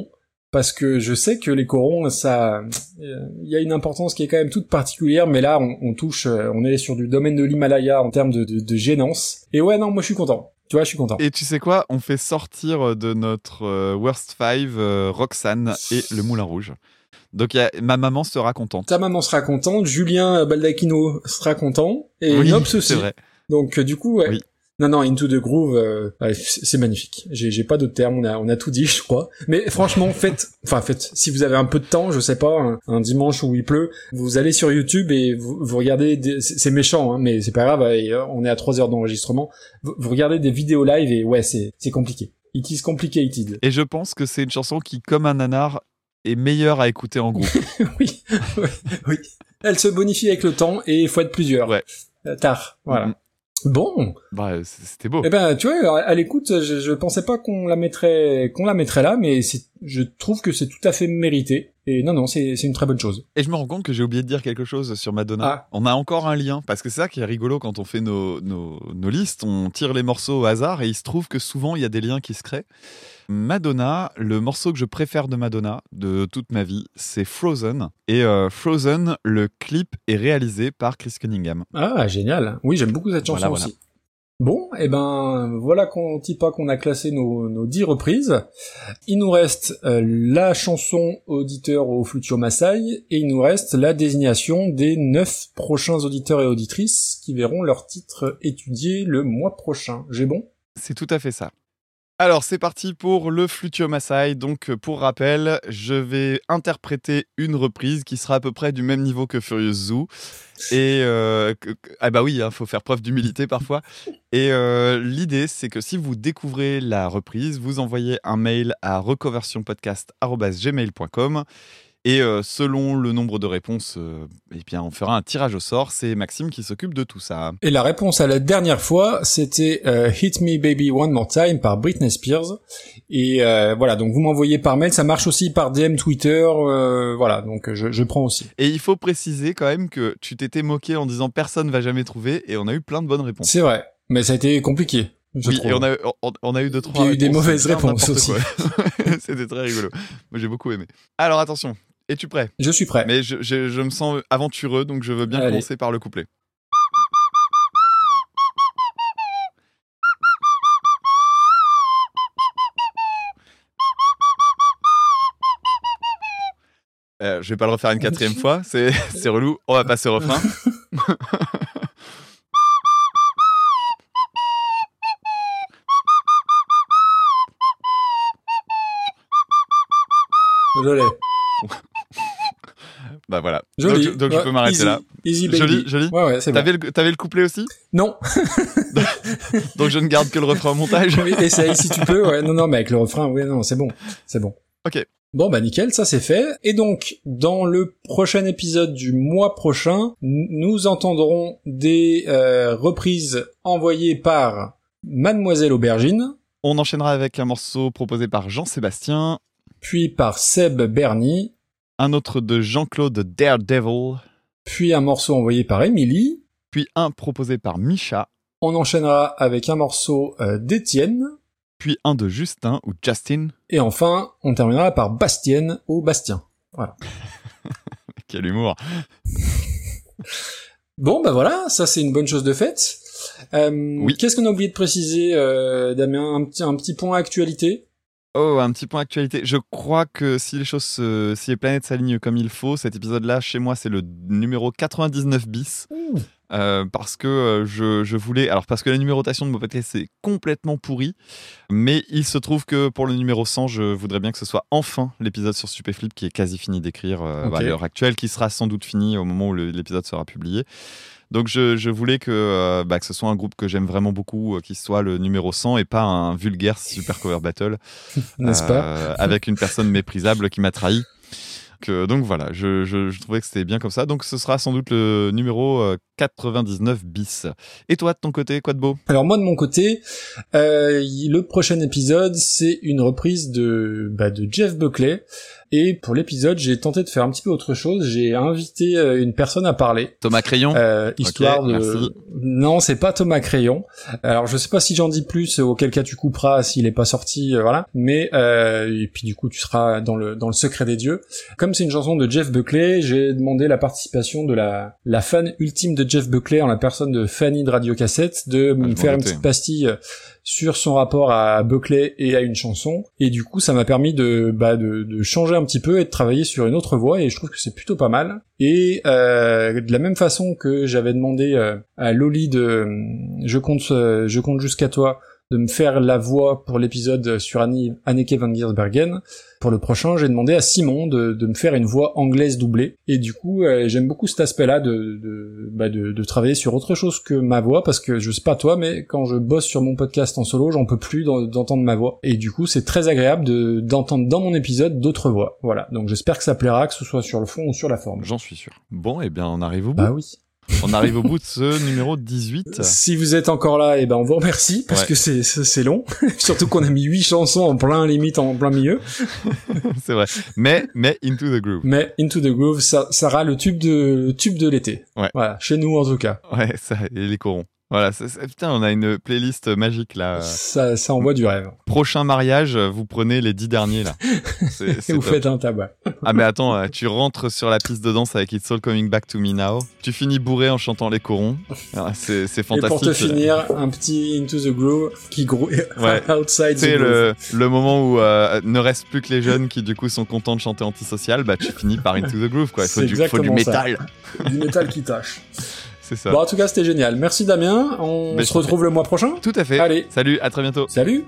parce que je sais que les corons, ça, il y a une importance qui est quand même toute particulière, mais là, on, on touche, on est sur du domaine de l'Himalaya en termes de, de, de gênance. Et ouais, non, moi je suis content. Tu vois, je suis content. Et tu sais quoi, on fait sortir de notre euh, Worst Five euh, Roxane et le Moulin Rouge. Donc y a, ma maman sera contente. Ta maman sera contente, Julien Baldacchino sera content, et oui, Nobs aussi. C'est vrai. Donc euh, du coup, ouais. Oui. Non, non, Into the Groove, euh, ouais, c'est magnifique. J'ai, j'ai pas d'autres termes, on a, on a tout dit, je crois. Mais franchement, faites, enfin faites, si vous avez un peu de temps, je sais pas, un, un dimanche où il pleut, vous allez sur YouTube et vous, vous regardez, des, c'est, c'est méchant, hein, mais c'est pas grave, et, euh, on est à trois heures d'enregistrement. Vous, vous regardez des vidéos live et ouais, c'est, c'est compliqué. It is complicated. Et je pense que c'est une chanson qui, comme un nanar, est meilleure à écouter en groupe. oui, oui, oui. Elle se bonifie avec le temps et il faut être plusieurs. Ouais. Euh, tard, voilà. Mm-hmm. Bon. Bah, c'était beau. Eh ben, tu vois, à l'écoute, je, je pensais pas qu'on la mettrait, qu'on la mettrait là, mais c'est, je trouve que c'est tout à fait mérité. Et non, non, c'est, c'est une très bonne chose. Et je me rends compte que j'ai oublié de dire quelque chose sur Madonna. Ah. On a encore un lien, parce que c'est ça qui est rigolo quand on fait nos, nos, nos listes, on tire les morceaux au hasard et il se trouve que souvent il y a des liens qui se créent. Madonna, le morceau que je préfère de Madonna de toute ma vie, c'est Frozen. Et euh, Frozen, le clip est réalisé par Chris Cunningham. Ah, génial. Oui, j'aime beaucoup cette chanson voilà, voilà. aussi. Bon, et eh ben voilà qu'on dit pas qu'on a classé nos, nos dix reprises. Il nous reste euh, la chanson auditeur au Flutio Maasai et il nous reste la désignation des neuf prochains auditeurs et auditrices qui verront leur titre étudié le mois prochain. J'ai bon ? C'est tout à fait ça. Alors c'est parti pour le Flutio Maasai. Donc pour rappel, je vais interpréter une reprise qui sera à peu près du même niveau que Furious Zoo. Et euh, que, que, ah bah oui, il hein, faut faire preuve d'humilité parfois. Et euh, l'idée, c'est que si vous découvrez la reprise, vous envoyez un mail à recoversionpodcast arobase gmail point com. Et euh, selon le nombre de réponses, euh, eh bien, on fera un tirage au sort. C'est Maxime qui s'occupe de tout ça. Et la réponse à la dernière fois, c'était euh, Hit Me Baby One More Time par Britney Spears. Et euh, voilà, donc vous m'envoyez par mail. Ça marche aussi par D M Twitter. Euh, voilà, donc je, je prends aussi. Et il faut préciser quand même que tu t'étais moqué en disant personne va jamais trouver. Et on a eu plein de bonnes réponses. C'est vrai, mais ça a été compliqué. Je oui, trouve. et on a, on, on a eu deux, trois Il y a eu réponses, des mauvaises réponses aussi. C'était très rigolo. Moi, j'ai beaucoup aimé. Alors, attention. Es-tu prêt ? Je suis prêt. Mais je, je, je me sens aventureux, donc je veux bien Allez. commencer par le couplet. Euh, je vais pas le refaire une quatrième fois, c'est, c'est relou. On va passer au refrain. Je l'ai. Bah voilà. Joli. Donc, donc ouais, je peux m'arrêter easy. là. Easy baby. Joli, joli. Ouais, ouais, c'est t'avais bon. Le, t'avais le couplet aussi ? Non. Donc je ne garde que le refrain au montage. Oui, essaye si tu peux. Ouais, non, non, mais avec le refrain, oui, non, c'est bon. C'est bon. Ok. Bon, bah nickel, ça c'est fait. Et donc, dans le prochain épisode du mois prochain, nous entendrons des euh, reprises envoyées par Mademoiselle Aubergine. On enchaînera avec un morceau proposé par Jean-Sébastien. Puis par Seb Berny. Un autre de Jean-Claude Daredevil. Puis un morceau envoyé par Émilie. Puis un proposé par Micha. On enchaînera avec un morceau euh, d'Étienne. Puis un de Justin ou Justin. Et enfin, on terminera par Bastienne ou Bastien. Voilà. Quel humour. Bon, bah voilà, ça c'est une bonne chose de faite. Euh, oui. Qu'est-ce qu'on a oublié de préciser, euh, Damien ? Un petit, un petit point actualité ? Oh, un petit point actualité. Je crois que si les choses, se... si les planètes s'alignent comme il faut, cet épisode-là, chez moi, c'est le numéro quatre-vingt-dix-neuf bis. Mmh. Euh, parce que euh, je, je voulais... Alors, parce que la numérotation de mon podcast est complètement pourrie, mais il se trouve que pour le numéro cent, je voudrais bien que ce soit enfin l'épisode sur Stupéflip qui est quasi fini d'écrire euh, okay. bah, à l'heure actuelle, qui sera sans doute fini au moment où le, l'épisode sera publié. Donc je, je voulais que, euh, bah, que ce soit un groupe que j'aime vraiment beaucoup, euh, qui soit le numéro cent et pas un vulgaire super cover battle. N'est-ce euh, pas avec une personne méprisable qui m'a trahi. Que, donc voilà, je, je, je trouvais que c'était bien comme ça. Donc ce sera sans doute le numéro euh, quatre-vingt-dix-neuf bis. Et toi, de ton côté, quoi de beau? Alors moi de mon côté, euh, le prochain épisode c'est une reprise de bah, de Jeff Buckley. Et pour l'épisode, j'ai tenté de faire un petit peu autre chose. J'ai invité euh, une personne à parler. Thomas Crayon. Euh, histoire okay, de. Merci. Non, c'est pas Thomas Crayon. Alors, je sais pas si j'en dis plus. Auquel cas, tu couperas s'il est pas sorti, euh, voilà. Mais euh, et puis du coup, tu seras dans le dans le secret des dieux. Comme c'est une chanson de Jeff Buckley, j'ai demandé la participation de la la fan ultime de Jeff Buckley en la personne de Fanny de Radio Cassette de me faire une petite pastille sur son rapport à Buckley et à une chanson, et du coup ça m'a permis de bah de, de changer un petit peu et de travailler sur une autre voix, et je trouve que c'est plutôt pas mal. Et euh, de la même façon que j'avais demandé euh, à Loli de je compte euh, je compte jusqu'à toi de me faire la voix pour l'épisode sur Annie, Anneke van Giersbergen, pour le prochain, j'ai demandé à Simon de, de me faire une voix anglaise doublée. Et du coup, euh, j'aime beaucoup cet aspect-là de, de, bah de, de travailler sur autre chose que ma voix, parce que je sais pas toi, mais quand je bosse sur mon podcast en solo, j'en peux plus d'en, d'entendre ma voix. Et du coup, c'est très agréable de, d'entendre dans mon épisode d'autres voix. Voilà. Donc j'espère que ça plaira, que ce soit sur le fond ou sur la forme. J'en suis sûr. Bon, eh bien, on arrive au bout. Bah oui. On arrive au bout de ce numéro dix-huit. Si vous êtes encore là, eh ben on vous remercie parce ouais. que c'est c'est long. Surtout qu'on a mis huit chansons en plein limite en plein milieu. C'est vrai. Mais mais Into the Groove. Mais Into the Groove, ça ça sera le tube de tube de l'été. Ouais. Voilà, chez nous en tout cas. Ouais, ça et les corons. Voilà, ça, ça, putain, on a une playlist magique là. Ça, ça envoie du rêve. Prochain mariage, vous prenez les dix derniers là. C'est, c'est vous top. Faites un tabac. Ah mais attends, tu rentres sur la piste de danse avec It's All Coming Back to Me Now. Tu finis bourré en chantant les corons. Ah, c'est, c'est fantastique. Et pour te finir, un petit Into the Groove qui groove ouais. outside c'est the groove. le le moment où euh, ne reste plus que les jeunes qui du coup sont contents de chanter antisocial. Bah tu finis par Into the Groove quoi. Il faut, du, faut du métal. Du métal qui tâche. C'est ça. Bon, en tout cas, c'était génial. Merci Damien. On Mais se retrouve fait. le mois prochain. Tout à fait. Allez. Salut, à très bientôt. Salut.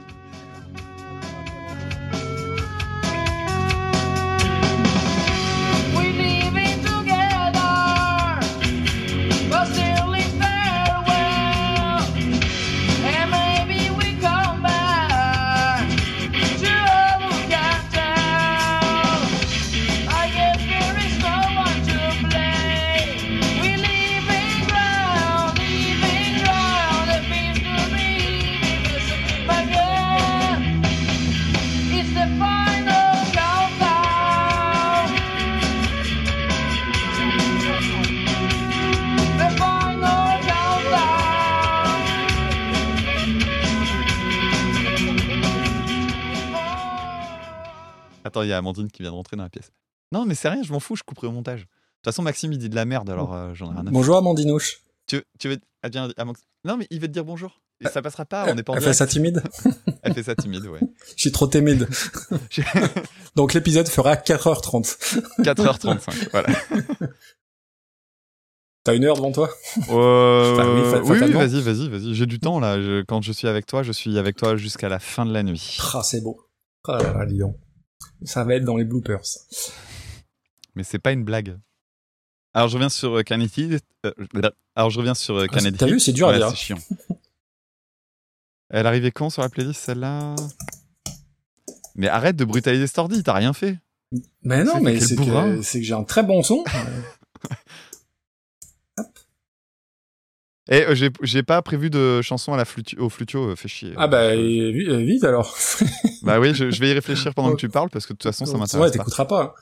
Attends, il y a Amandine qui vient de rentrer dans la pièce. Non, mais c'est rien, je m'en fous, je couperai au montage. De toute façon, Maxime, il dit de la merde, alors euh, j'en ai rien à faire. Bonjour Amandinouche. Tu, tu veux... Ah, tiens, ah, non, mais il veut te dire bonjour. Et ça passera pas, on n'est pas en Elle direct. fait ça timide. Elle fait ça timide, ouais. Je suis trop timide. Donc l'épisode fera quatre heures trente. quatre heures trente-cinq, voilà. T'as une heure devant toi euh... enfin, oui, fa- oui, oui, vas-y, vas-y, vas-y. J'ai du temps, là. Je... Quand je suis avec toi, je suis avec toi jusqu'à la fin de la nuit. Ah, c'est beau. Ah là là, Lyon. Ça va être dans les bloopers. Mais c'est pas une blague. Alors je reviens sur euh, Kennedy. Euh, alors je reviens sur euh, Kennedy. T'as vu, c'est dur ouais, à dire. C'est chiant. Elle arrivait quand sur la playlist celle-là? Mais arrête de brutaliser Stordy, t'as rien fait. Mais non, c'est mais c'est que, c'est que j'ai un très bon son. Hop. Et euh, j'ai, j'ai pas prévu de chanson à la flutio, au flutio, euh, fais chier. Ah bah je... vite alors. Bah oui, je, je vais y réfléchir pendant que tu parles parce que de toute façon ça m'intéresse. Ouais, t'écouteras pas.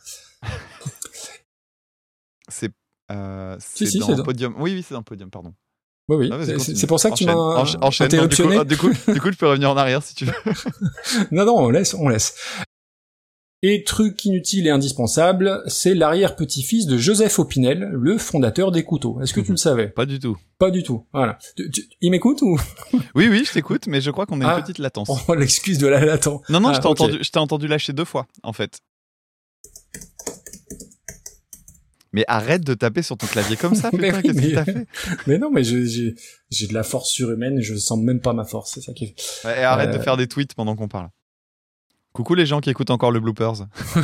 C'est, euh, c'est si, si, dans c'est le podium. Dans... Oui, oui, c'est dans le podium, pardon. Oui, oui. Ah, c'est, c'est pour ça que enchaîne, tu m'as encha- enchaîne. interruptionné. Non, du, coup, du, coup, du coup, je peux revenir en arrière si tu veux. non, non, on laisse, on laisse. Et truc inutile et indispensable, c'est l'arrière-petit-fils de Joseph Opinel, le fondateur des couteaux. Est-ce que tu le savais? Pas du tout. Pas du tout. Voilà. Tu, tu, il m'écoute ou? Oui, oui, je t'écoute, mais je crois qu'on a une ah, petite latence. Oh, l'excuse de la latence. Non, non, ah, je t'ai okay. entendu, je t'ai entendu lâcher deux fois, en fait. Mais arrête de taper sur ton clavier comme ça, putain, oui, qu'est-ce mais... que t'as fait? Mais non, mais je, j'ai, j'ai de la force surhumaine et je sens même pas ma force, c'est ça qui fait. Ouais, et arrête euh... de faire des tweets pendant qu'on parle. Coucou les gens qui écoutent encore le bloopers.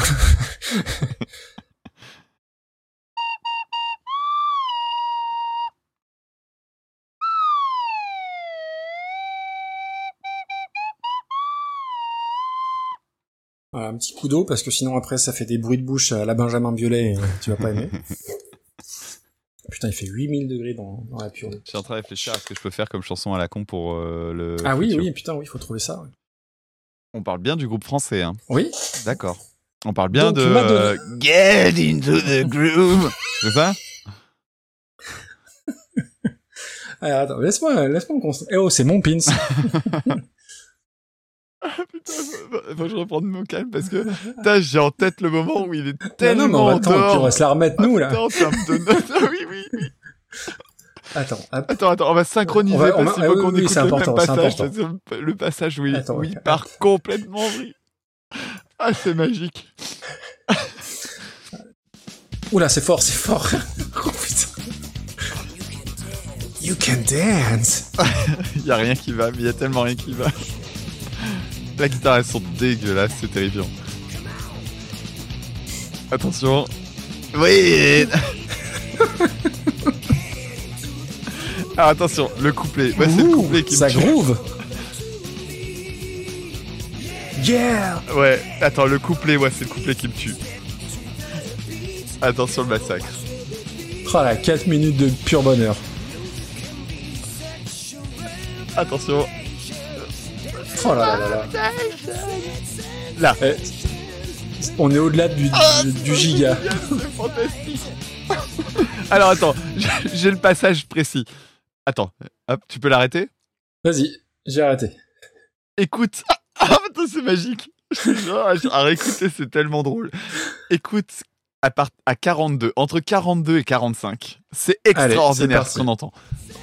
Voilà, un petit coup d'eau parce que sinon après ça fait des bruits de bouche à la Benjamin Biolay et tu vas pas aimer. putain, il fait huit mille degrés dans, dans la pure. Je suis en train de réfléchir à ce que je peux faire comme chanson à la con pour euh, le. Ah oui, futur. oui, putain, oui, il faut trouver ça. Ouais. On parle bien du groupe français, hein. Oui. D'accord. On parle bien Donc, de. tu m'as donné- euh, Get into the groove. C'est ça? Alors, attends, laisse-moi, laisse-moi me concentrer. Eh oh, c'est mon pins. Ah putain, faut, faut que je reprenne mon calme parce que putain, j'ai en tête le moment où il est Non, tellement non, mais attends, dehors. puis on va se la remettre nous là. Attends, en termes de notes. Ah oui, oui, oui. Attends, hop. Attends, attends, on va synchroniser On va- on parce va- qu'il faut ah oui, qu'on oui, écoute c'est le important, même c'est passage. important. C'est Le passage où il, Attends, où il ok. part complètement en vrille. Ah, c'est magique. Oula, c'est fort, c'est fort. Oh putain. You can dance. Il y a rien qui va, mais il y a tellement rien qui va. La guitare, elles sont dégueulasses, c'est terrifiant. Attention. Oui. Alors attention, le couplet. Ouais, c'est le Ouh, couplet qui me ça tue. groove. Yeah. Ouais, attends, le couplet, ouais, c'est le couplet qui me tue. Attention le massacre. Oh là, quatre minutes de pur bonheur. Attention. Oh là là là là. Là. Eh, on est au-delà du, du, du giga. C'est fantastique. Alors attends, j'ai- j'ai le passage précis. Attends, hop, tu peux l'arrêter? Vas-y, j'ai arrêté. Écoute. Ah putain, c'est magique. Je te jure, à réécouter, c'est tellement drôle. Écoute, à, part, à quarante-deux, entre quarante-deux et quarante-cinq, c'est Allez, extraordinaire c'est ce qu'on entend.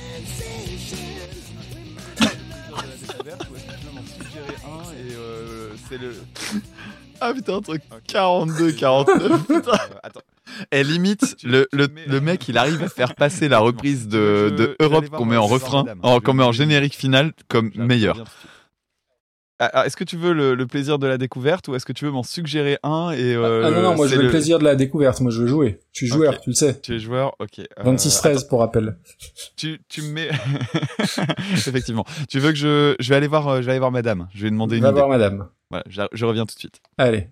Ah putain, entre quarante-deux et quarante-neuf, putain. Et limite, le, le, le mec, il arrive à faire passer la reprise de, de Europe qu'on met en refrain, en- qu'on met en générique final, comme meilleure. Ah, est-ce que tu veux le, le plaisir de la découverte ou est-ce que tu veux m'en suggérer un et euh, Ah non, non, moi je c'est veux le plaisir de la découverte. Moi je veux jouer. Je suis joueur, Ok. tu le sais. Tu es joueur, ok. Euh, vingt-six treize attends, pour rappel. tu, tu me mets. Effectivement. Tu veux que je. Je vais aller voir, euh, je vais aller voir madame. Je vais lui demander une Va idée. voir madame. Voilà, je, je reviens tout de suite. Allez.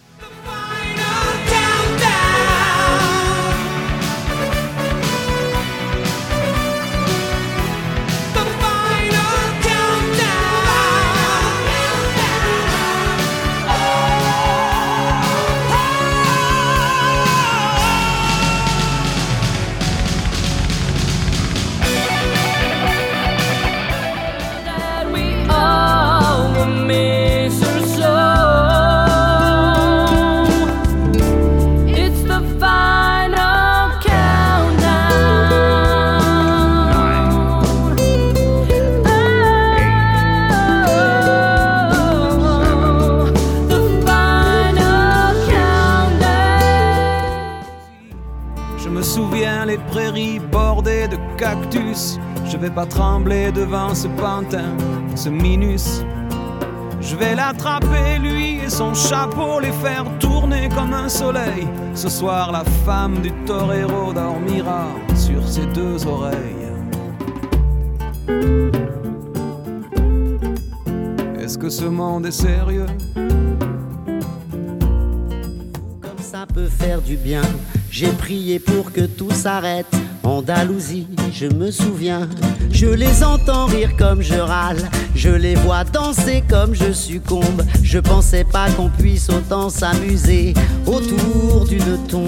Je me souviens les prairies bordées de cactus. Je vais pas trembler devant ce pantin, ce minus. Je vais l'attraper lui et son chapeau, les faire tourner comme un soleil. Ce soir la femme du torero dormira sur ses deux oreilles. Est-ce que ce monde est sérieux? Comme ça peut faire du bien. J'ai prié pour que tout s'arrête. Andalousie, je me souviens. Je les entends rire comme je râle. Je les vois danser comme je succombe. Je pensais pas qu'on puisse autant s'amuser autour d'une tombe.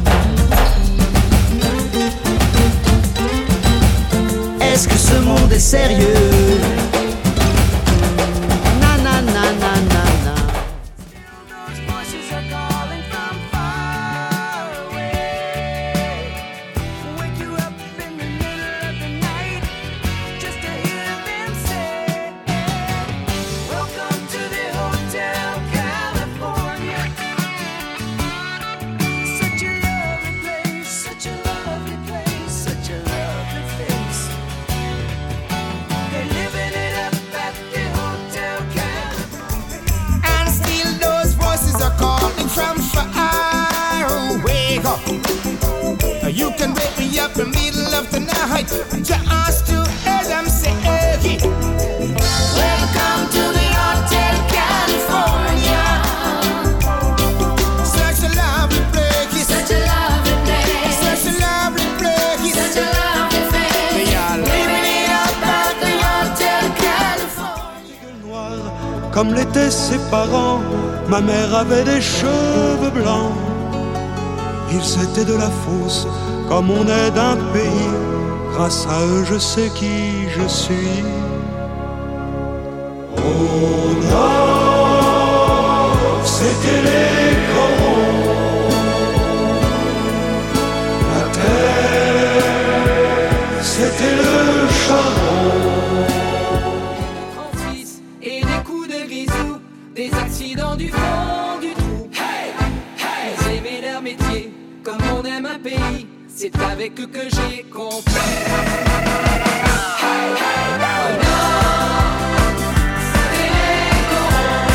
Est-ce que ce monde est sérieux? Na na na na na na. And still those voices are calling from far away. You can wake me up in the middle of the night just to hear them say, welcome to the Hotel California. Such a lovely place. Such a lovely place. Such a lovely place. Such comme l'étaient ses parents. Ma mère avait des cheveux blancs. Ils étaient de la fosse, comme on est d'un pays. Grâce à eux, je sais qui je suis. Au nord, c'était les corons. La terre, c'était le charbon. En Suisse et des coups de grisou, des accidents du fond du trou. Hey, hey, ils aimaient leur métier, comme on aime un pays. C'est avec eux que j'ai compris. Hey, hey, oh non, c'était les corons.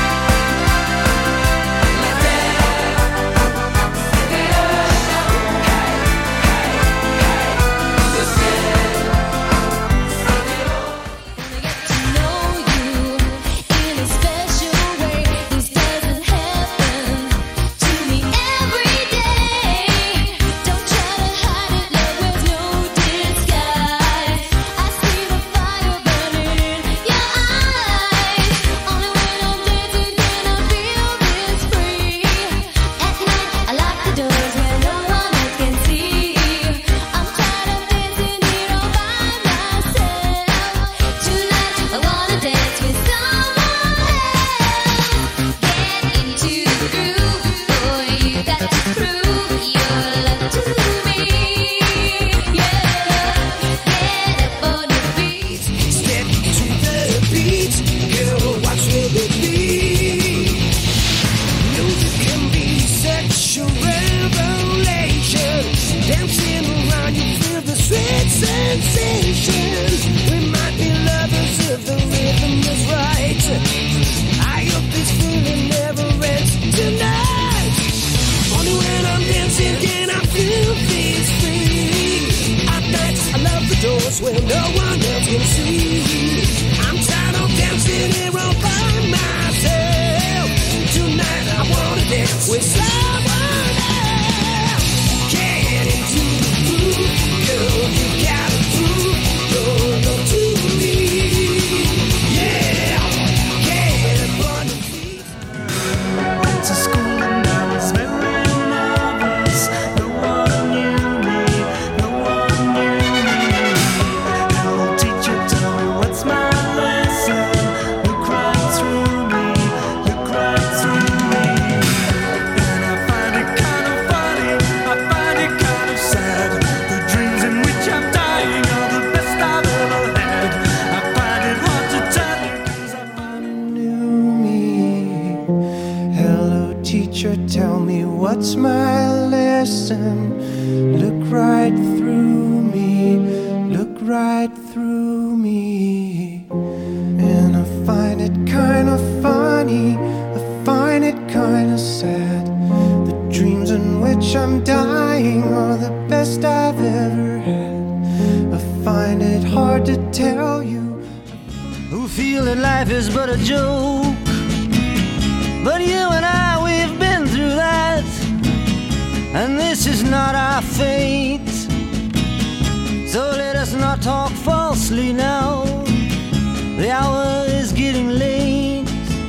La terre, c'était le charbon. Hey, hey, hey, le ciel, c'était l'eau. To know you in a special way. This doesn't happen to me every day. Don't try to hide it, love with no disguise. I see the fire burning in your eyes. Only when I'm dancing can I feel this free. At night I lock the doors where no one else can see. I'm tired of dancing here all by myself. Tonight I wanna dance with someone else. Get into the groove, boy, you got to prove your love to me. Yeah, get up on your feet. Step to the beat, girl, watch me beat. Music can be such a revelation. Dancing around, you feel the sweet sensation. We might be lovers if the rhythm is right. I hope this feeling never ends tonight. Only when I'm dancing can I feel this free. At night I love the doors where no one else can see. I'm tired of dancing here all by myself. Tonight I wanna dance with someone else. Get into the groove, girl, you gotta prove your love to me. Yeah, get up on your feet. Went to school and I was very nervous. No one knew me, no one knew me. Hello teacher, tell me what's my lesson. Look right through me, look right through me. And I find it kind of funny, I find it kind of sad. The dreams in which I'm dying are the best I've ever had. I find it hard to tell you 'cause I finally knew me. Hello teacher, tell me what's my lesson. Look right through me, look right through me. And I find it kind of funny, I find it kind of sad. The dreams in which I'm dying are the best I've ever had. I find it hard to tell you. Who feel that life is but a joke. But you and I, we've been through that. And this is not our fate. So let us not talk falsely now. The hour is getting late.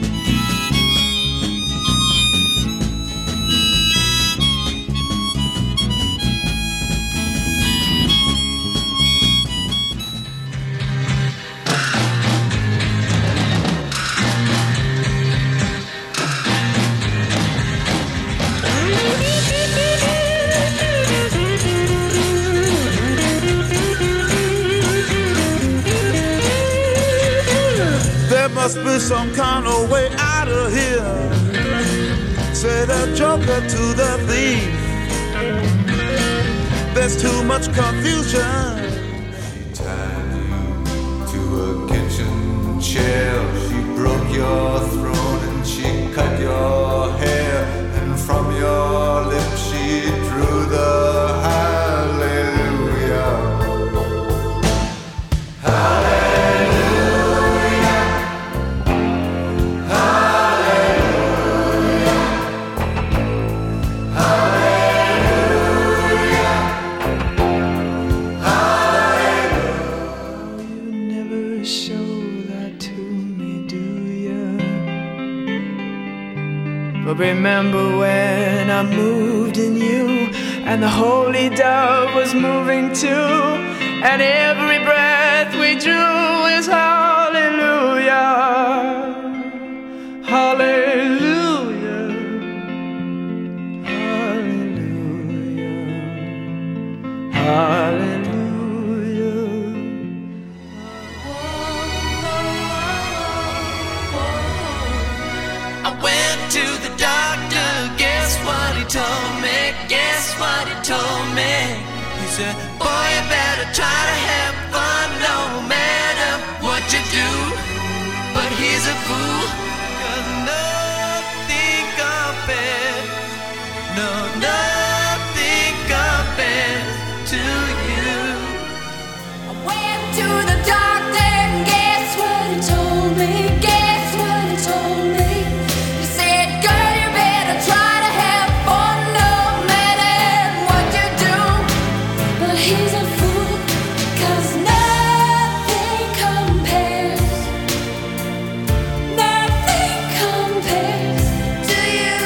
There must be some kind of way out of here. Say the joker to the thief. There's too much confusion. She tied you to a kitchen chair. She broke your throne and she cut your hair. And from your lips she drew the hallelujah. Hallelujah. Hallelujah. Hallelujah. Hallelujah. But remember when I moved in you, and the holy dove was moving too, and every breath we drew is hallelujah, hallelujah, hallelujah, hallelujah. I went to the doctor, guess what he told me, guess what he told me. He said, boy, you better try to have fun no matter what you do. But he's a fool, 'cause nothing compares, no, nothing compares to you. I went to the doctor and guess what he told me, guess what he told me. He said, girl, you better try to have fun no matter what you do. But he's a fool, 'cause nothing compares, nothing compares to you.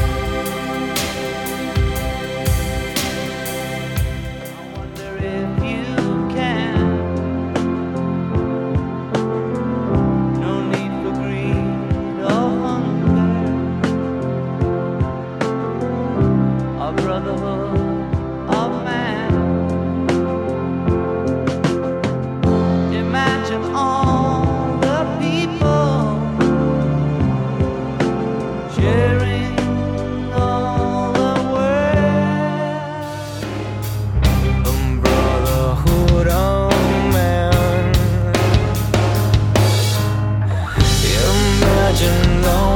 If you can, no need for greed or hunger, or brotherhood of man. Imagine all the people sharing all the world. Brotherhood of man. Imagine all